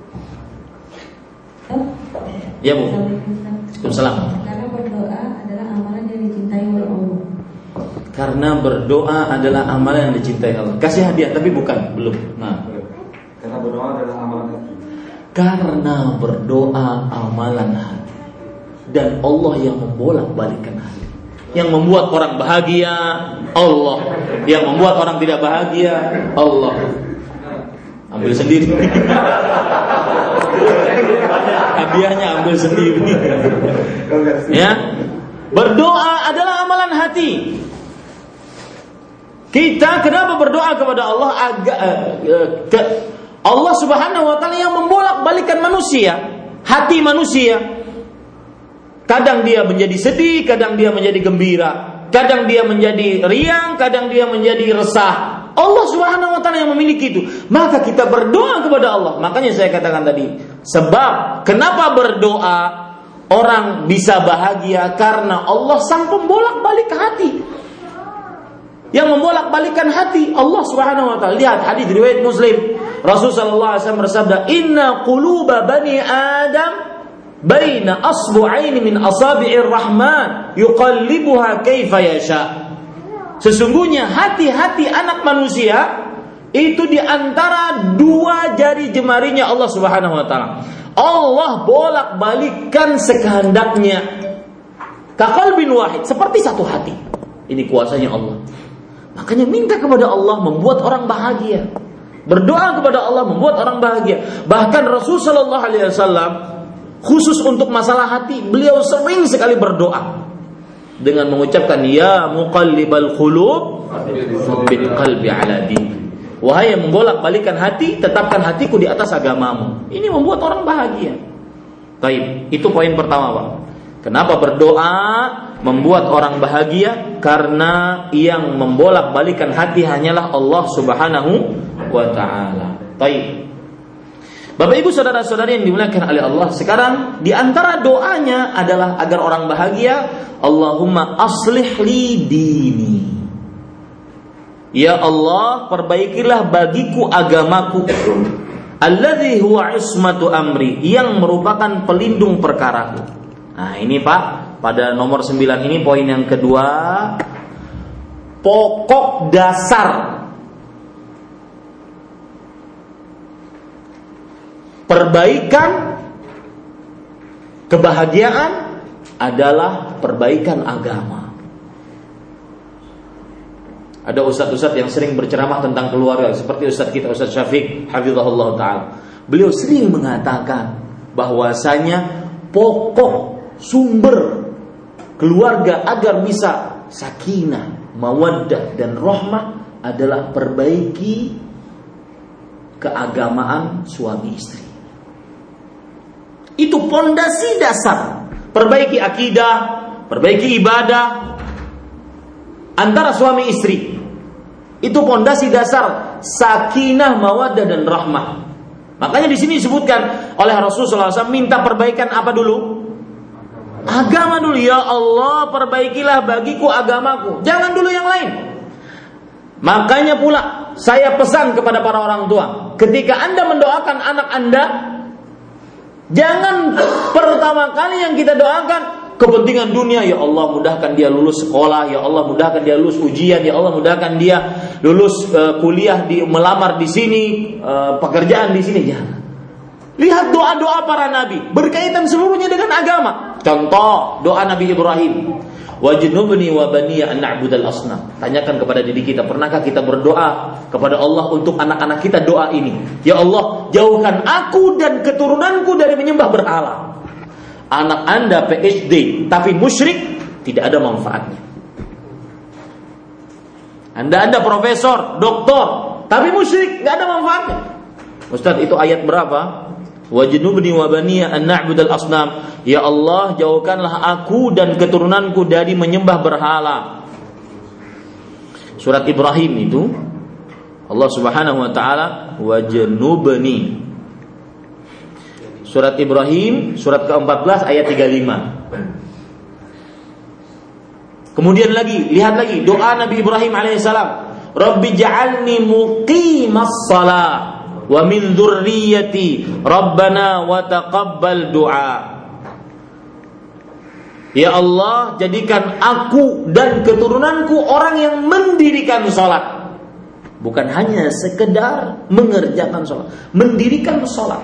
Ya Bu. Waalaikumsalam. Karena berdoa adalah amalan yang dicintai oleh Allah. Karena berdoa adalah amalan yang dicintai Allah. Kasih hadiah tapi bukan, belum. Nah, karena berdoa adalah amalan hati. Karena berdoa amalan hati. Dan Allah yang membolak-balikkan hati. Yang membuat orang bahagia Allah, yang membuat orang tidak bahagia Allah. Ambil sendiri. Hadiahnya ambil sendiri. Ya. Berdoa adalah amalan hati. Kita kenapa berdoa kepada Allah? Agak uh, ke, Allah Subhanahu wa taala yang membolak-balikkan manusia, hati manusia. Kadang dia menjadi sedih, kadang dia menjadi gembira, kadang dia menjadi riang, kadang dia menjadi resah. Allah Subhanahu wa taala yang memiliki itu. Maka kita berdoa kepada Allah. Makanya saya katakan tadi, sebab kenapa berdoa orang bisa bahagia, karena Allah sang pembolak-balik hati. Yang membolak-balikkan hati Allah Subhanahu wa taala. Lihat hadis riwayat Muslim. Rasul sallallahu alaihi wasallam bersabda, "Inna quluba bani Adam baina asbu'aini min asabi'ir rahman yuqallibuha kaifa yasha." Sesungguhnya hati-hati anak manusia itu di antara dua jari jemarinya Allah Subhanahu wa taala. Allah bolak-balikkan sekehendaknya. Kaqalbin wahid, seperti satu hati. Ini kuasanya Allah. Makanya minta kepada Allah membuat orang bahagia. Berdoa kepada Allah membuat orang bahagia. Bahkan Rasul sallallahu alaihi wasallam khusus untuk masalah hati, beliau sering sekali berdoa dengan mengucapkan ya muqallibal qulub tsabbit qalbi ala dinik. Wahai yang membolak-balikan hati, tetapkan hatiku di atas agamamu. Ini membuat orang bahagia. Baik, itu poin pertama, Pak. Kenapa berdoa membuat orang bahagia? Karena yang membolak-balikan hati hanyalah Allah Subhanahu wa taala. Baik. Bapak Ibu saudara-saudari yang dimuliakan oleh Allah, sekarang di antara doanya adalah agar orang bahagia, Allahumma aslih li dini. Ya Allah, perbaikilah bagiku agamaku. Alladzi huwa ismatu amri, yang merupakan pelindung perkaraku. Nah, ini Pak, pada nomor sembilan ini poin yang kedua, pokok dasar perbaikan kebahagiaan adalah perbaikan agama. Ada ustadz-ustadz yang sering berceramah tentang keluarga, seperti ustadz kita Ustadz Syafiq hafizahullah taala. Beliau sering mengatakan bahwasanya pokok sumber keluarga agar bisa sakinah, mawaddah dan rahmah adalah perbaiki keagamaan suami istri. Itu pondasi dasar. Perbaiki akidah, perbaiki ibadah antara suami istri. Itu pondasi dasar sakinah, mawaddah dan rahmah. Makanya di sini disebutkan oleh Rasulullah shallallahu alaihi wasallam minta perbaikan apa dulu? Agama dulu. Ya Allah, perbaikilah bagiku agamaku. Jangan dulu yang lain. Makanya pula saya pesan kepada para orang tua, ketika Anda mendoakan anak Anda, jangan pertama kali yang kita doakan kepentingan dunia. Ya Allah, mudahkan dia lulus sekolah. Ya Allah, mudahkan dia lulus ujian. Ya Allah, mudahkan dia lulus uh, kuliah, di melamar di sini, uh, pekerjaan di sini. Jangan. Lihat doa-doa para nabi berkaitan seluruhnya dengan agama. Contoh doa Nabi Ibrahim, wajnubni wa baniya an na'budal asnam. Tanyakan kepada diri kita, pernahkah kita berdoa kepada Allah untuk anak-anak kita doa ini? Ya Allah, jauhkan aku dan keturunanku dari menyembah berhala. Anak Anda P H D tapi musyrik, tidak ada manfaatnya. Anda Anda profesor, doktor tapi musyrik, tidak ada manfaatnya. Ustaz, itu ayat berapa? Wajnubni wa baniya an na'budal asnam. Ya Allah, jauhkanlah aku dan keturunanku dari menyembah berhala. Surat Ibrahim itu Allah Subhanahu wa taala wajnubni. Surat Ibrahim surat keempat belas ayat tiga puluh lima. Kemudian lagi, lihat lagi doa Nabi Ibrahim alaihissalam, Rabbi ja'alni muqimas shalah wa min dzurriyyati rabbana wa taqabbal du'a. Ya Allah, jadikan aku dan keturunanku orang yang mendirikan sholat. Bukan hanya sekedar mengerjakan sholat, mendirikan sholat.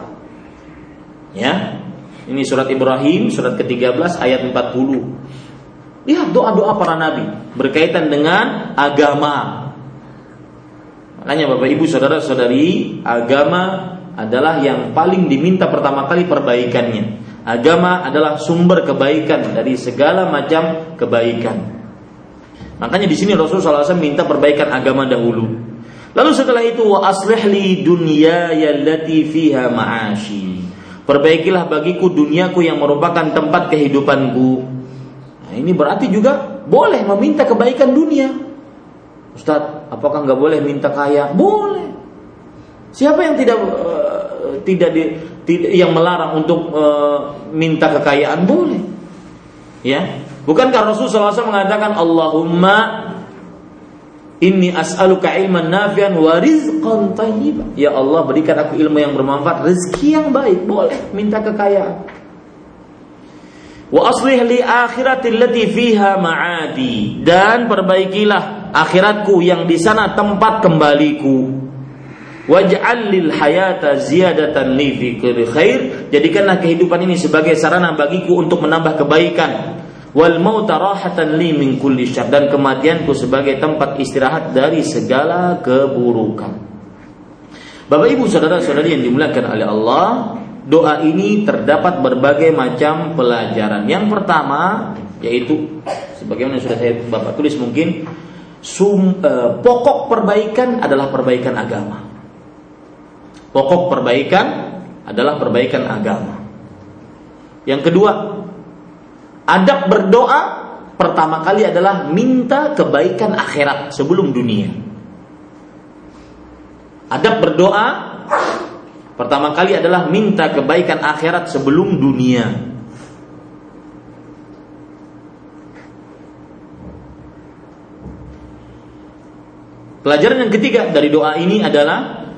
Ya, ini surat Ibrahim, surat ke tiga belas ayat empat puluh. Lihat doa-doa para nabi berkaitan dengan agama. Makanya Bapak Ibu saudara-saudari, agama adalah yang paling diminta pertama kali perbaikannya. Agama adalah sumber kebaikan dari segala macam kebaikan. Makanya di sini Rasulullah shallallahu alaihi wasallam minta perbaikan agama dahulu. Lalu setelah itu wa aslih li dunyaya allati fiha ma'ashi. Perbaikilah bagiku duniaku yang merupakan tempat kehidupanku. Nah, ini berarti juga boleh meminta kebaikan dunia. Ustaz, apakah nggak boleh minta kaya? Boleh. Siapa yang tidak uh, tidak di, tidak yang melarang untuk uh, minta kekayaan? Boleh. Ya. Bukankah Rasulullah shallallahu alaihi wasallam mengatakan Allahumma inni as'aluka ilman nafi'an wa rizqan thayyiban. Ya Allah, berikan aku ilmu yang bermanfaat, rezeki yang baik. Boleh minta kekayaan. Wa aslih li akhirati allati fiha ma'adi. Dan perbaikilah akhiratku yang di sana tempat kembaliku. Waj'al lil hayata ziyadatan li fi kulli khair. Jadikanlah kehidupan ini sebagai sarana bagiku untuk menambah kebaikan. Wal mauta rahatan li min kulli syarr. Dan kematianku sebagai tempat istirahat dari segala keburukan. Bapak Ibu saudara-saudari yang dimuliakan oleh Allah, doa ini terdapat berbagai macam pelajaran. Yang pertama yaitu sebagaimana sudah saya Bapak tulis mungkin sum, eh, pokok perbaikan adalah perbaikan agama. Pokok perbaikan adalah perbaikan agama. Yang kedua, adab berdoa pertama kali adalah minta kebaikan akhirat sebelum dunia. Adab berdoa pertama kali adalah minta kebaikan akhirat sebelum dunia. Pelajaran yang ketiga dari doa ini adalah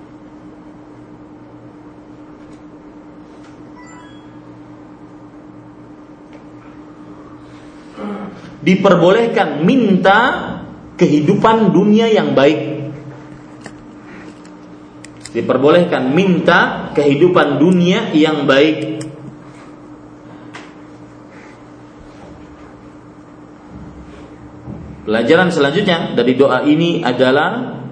diperbolehkan minta kehidupan dunia yang baik. Diperbolehkan minta kehidupan dunia yang baik. Pelajaran selanjutnya dari doa ini adalah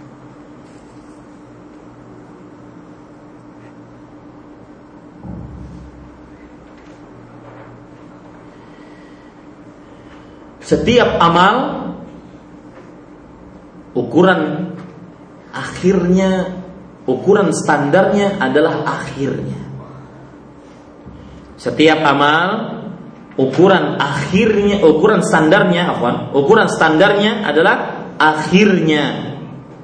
setiap amal ukuran akhirnya, ukuran standarnya adalah akhirnya. Setiap amal ukuran akhirnya, ukuran standarnya, afwan, ukuran standarnya adalah akhirnya.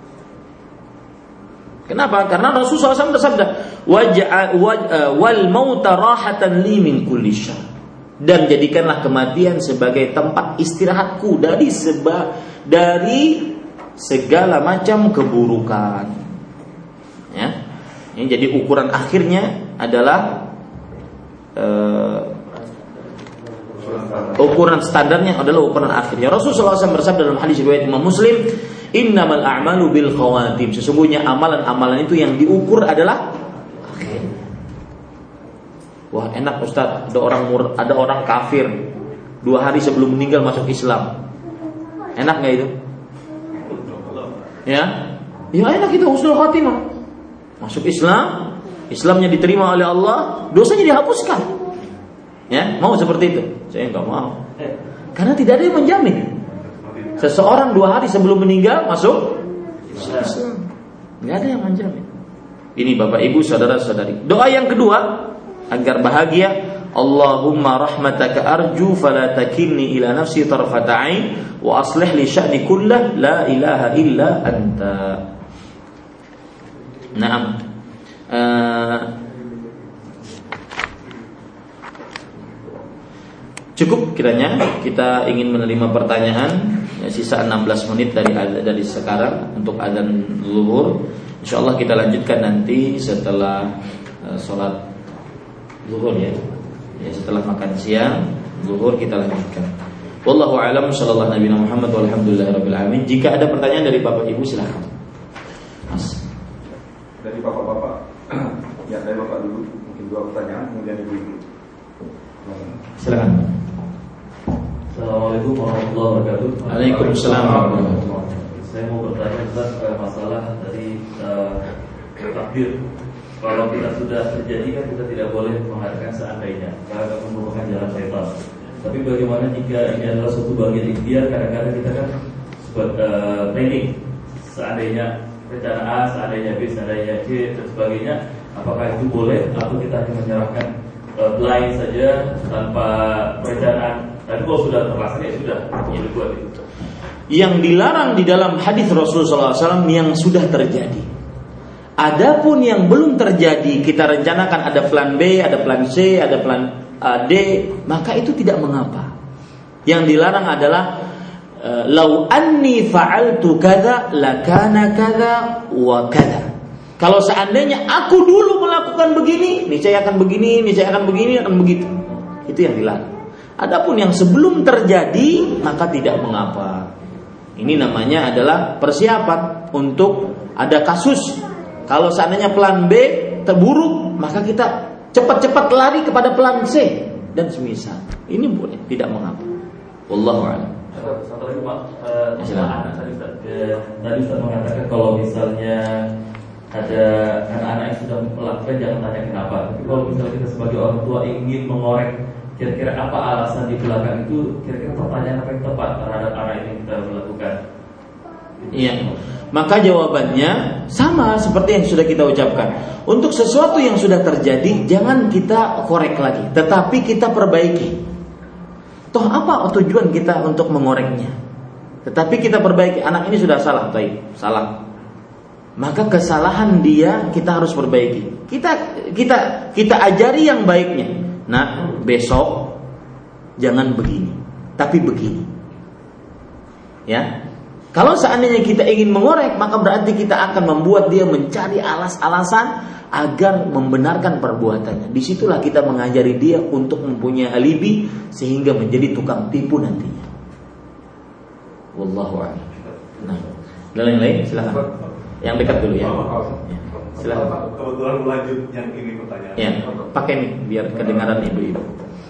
Kenapa? Karena Rasulullah shallallahu alaihi wasallam bersabda, wal mauta rahatan li min kulli syarr. Dan jadikanlah kematian sebagai tempat istirahatku dari seba, dari segala macam keburukan. Ya, ini jadi ukuran akhirnya adalah uh, ukuran standarnya adalah ukuran akhirnya. Rasulullah shallallahu alaihi wasallam bersabda dalam hadis riwayat Imam Muslim, innamal a'malu bil khawatim. Sesungguhnya amalan-amalan itu yang diukur adalah akhir. Wah, enak Ustaz, ada orang mur, ada orang kafir dua hari sebelum meninggal masuk Islam. Enak nggak itu? Ya, ya enak itu, husnul khatimah. Masuk Islam, Islamnya diterima oleh Allah, dosanya dihapuskan. Ya, mau seperti itu? Saya nggak mau. Karena tidak ada yang menjamin. Seseorang dua hari sebelum meninggal masuk Islam, nggak ada yang menjamin. Ini Bapak Ibu saudara-saudari. Doa yang kedua agar bahagia, Allahumma rahmataka arju fala takilni ila nafsi tarfata ain wa aslih li sya'ni kullah la ilaha illa anta. Naam. Uh, cukup kiranya kita ingin menerima pertanyaan, ya, sisa enam belas menit dari dari sekarang untuk azan zuhur. Insyaallah kita lanjutkan nanti setelah uh, salat zuhur ya. Ya, setelah makan siang zuhur kita lanjutkan. Wallahu a'lam, sallallahu nabi Muhammad walhamdulillahirabbil alamin. Jika ada pertanyaan dari Bapak Ibu silakan. Mas. Dari bapak-bapak, ya dari bapak dulu mungkin dua pertanyaan, kemudian ibu-ibu. Silakan. Assalamualaikum warahmatullahi wabarakatuh. Waalaikumsalam warahmatullahi wabarakatuh. Saya mau bertanya Ustaz masalah tadi uh, takdir. Kalau kita sudah terjadi kan kita tidak boleh mengatakan seandainya, karena itu merupakan jalan syaitan. Tapi bagaimana jika ini adalah suatu bagian ikhtiar? Kadang-kadang kita kan buat uh, planning, seandainya rencana A, seandainya B, seandainya C dan sebagainya. Apakah itu boleh atau kita hanya menyerahkan uh, blind saja tanpa perencanaan? Tapi kalau sudah terlaksana ya sudah, ya dibuat itu. Yang dilarang di dalam hadis Rasulullah sallallahu alaihi wasallam yang sudah terjadi. Adapun yang belum terjadi, kita rencanakan ada plan B, ada plan C, ada plan uh, D, maka itu tidak mengapa. Yang dilarang adalah uh, lau anni fa'altu kadza lakana kadza wa kadza. Kalau seandainya aku dulu melakukan begini, niscaya akan begini, niscaya akan begini, akan begitu. Itu yang dilarang. Adapun yang sebelum terjadi, maka tidak mengapa. Ini namanya adalah persiapan untuk ada kasus. Kalau seandainya plan B terburuk, maka kita cepat-cepat lari kepada plan C dan semisal. Ini boleh, tidak mengapa. Wallahu a'lam. Satu lagi Pak, anak tadi Ustaz, tadi Ustaz mengatakan kalau misalnya ada anak-anak yang sudah melakukan jangan tanya kenapa. Tapi kalau misalnya kita sebagai orang tua ingin mengorek kira-kira apa alasan di belakang itu, kira-kira pertanyaan apa yang tepat terhadap anak ini kita melakukan? Iya. Maka jawabannya sama seperti yang sudah kita ucapkan. Untuk sesuatu yang sudah terjadi, jangan kita korek lagi, tetapi kita perbaiki. Toh apa tujuan kita untuk mengoreknya? Tetapi kita perbaiki. Anak ini sudah salah, baik, salah. Maka kesalahan dia kita harus perbaiki. Kita kita kita ajari yang baiknya. Nah, besok jangan begini, tapi begini. Ya. Kalau seandainya kita ingin mengorek, maka berarti kita akan membuat dia mencari alas-alasan agar membenarkan perbuatannya. Disitulah kita mengajari dia untuk mempunyai alibi sehingga menjadi tukang tipu nantinya. Wallahu a'lam. Nah, dan yang lain silakan. Yang dekat dulu ya. Silakan. Kebetulan lanjut yang ini pertanyaan. Ya, pakai nih biar kedengaran ibu-ibu.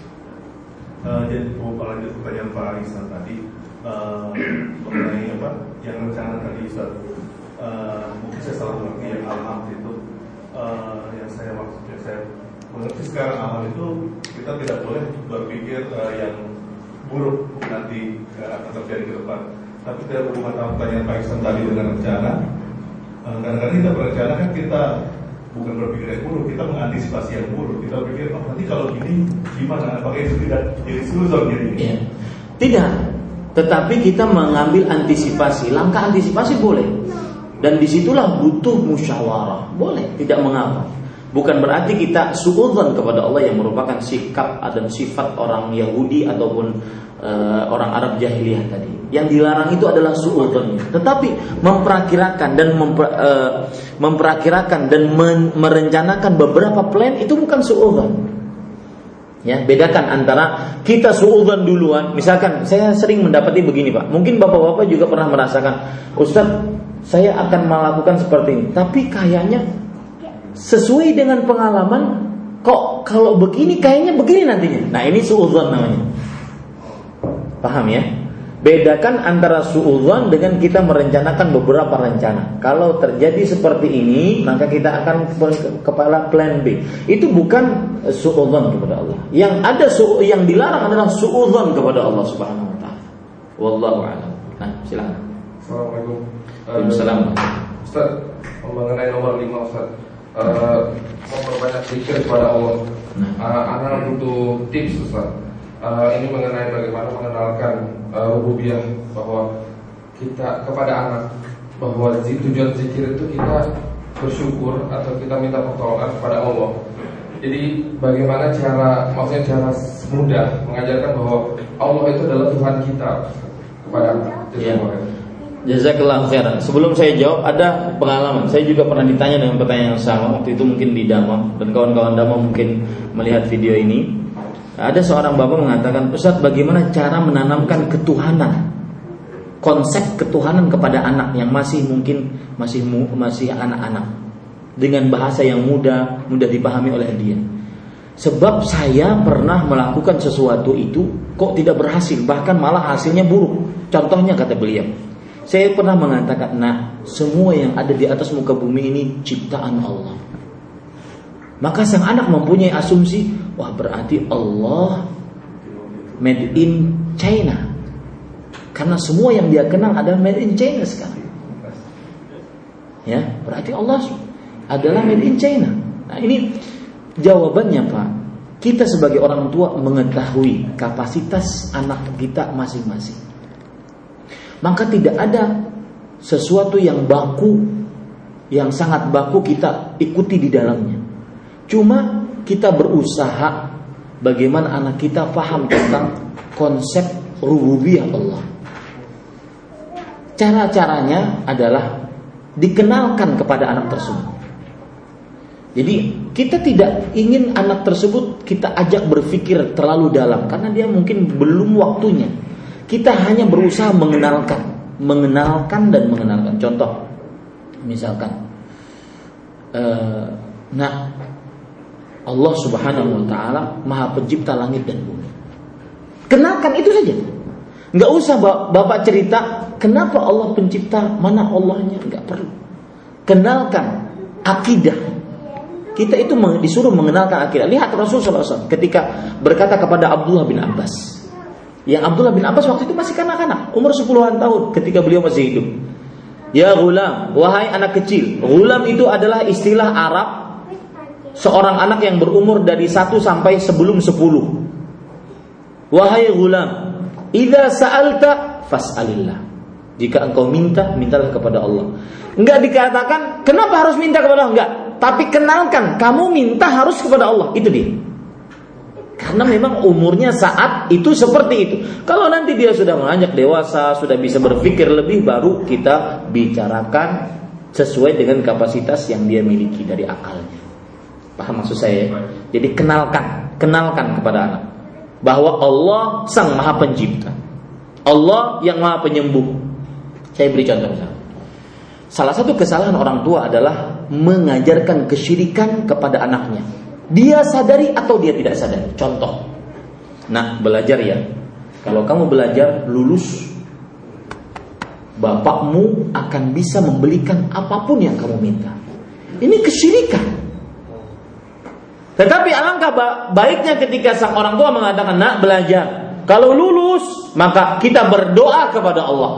Uh, jadi mau lanjut pertanyaan Pak Arisan tadi uh, mengenai apa yang rencana tadi Ustaz. Uh, mungkin saya salah mengerti yang alam itu uh, yang saya maksudnya saya mengerti sekarang alam itu kita tidak boleh berpikir uh, yang buruk nanti uh, akan terjadi ke depan. Tapi tidak berhubungan dengan pertanyaan Pak Arisan tadi dengan rencana. Uh, kadang-kadang kita berencana kan kita bukan berpikir yang buruk, kita mengantisipasi yang buruk. Kita berpikir, oh nanti kalau gini gimana? Apakah itu tidak jadi suzon jadi? Ya. Tidak. Tetapi kita mengambil antisipasi. Langkah antisipasi boleh. Dan disitulah butuh musyawarah. Boleh, tidak mengapa. Bukan berarti kita suudzon kepada Allah yang merupakan sikap dan sifat orang Yahudi ataupun uh, orang Arab jahiliyah tadi. Yang dilarang itu adalah suudzonnya. Tetapi memperakirakan dan memper, uh, memperakirakan dan men- merencanakan beberapa plan itu bukan suudzon. Ya, bedakan antara kita suudzon duluan. Misalkan saya sering mendapati begini Pak. Mungkin bapak-bapak juga pernah merasakan, Ustaz, saya akan melakukan seperti ini. Tapi kayaknya sesuai dengan pengalaman, kok kalau begini kayaknya begini nantinya. Nah ini suudzon namanya. Paham ya? Bedakan antara suudzon dengan kita merencanakan beberapa rencana. Kalau terjadi seperti ini, maka kita akan kepala plan B. Itu bukan suudzon kepada Allah. Yang ada su- yang dilarang adalah suudzon kepada Allah Subhanahu wa taala. Wallahu a'lam. Nah, silakan. Assalamualaikum. Waalaikumsalam. Ustaz, mengenai nomor lima Ustaz, uh, memperbanyak zikir kepada Allah. Uh, Anak butuh tips Ustaz. Uh, ini mengenai bagaimana mengenalkan uh, rububiyah bahwa kita kepada anak, bahwa tujuan zikir itu kita bersyukur atau kita minta pertolongan kepada Allah. Jadi bagaimana cara, maksudnya cara mudah mengajarkan bahwa Allah itu adalah Tuhan kita kepada anak. Ya. Jazakallahu khairan. Sebelum saya jawab, ada pengalaman. Saya juga pernah ditanya dengan pertanyaan yang sama. Waktu itu mungkin di Damam, dan kawan-kawan Damam mungkin melihat video ini. Ada seorang bapak mengatakan, Ustaz, bagaimana cara menanamkan ketuhanan, konsep ketuhanan kepada anak yang masih mungkin masih masih anak-anak, dengan bahasa yang mudah mudah dipahami oleh dia. Sebab saya pernah melakukan sesuatu itu kok tidak berhasil, bahkan malah hasilnya buruk. Contohnya, kata beliau, saya pernah mengatakan, nah, semua yang ada di atas muka bumi ini ciptaan Allah. Maka sang anak mempunyai asumsi, wah, berarti Allah made in China, karena semua yang dia kenal adalah made in China sekarang. Ya, berarti Allah adalah made in China. Nah, ini jawabannya, Pak. Kita sebagai orang tua mengetahui kapasitas anak kita masing-masing. Maka tidak ada sesuatu yang baku, yang sangat baku kita ikuti di dalamnya. Cuma kita berusaha bagaimana anak kita paham tentang konsep rububiyah Allah. Cara-caranya adalah dikenalkan kepada anak tersebut. Jadi kita tidak ingin anak tersebut kita ajak berpikir terlalu dalam, karena dia mungkin belum waktunya. Kita hanya berusaha mengenalkan, mengenalkan dan mengenalkan. Contoh, misalkan, uh, nah, Allah Subhanahu Wa Taala Maha Pencipta langit dan bumi. Kenalkan itu saja. Nggak usah bapak cerita kenapa Allah pencipta, mana Allahnya, nggak perlu. Kenalkan akidah. Kita itu disuruh mengenalkan akidah. Lihat Rasulullah shallallahu alaihi wasallam ketika berkata kepada Abdullah bin Abbas. Yang Abdullah bin Abbas waktu itu masih kanak-kanak, umur sepuluhan tahun ketika beliau masih hidup. Ya ghulam, wahai anak kecil. Ghulam itu adalah istilah Arab seorang anak yang berumur dari satu sampai sebelum sepuluh. Wahai ghulam, idza sa'alta fas'alillah. Jika engkau minta, mintalah kepada Allah. Enggak dikatakan kenapa harus minta kepada Allah, enggak. Tapi kenalkan, kamu minta harus kepada Allah. Itu dia. Karena memang umurnya saat itu seperti itu. Kalau nanti dia sudah menanjak dewasa, sudah bisa berpikir lebih, baru kita bicarakan sesuai dengan kapasitas yang dia miliki dari akalnya. Paham maksud saya? Jadi kenalkan, kenalkan kepada anak bahwa Allah Sang Maha Pencipta, Allah yang Maha Penyembuh. Saya beri contoh misalnya. Salah satu kesalahan orang tua adalah mengajarkan kesyirikan kepada anaknya. Dia sadari atau dia tidak sadari. Contoh, nah, belajar ya. Kalau kamu belajar lulus, bapakmu akan bisa membelikan apapun yang kamu minta. Ini kesyirikan. Tetapi alangkah baiknya ketika sang orang tua mengatakan, nak, belajar. Kalau lulus, maka kita berdoa kepada Allah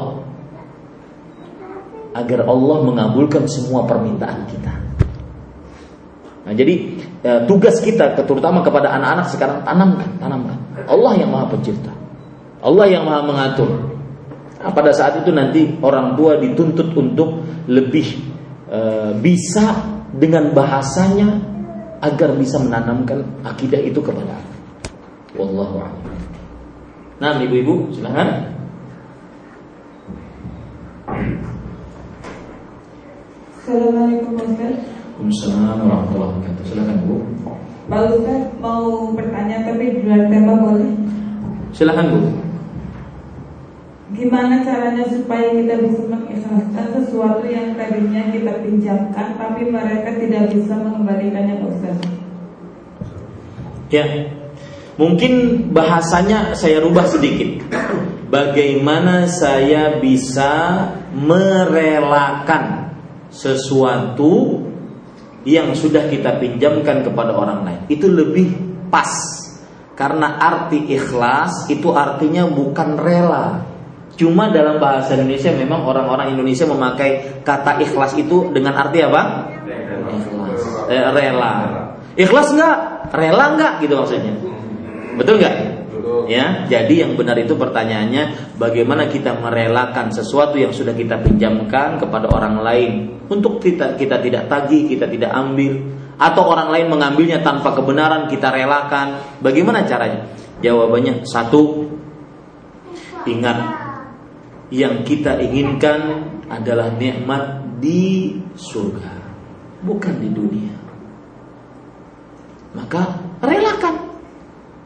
agar Allah mengabulkan semua permintaan kita. Nah, jadi eh, tugas kita, terutama kepada anak-anak sekarang, tanamkan, tanamkan. Allah yang Maha Pencipta, Allah yang Maha Mengatur. Nah, pada saat itu nanti orang tua dituntut untuk lebih eh, bisa dengan bahasanya agar bisa menanamkan akidah itu kepada anak. Wallahu a'lam. Nah, ibu-ibu, silakan. Assalamualaikum Ustaz. Waalaikumsalam warahmatullahi wabarakatuh. Silakan Bu. Pak Ustaz mau bertanya tapi di luar tema boleh? Silakan Bu. Gimana caranya supaya kita bisa mengikhlaskan sesuatu yang tadinya kita pinjamkan tapi mereka tidak bisa mengembalikannya, Ustaz? Ya, mungkin bahasanya saya rubah sedikit. Bagaimana saya bisa merelakan sesuatu yang sudah kita pinjamkan kepada orang lain? Itu lebih pas. Karena arti ikhlas itu artinya bukan rela. Cuma dalam bahasa Indonesia memang orang-orang Indonesia memakai kata ikhlas itu dengan arti apa? Ikhlas, eh, rela. Ikhlas enggak? Rela enggak? Gitu maksudnya. Betul enggak? Ya, jadi yang benar itu pertanyaannya, bagaimana kita merelakan sesuatu yang sudah kita pinjamkan kepada orang lain untuk kita kita tidak tagih, kita tidak ambil, atau orang lain mengambilnya tanpa kebenaran kita relakan. Bagaimana caranya? Jawabannya satu, ingat, yang kita inginkan adalah nikmat di surga, bukan di dunia. Maka relakan.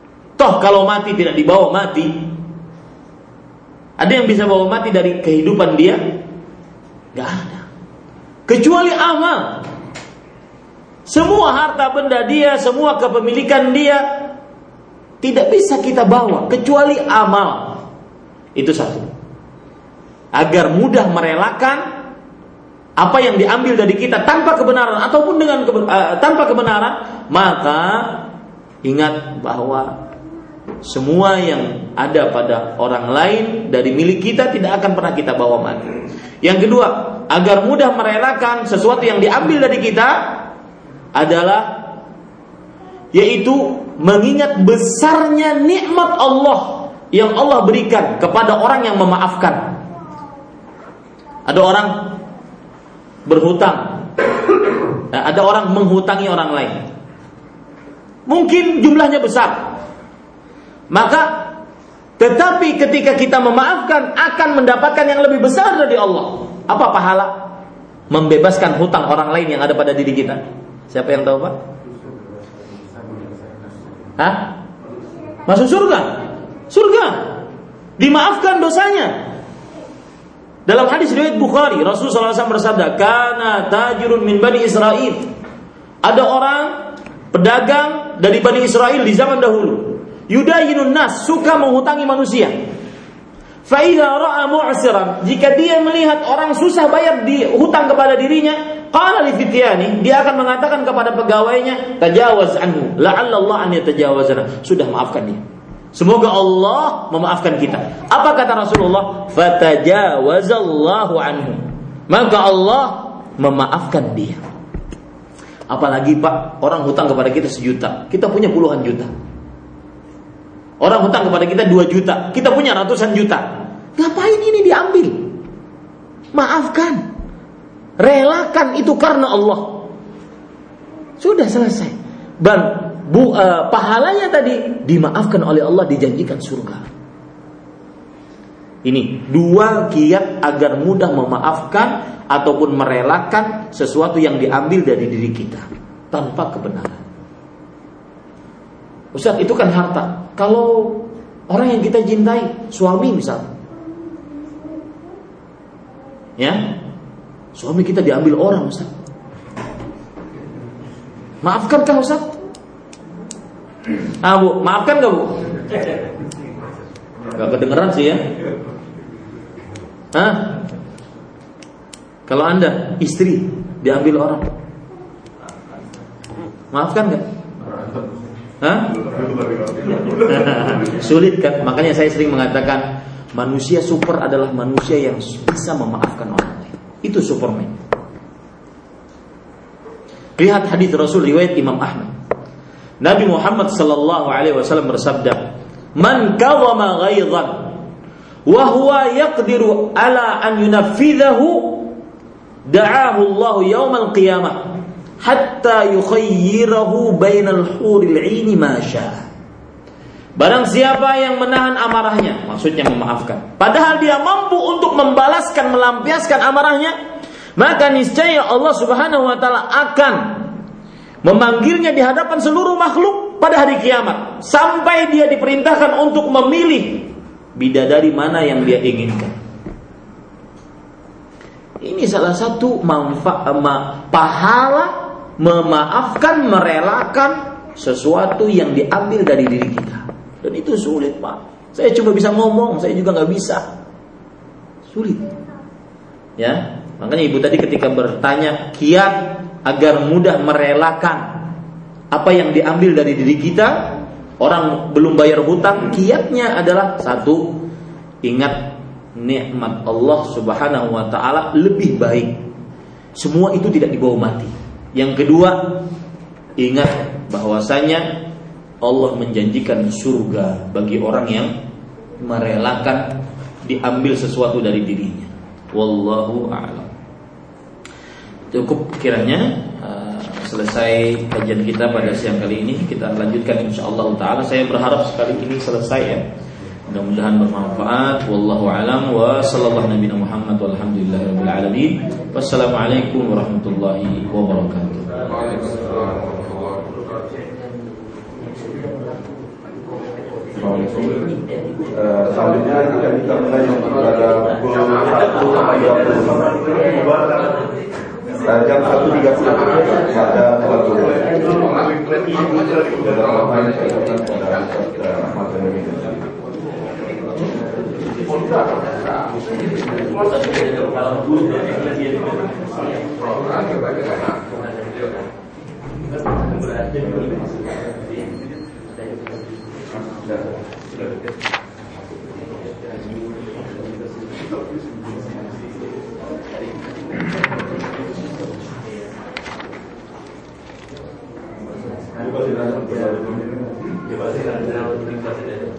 Toh kalau mati tidak dibawa mati. Ada yang bisa bawa mati dari kehidupan dia? Gak ada. Kecuali amal. Semua harta benda dia, semua kepemilikan dia tidak bisa kita bawa kecuali amal. Itu satu. Agar mudah merelakan apa yang diambil dari kita tanpa kebenaran ataupun dengan keben- uh, tanpa kebenaran, maka ingat bahwa semua yang ada pada orang lain dari milik kita tidak akan pernah kita bawa mati. Yang kedua, agar mudah merelakan sesuatu yang diambil dari kita adalah yaitu mengingat besarnya nikmat Allah yang Allah berikan kepada orang yang memaafkan. Ada orang berhutang, ada orang menghutangi orang lain. Mungkin jumlahnya besar. Maka tetapi ketika kita memaafkan akan mendapatkan yang lebih besar dari Allah. Apa pahala? Membebaskan hutang orang lain yang ada pada diri kita. Siapa yang tahu, Pak? Hah? Masuk surga? Surga. Dimaafkan dosanya. Dalam hadis riwayat Bukhari, Rasulullah sallallahu alaihi wasallam bersabda, "Kana tajirun min Bani Israil." Ada orang pedagang dari Bani Israel di zaman dahulu. Yudayinun nas, suka menghutangi manusia. Fa idza ra'a mu'siran, jika dia melihat orang susah bayar di hutang kepada dirinya, qala li fityani, dia akan mengatakan kepada pegawainya, tajawaz anhu, la'alla Allah an yatajawazana. Sudah, maafkan dia. Semoga Allah memaafkan kita. Apa kata Rasulullah? Fatajawazallahu anhu. Maka Allah memaafkan dia. Apalagi Pak, orang hutang kepada kita sejuta, kita punya puluhan juta. Orang hutang kepada kita dua juta, kita punya ratusan juta. Ngapain ini diambil? Maafkan. Relakan itu karena Allah. Sudah selesai. Dan bu, uh, pahalanya tadi dimaafkan oleh Allah, dijanjikan surga. Ini dua kiat agar mudah memaafkan ataupun merelakan sesuatu yang diambil dari diri kita tanpa kebenaran. Ustaz, itu kan harta. Kalau orang yang kita cintai, suami misalnya, ya, suami kita diambil orang, Ustaz, maafkankah Ustaz? Ah Bu, maafkan gak Bu? Gak kedengeran sih ya. Hah? Kalau Anda istri diambil orang, maafkan gak? Hah? Sulit kan? Makanya saya sering mengatakan manusia super adalah manusia yang bisa memaafkan orang lain. Itu Superman. Lihat hadis Rasul riwayat Imam Ahmad. Nabi Muhammad sallallahu alaihi wasallam bersabda, "Man kawama ghaidhan wa huwa yaqdiru ala an yunaffidhahu da'ahu Allah yaumal qiyamah hatta yukhayyirahu bainal huril 'aini ma syaa." Barang siapa yang menahan amarahnya, maksudnya memaafkan, padahal dia mampu untuk membalaskan, melampiaskan amarahnya, maka niscaya Allah Subhanahu wa taala akan memanggilnya di hadapan seluruh makhluk pada hari kiamat sampai dia diperintahkan untuk memilih bidadari mana yang dia inginkan. Ini salah satu manfaat pahala memaafkan, merelakan sesuatu yang diambil dari diri kita. Dan itu sulit, Pak. Saya cuma bisa ngomong, saya juga nggak bisa. Sulit. Ya, makanya ibu tadi ketika bertanya kiat agar mudah merelakan apa yang diambil dari diri kita, orang belum bayar hutang, kiatnya adalah satu, ingat nikmat Allah Subhanahu wa taala lebih baik. Semua itu tidak dibawa mati. Yang kedua, ingat bahwasanya Allah menjanjikan surga bagi orang yang merelakan diambil sesuatu dari dirinya. Wallahu a'lam. Cukup kiranya uh, selesai kajian kita pada siang kali ini. Kita lanjutkan insyaallah taala. Saya berharap sekali ini selesai ya. Mudah-mudahan bermanfaat. Wallahu a'lam wa sallallahu nabiyana Muhammad walhamdulillahirabbil alamin. Wassalamualaikum warahmatullahi wabarakatuh. Uh, selanjutnya akan kita mulai pada pukul satu tiga puluh. Uh, jam satu tiga puluh pada pelabuhan. Terima kasih.